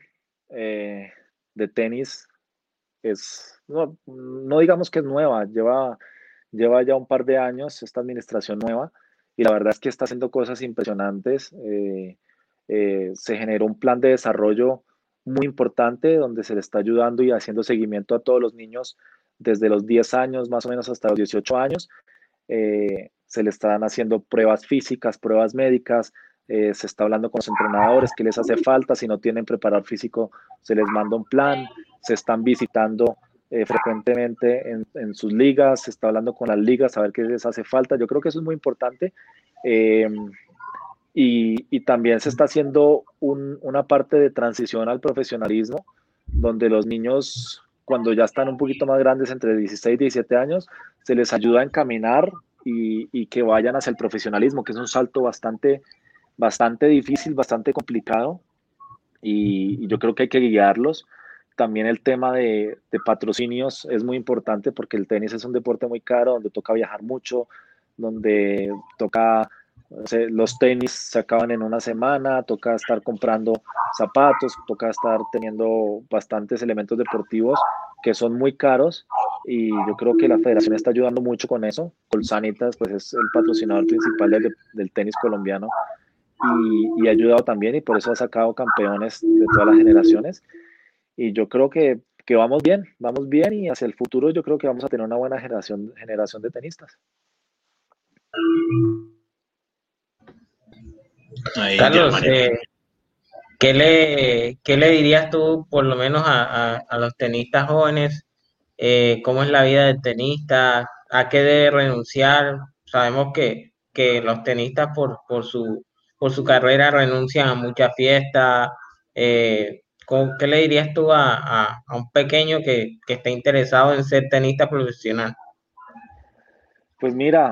de tenis no digamos que es nueva, lleva ya un par de años esta administración nueva y la verdad es que está haciendo cosas impresionantes. Se generó un plan de desarrollo muy importante donde se le está ayudando y haciendo seguimiento a todos los niños desde los 10 años más o menos hasta los 18 años. Se le están haciendo pruebas físicas, pruebas médicas, se está hablando con los entrenadores qué les hace falta, si no tienen preparador físico se les manda un plan, se están visitando frecuentemente en sus ligas, se está hablando con las ligas a ver qué les hace falta. Yo creo que eso es muy importante. Eh, y también se está haciendo una parte de transición al profesionalismo, donde los niños, cuando ya están un poquito más grandes, entre 16 y 17 años, se les ayuda a encaminar y que vayan hacia el profesionalismo, que es un salto bastante difícil, bastante complicado, y yo creo que hay que guiarlos. También el tema de patrocinios es muy importante porque el tenis es un deporte muy caro, donde toca viajar mucho, donde toca, los tenis se acaban en una semana, toca estar comprando zapatos, toca estar teniendo bastantes elementos deportivos que son muy caros y yo creo que la federación está ayudando mucho con eso. Colsanitas pues es el patrocinador principal del tenis colombiano y ha ayudado también y por eso ha sacado campeones de todas las generaciones y yo creo que vamos bien y hacia el futuro yo creo que vamos a tener una buena generación de tenistas. Ahí, Carlos, María. qué le dirías tú, por lo menos a los tenistas jóvenes? ¿Cómo es la vida del tenista? ¿A qué debe renunciar? Sabemos que los tenistas por su carrera renuncian a muchas fiestas. ¿Qué le dirías tú a un pequeño que esté interesado en ser tenista profesional? Pues mira,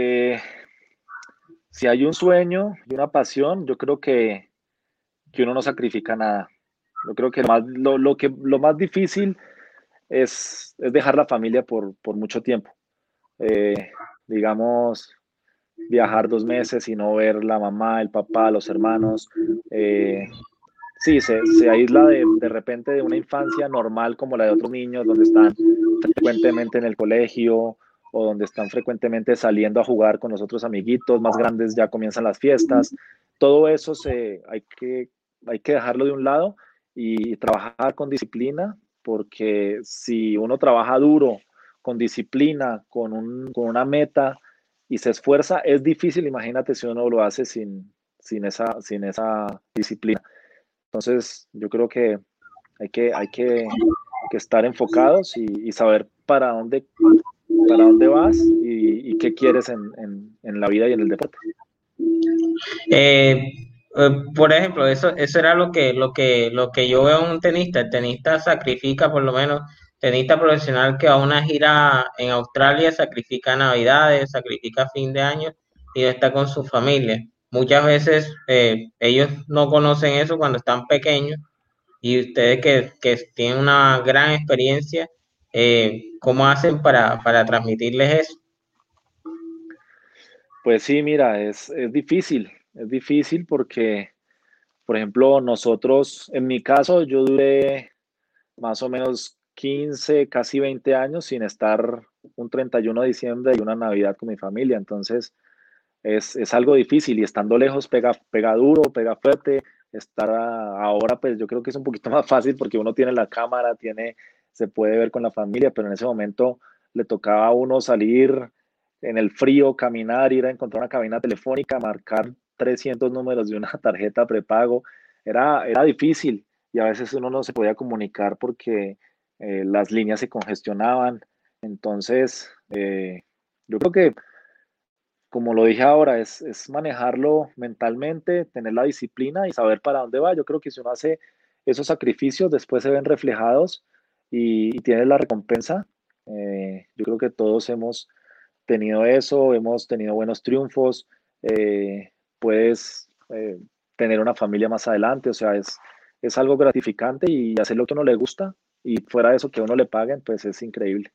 si hay un sueño y una pasión, yo creo que uno no sacrifica nada. Yo creo que lo más difícil es dejar la familia por mucho tiempo. Eh, digamos, viajar 2 meses y no ver la mamá, el papá, los hermanos. Sí, se aísla de repente de una infancia normal como la de otros niños, donde están frecuentemente en el colegio o donde están frecuentemente saliendo a jugar con los otros amiguitos más grandes, ya comienzan las fiestas. Todo eso hay que dejarlo de un lado y trabajar con disciplina, porque si uno trabaja duro, con disciplina, con una meta y se esfuerza, es difícil, imagínate si uno lo hace sin esa disciplina. Entonces, yo creo que hay que estar enfocados y saber para dónde vas y qué quieres en la vida y en el deporte. Por ejemplo, eso era lo que yo veo en un tenista. El tenista sacrifica, por lo menos, tenista profesional que va a una gira en Australia, sacrifica Navidades, sacrifica fin de año y no está con su familia. Muchas veces ellos no conocen eso cuando están pequeños y ustedes que tienen una gran experiencia, ¿cómo hacen para transmitirles eso? Pues sí, mira, es difícil porque, por ejemplo, nosotros, en mi caso, yo duré más o menos 15 casi 20 años sin estar un 31 de diciembre y una Navidad con mi familia. Entonces, es algo difícil y estando lejos pega duro, pega fuerte. Ahora, pues yo creo que es un poquito más fácil porque uno tiene la cámara, se puede ver con la familia, pero en ese momento le tocaba a uno salir en el frío, caminar, ir a encontrar una cabina telefónica, marcar 300 números de una tarjeta prepago. Era difícil y a veces uno no se podía comunicar porque las líneas se congestionaban. Entonces, yo creo que, como lo dije ahora, es manejarlo mentalmente, tener la disciplina y saber para dónde va. Yo creo que si uno hace esos sacrificios, después se ven reflejados y tiene la recompensa. Yo creo que todos hemos tenido eso, hemos tenido buenos triunfos, puedes tener una familia más adelante, o sea, es algo gratificante y hacer lo que a uno le gusta y fuera de eso que a uno le paguen, pues es increíble.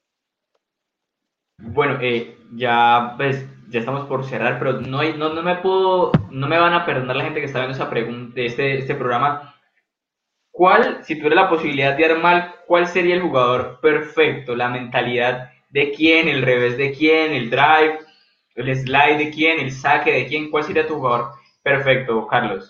Bueno, ya pues ya estamos por cerrar, pero no me van a perdonar la gente que está viendo esa pregunta, este programa. Si tuviera la posibilidad de armar, ¿cuál sería el jugador perfecto, la mentalidad de quién, el revés de quién, el drive, el slide de quién, el saque de quién. ¿Cuál sería tu jugador perfecto, Carlos?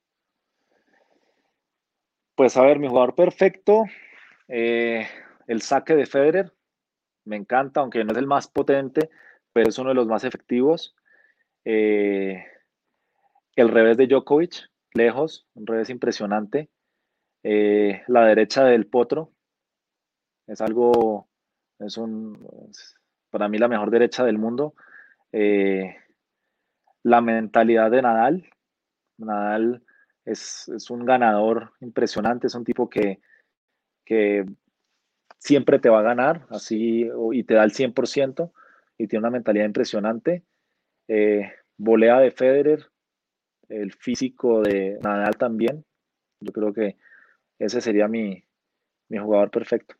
Pues a ver, mi jugador perfecto, el saque de Federer, me encanta, aunque no es el más potente, pero es uno de los más efectivos. Eh, el revés de Djokovic, lejos, un revés impresionante. La derecha del Potro, es algo, es un, para mí la mejor derecha del mundo. Eh, la mentalidad de Nadal, Nadal es un ganador impresionante, es un tipo que siempre te va a ganar, así, y te da el 100% y tiene una mentalidad impresionante. Volea de Federer, el físico de Nadal también. Yo creo que ese sería mi jugador perfecto.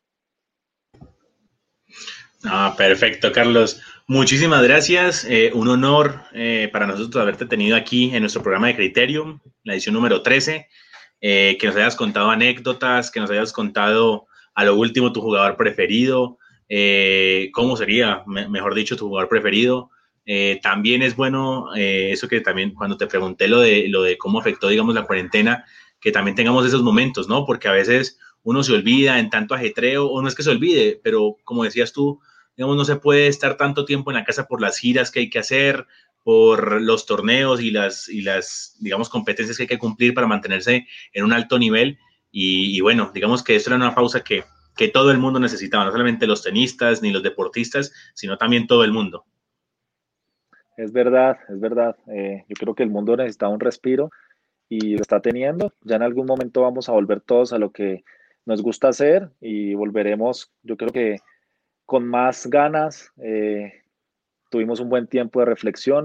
Ah, perfecto, Carlos. Muchísimas gracias. Un honor para nosotros haberte tenido aquí en nuestro programa de Criterium, la edición número 13. Que nos hayas contado anécdotas, que nos hayas contado a lo último tu jugador preferido, cómo sería, mejor dicho, tu jugador preferido. También es bueno eso que también cuando te pregunté lo de cómo afectó, digamos, la cuarentena, que también tengamos esos momentos, ¿no? Porque a veces uno se olvida en tanto ajetreo, o no es que se olvide, pero como decías tú, digamos, no se puede estar tanto tiempo en la casa por las giras que hay que hacer, por los torneos y las, digamos, competencias que hay que cumplir para mantenerse en un alto nivel. Y bueno, digamos que esto era una pausa que todo el mundo necesitaba, no solamente los tenistas ni los deportistas, sino también todo el mundo. Es verdad, es verdad. Yo creo que el mundo necesitaba un respiro y lo está teniendo. Ya en algún momento vamos a volver todos a lo que nos gusta hacer y volveremos, yo creo que con más ganas. Tuvimos un buen tiempo de reflexión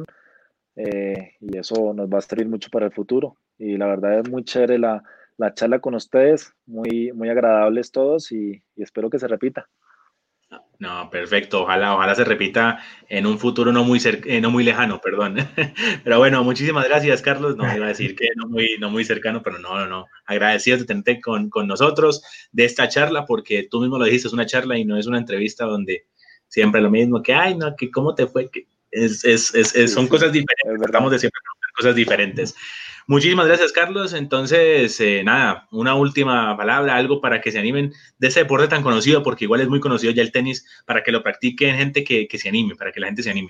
y eso nos va a servir mucho para el futuro. Y la verdad es muy chévere la charla con ustedes, muy, muy agradables todos y espero que se repita. No, perfecto. Ojalá se repita en un futuro no muy lejano, perdón. Pero bueno, muchísimas gracias, Carlos. No iba a decir que no muy cercano, pero no. Agradecido de tenerte con nosotros de esta charla, porque tú mismo lo dijiste, es una charla y no es una entrevista donde siempre lo mismo, que, ay, no, que cómo te fue, que son cosas diferentes, tratamos de siempre cosas diferentes. Muchísimas gracias, Carlos. Entonces, nada, una última palabra, algo para que se animen de ese deporte tan conocido, porque igual es muy conocido ya el tenis, para que lo practiquen gente que se anime, para que la gente se anime.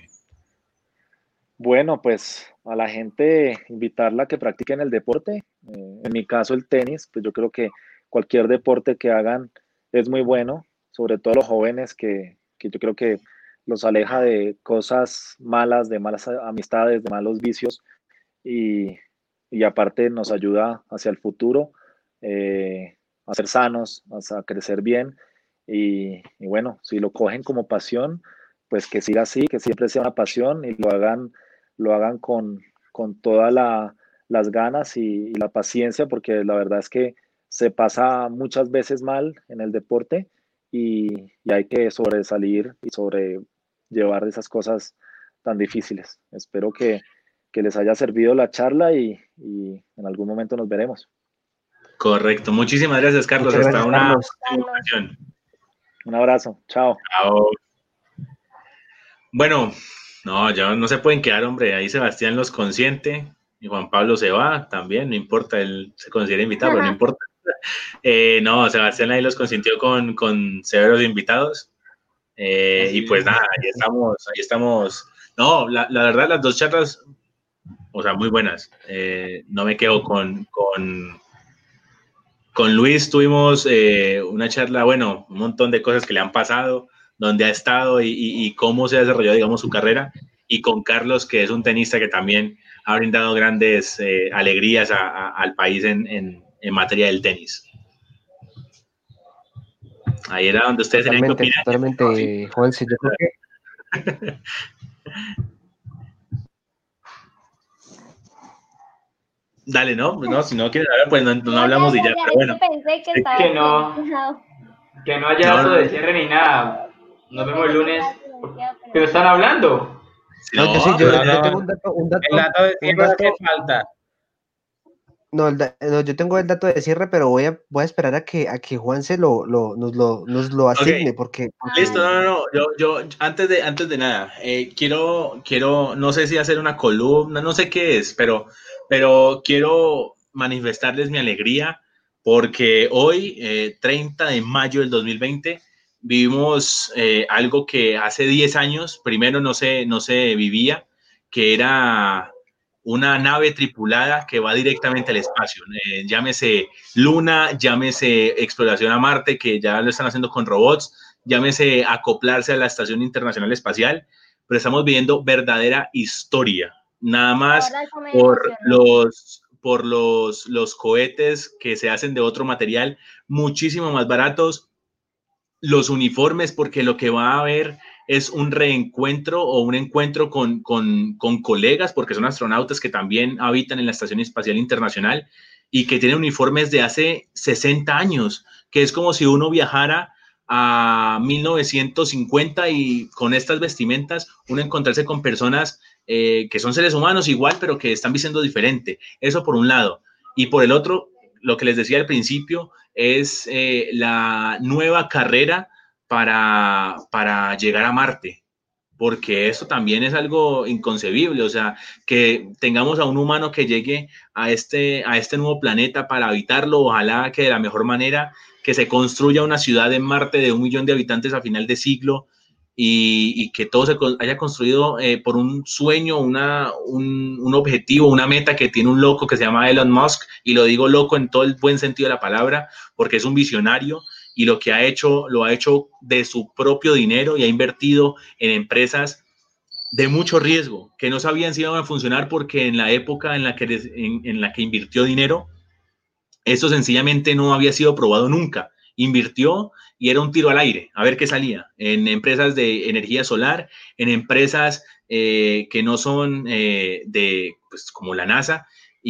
Bueno, pues a la gente invitarla a que practiquen el deporte. En mi caso, el tenis, pues yo creo que cualquier deporte que hagan es muy bueno, sobre todo los jóvenes que yo creo que los aleja de cosas malas, de malas amistades, de malos vicios y aparte nos ayuda hacia el futuro a ser sanos, a crecer bien y bueno, si lo cogen como pasión, pues que siga así, que siempre sea una pasión y lo hagan con todas las ganas y la paciencia, porque la verdad es que se pasa muchas veces mal en el deporte y hay que sobresalir y sobrellevar esas cosas tan difíciles. Espero que les haya servido la charla y en algún momento nos veremos. Correcto. Muchísimas gracias, Carlos. Muchas Hasta gracias, una Carlos. próxima ocasión. Un abrazo. Chao. Chao. Bueno, no, ya no se pueden quedar, hombre. Ahí Sebastián los consiente y Juan Pablo se va también, no importa, él se considera invitado, pero no importa. No, Sebastián ahí los consintió con severos invitados. Y pues nada, ahí estamos. No, la verdad, las dos charlas, o sea, muy buenas. No me quedo con Luis tuvimos una charla, bueno, un montón de cosas que le han pasado, donde ha estado y cómo se ha desarrollado, digamos, su carrera. Y con Carlos, que es un tenista que también ha brindado grandes alegrías al país en materia del tenis. Ahí era donde ustedes tenían que opinar. Totalmente, Juanse, yo creo que Dale, ¿no? No, si no quieren hablar, pues no hablamos y ya, pero bueno. Pensé que estaba que no haya dato de cierre ni nada. Nos vemos el lunes. ¿Pero están hablando? No, yo tengo un dato. El dato de cierre que falta. No, no, yo tengo el dato de cierre, pero voy a esperar a que Juan nos lo Ok, asigne, porque, listo, Ah, no. Yo antes de nada, quiero, no sé si hacer una columna, no sé qué es, pero quiero manifestarles mi alegría porque hoy, 30 de mayo del 2020, vivimos algo que hace 10 años, primero no se vivía, que era una nave tripulada que va directamente al espacio. Llámese Luna, llámese exploración a Marte, que ya lo están haciendo con robots, llámese acoplarse a la Estación Internacional Espacial, pero estamos viviendo verdadera historia, nada más ahora eso me por emocionó. los cohetes que se hacen de otro material muchísimo más baratos, los uniformes, porque lo que va a haber es un reencuentro o un encuentro con colegas, porque son astronautas que también habitan en la Estación Espacial Internacional y que tienen uniformes de hace 60 años, que es como si uno viajara a 1950 y con estas vestimentas uno encontrarse con personas que son seres humanos igual, pero que están vistiendo diferente. Eso por un lado. Y por el otro, lo que les decía al principio, es la nueva carrera para llegar a Marte, porque eso también es algo inconcebible, o sea, que tengamos a un humano que llegue a este nuevo planeta para habitarlo, ojalá que de la mejor manera, que se construya una ciudad en Marte de 1 millón de habitantes a final de siglo y que todo se haya construido por un sueño, un objetivo, una meta que tiene un loco que se llama Elon Musk, y lo digo loco en todo el buen sentido de la palabra, porque es un visionario y lo que ha hecho, lo ha hecho de su propio dinero y ha invertido en empresas de mucho riesgo, que no sabían si iban a funcionar porque en la época en la que invirtió dinero, esto sencillamente no había sido probado nunca. Invirtió y era un tiro al aire, a ver qué salía. En empresas de energía solar, en empresas que no son pues, como la NASA,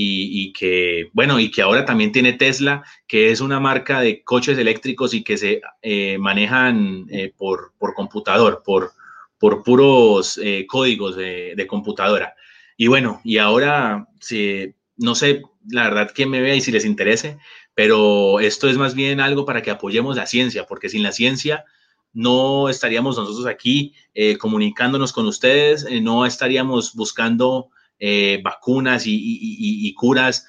y que ahora también tiene Tesla, que es una marca de coches eléctricos y que se manejan por computador, por puros códigos de computadora. Y bueno, y ahora, no sé, la verdad, quién me vea y si les interese, pero esto es más bien algo para que apoyemos la ciencia, porque sin la ciencia no estaríamos nosotros aquí comunicándonos con ustedes, no estaríamos buscando vacunas y curas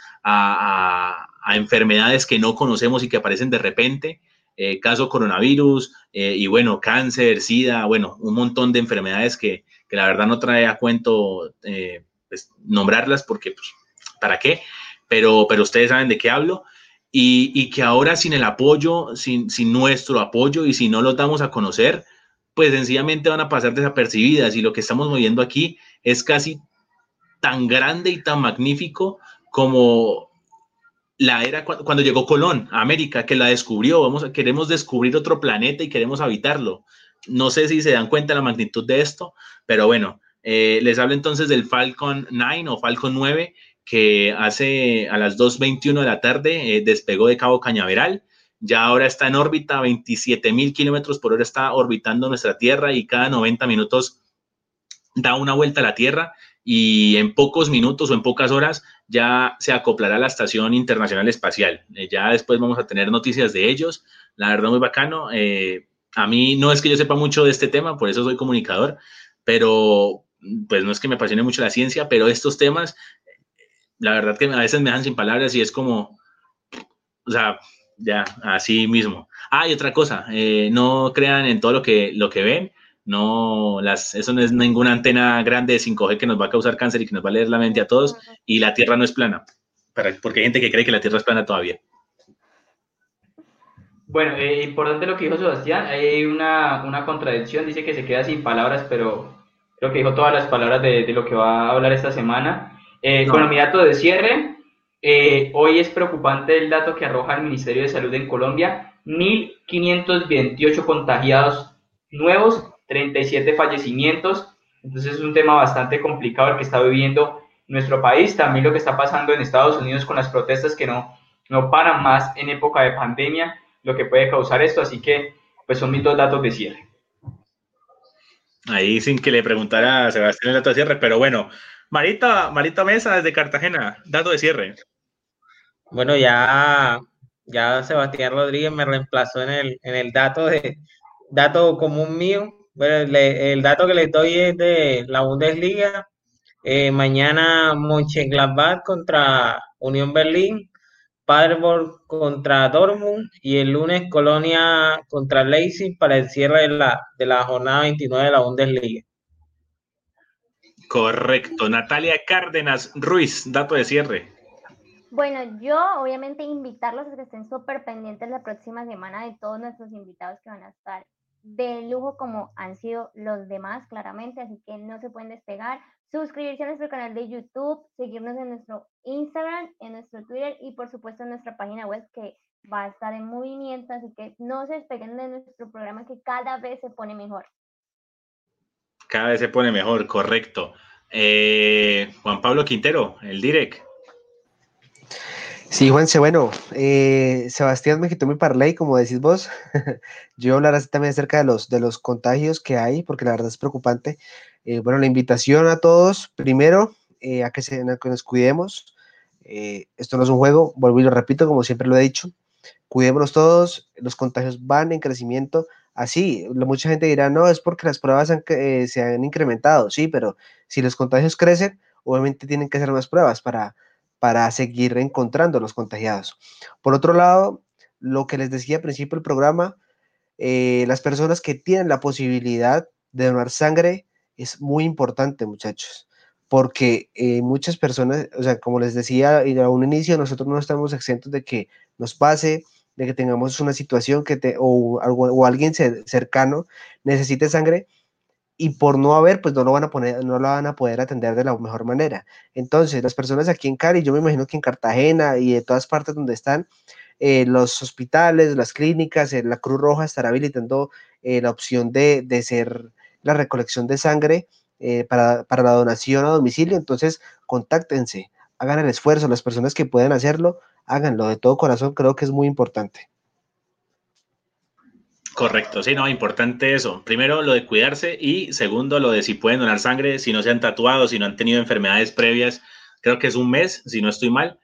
a enfermedades que no conocemos y que aparecen de repente, caso coronavirus, y bueno, cáncer, SIDA, bueno, un montón de enfermedades que la verdad no trae a cuento pues, nombrarlas porque, pues, ¿para qué? Pero ustedes saben de qué hablo. Y que ahora sin el apoyo, sin nuestro apoyo y si no los damos a conocer, pues sencillamente van a pasar desapercibidas y lo que estamos moviendo aquí es casi tan grande y tan magnífico como la era cuando llegó Colón a América, que la descubrió. Queremos descubrir otro planeta y queremos habitarlo. No sé si se dan cuenta de la magnitud de esto, pero bueno, les hablo entonces del Falcon 9 o Falcon 9, que hace a las 2:21 de la tarde despegó de Cabo Cañaveral. Ya ahora está en órbita, 27.000 kilómetros por hora está orbitando nuestra Tierra y cada 90 minutos da una vuelta a la Tierra y en pocos minutos o en pocas horas ya se acoplará a la Estación Internacional Espacial. Ya después vamos a tener noticias de ellos. La verdad, muy bacano. A mí no es que yo sepa mucho de este tema, por eso soy comunicador, pero pues no es que me apasione mucho la ciencia, pero estos temas, la verdad que a veces me dejan sin palabras y es como, o sea, ya, así mismo. Ah, y otra cosa, no crean en todo lo que ven. No, eso no es ninguna antena grande de 5G que nos va a causar cáncer y que nos va a leer la mente a todos. Y la Tierra no es plana, porque hay gente que cree que la Tierra es plana todavía. Bueno, importante lo que dijo Sebastián, hay una contradicción, dice que se queda sin palabras, pero creo que dijo todas las palabras de lo que va a hablar esta semana. Bueno, No. mi dato de cierre, hoy es preocupante el dato que arroja el Ministerio de Salud en Colombia, 1.528 contagiados nuevos, 37 fallecimientos, entonces es un tema bastante complicado el que está viviendo nuestro país, también lo que está pasando en Estados Unidos con las protestas que no paran más en época de pandemia, lo que puede causar esto, así que pues son mis dos datos de cierre. Ahí sin que le preguntara a Sebastián el dato de cierre, pero bueno. Marita Mesa desde Cartagena, dato de cierre. Bueno, ya Sebastián Rodríguez me reemplazó en el dato común mío. Bueno, el dato que les doy es de la Bundesliga. Mañana Mönchengladbach contra Unión Berlín, Paderborn contra Dortmund y el lunes Colonia contra Leipzig para el cierre de la jornada 29 de la Bundesliga. Correcto. Natalia Cárdenas Ruiz, dato de cierre. Bueno, yo obviamente invitarlos a que estén súper pendientes la próxima semana de todos nuestros invitados que van a estar de lujo como han sido los demás, claramente, así que no se pueden despegar. Suscribirse a nuestro canal de YouTube, seguirnos en nuestro Instagram, en nuestro Twitter y por supuesto en nuestra página web que va a estar en movimiento, así que no se despeguen de nuestro programa que cada vez se pone mejor. Cada vez se pone mejor, correcto. Juan Pablo Quintero, el direct. Sí, Juanse, bueno, Sebastián me quitó mi parlay, como decís vos. Yo voy a hablar así también acerca de los contagios que hay, porque la verdad es preocupante. Bueno, la invitación a todos, primero, a que nos cuidemos. Esto no es un juego, vuelvo y lo repito, como siempre lo he dicho. Cuidémonos todos, los contagios van en crecimiento. Así, mucha gente dirá, no, es porque las pruebas se han incrementado, sí, pero si los contagios crecen, obviamente tienen que hacer más pruebas para seguir encontrando los contagiados. Por otro lado, lo que les decía al principio del programa, las personas que tienen la posibilidad de donar sangre es muy importante, muchachos, porque muchas personas, o sea, como les decía a un inicio, nosotros no estamos exentos de que nos pase, de que tengamos una situación o alguien cercano necesite sangre y por no haber, pues no la van a poder atender de la mejor manera. Entonces, las personas aquí en Cali, yo me imagino que en Cartagena y de todas partes donde están, los hospitales, las clínicas, la Cruz Roja estará habilitando la opción de ser la recolección de sangre para la donación a domicilio. Entonces, contáctense, hagan el esfuerzo, las personas que pueden hacerlo, háganlo de todo corazón, creo que es muy importante. Correcto, sí, no, importante eso. Primero, lo de cuidarse y segundo, lo de si pueden donar sangre, si no se han tatuado, si no han tenido enfermedades previas, creo que es un mes, si no estoy mal,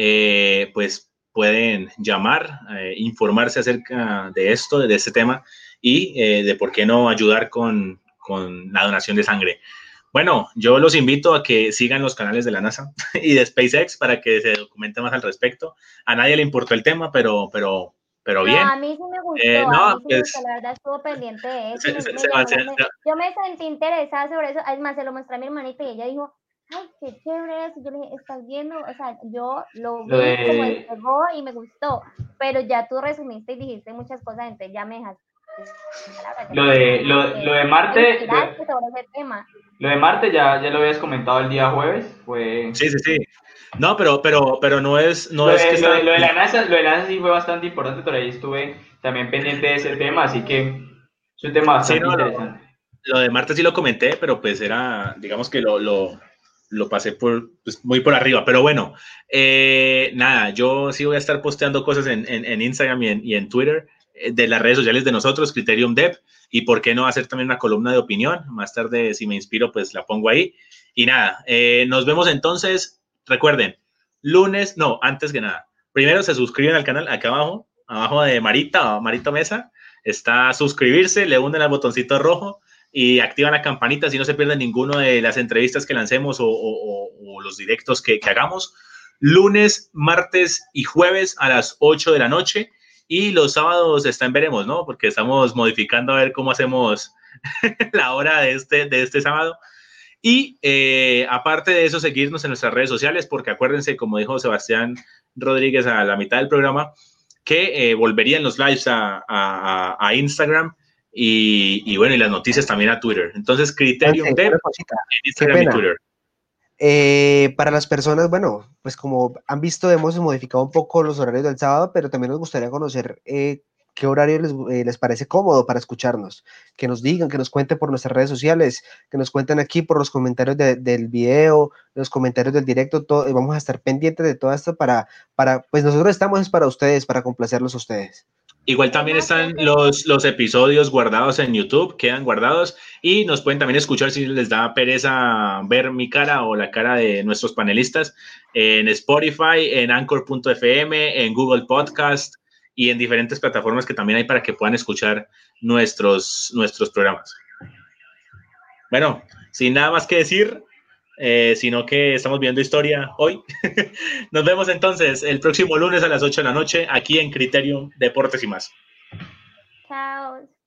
pues pueden llamar, informarse acerca de esto, de este tema y de por qué no ayudar con la donación de sangre. Bueno, yo los invito a que sigan los canales de la NASA y de SpaceX para que se documente más al respecto. A nadie le importó el tema, pero No, bien. a mí sí me gustó, No, la verdad estuvo pendiente de eso, Sebastián, yo me sentí interesada sobre eso, además se lo mostré a mi hermanita y ella dijo, ay, qué chévere eso, yo le dije, estás viendo, o sea, yo lo Lo vi como de, despegó y me gustó, pero ya tú resumiste y dijiste muchas cosas, entonces ya me dejaste palabras, ya lo me de, como lo, lo que de me Marte, inspiraste sobre ese tema. lo de Marte ya lo habías comentado el día jueves, fue... sí. No, pero no es que estaba. Lo de la NASA sí fue bastante importante, pero ahí estuve también pendiente de ese tema, así que es un tema Sí, bastante no, interesante. lo de Marte sí lo comenté, pero pues era, digamos que lo pasé pues, muy por arriba. Pero bueno, nada, yo sí voy a estar posteando cosas en Instagram y en Twitter de las redes sociales de nosotros, Criterium Dev, y por qué no hacer también una columna de opinión. Más tarde, si me inspiro, pues la pongo ahí. Y nada, nos vemos entonces. Recuerden, lunes, no, antes que nada, primero se suscriben al canal acá abajo de Marita Mesa, está suscribirse, le unen al botoncito rojo y activan la campanita si no se pierden ninguno de las entrevistas que lancemos o los directos que hagamos. Lunes, martes y jueves a las 8 de la noche y los sábados veremos, ¿no? Porque estamos modificando a ver cómo hacemos la hora de este sábado. Y aparte de eso, seguirnos en nuestras redes sociales, porque acuérdense, como dijo Sebastián Rodríguez a la mitad del programa, que volverían los lives a Instagram y bueno, y las noticias también a Twitter. Entonces, Criterium Dev Una cosita, en qué Instagram y pena. Twitter. Para las personas, bueno, pues como han visto, hemos modificado un poco los horarios del sábado, pero también nos gustaría conocer qué horario les parece cómodo para escucharnos. Que nos digan, que nos cuenten por nuestras redes sociales, que nos cuenten aquí por los comentarios del video, los comentarios del directo, vamos a estar pendientes de todo esto pues nosotros estamos es para ustedes, para complacerlos a ustedes. Igual también están los episodios guardados en YouTube, quedan guardados y nos pueden también escuchar si les da pereza ver mi cara o la cara de nuestros panelistas en Spotify, en Anchor.fm, en Google Podcast y en diferentes plataformas que también hay para que puedan escuchar nuestros programas. Bueno, sin nada más que decir, sino que estamos viendo historia hoy. Nos vemos entonces el próximo lunes a las 8 de la noche aquí en Criterium Deportes y más. Chao.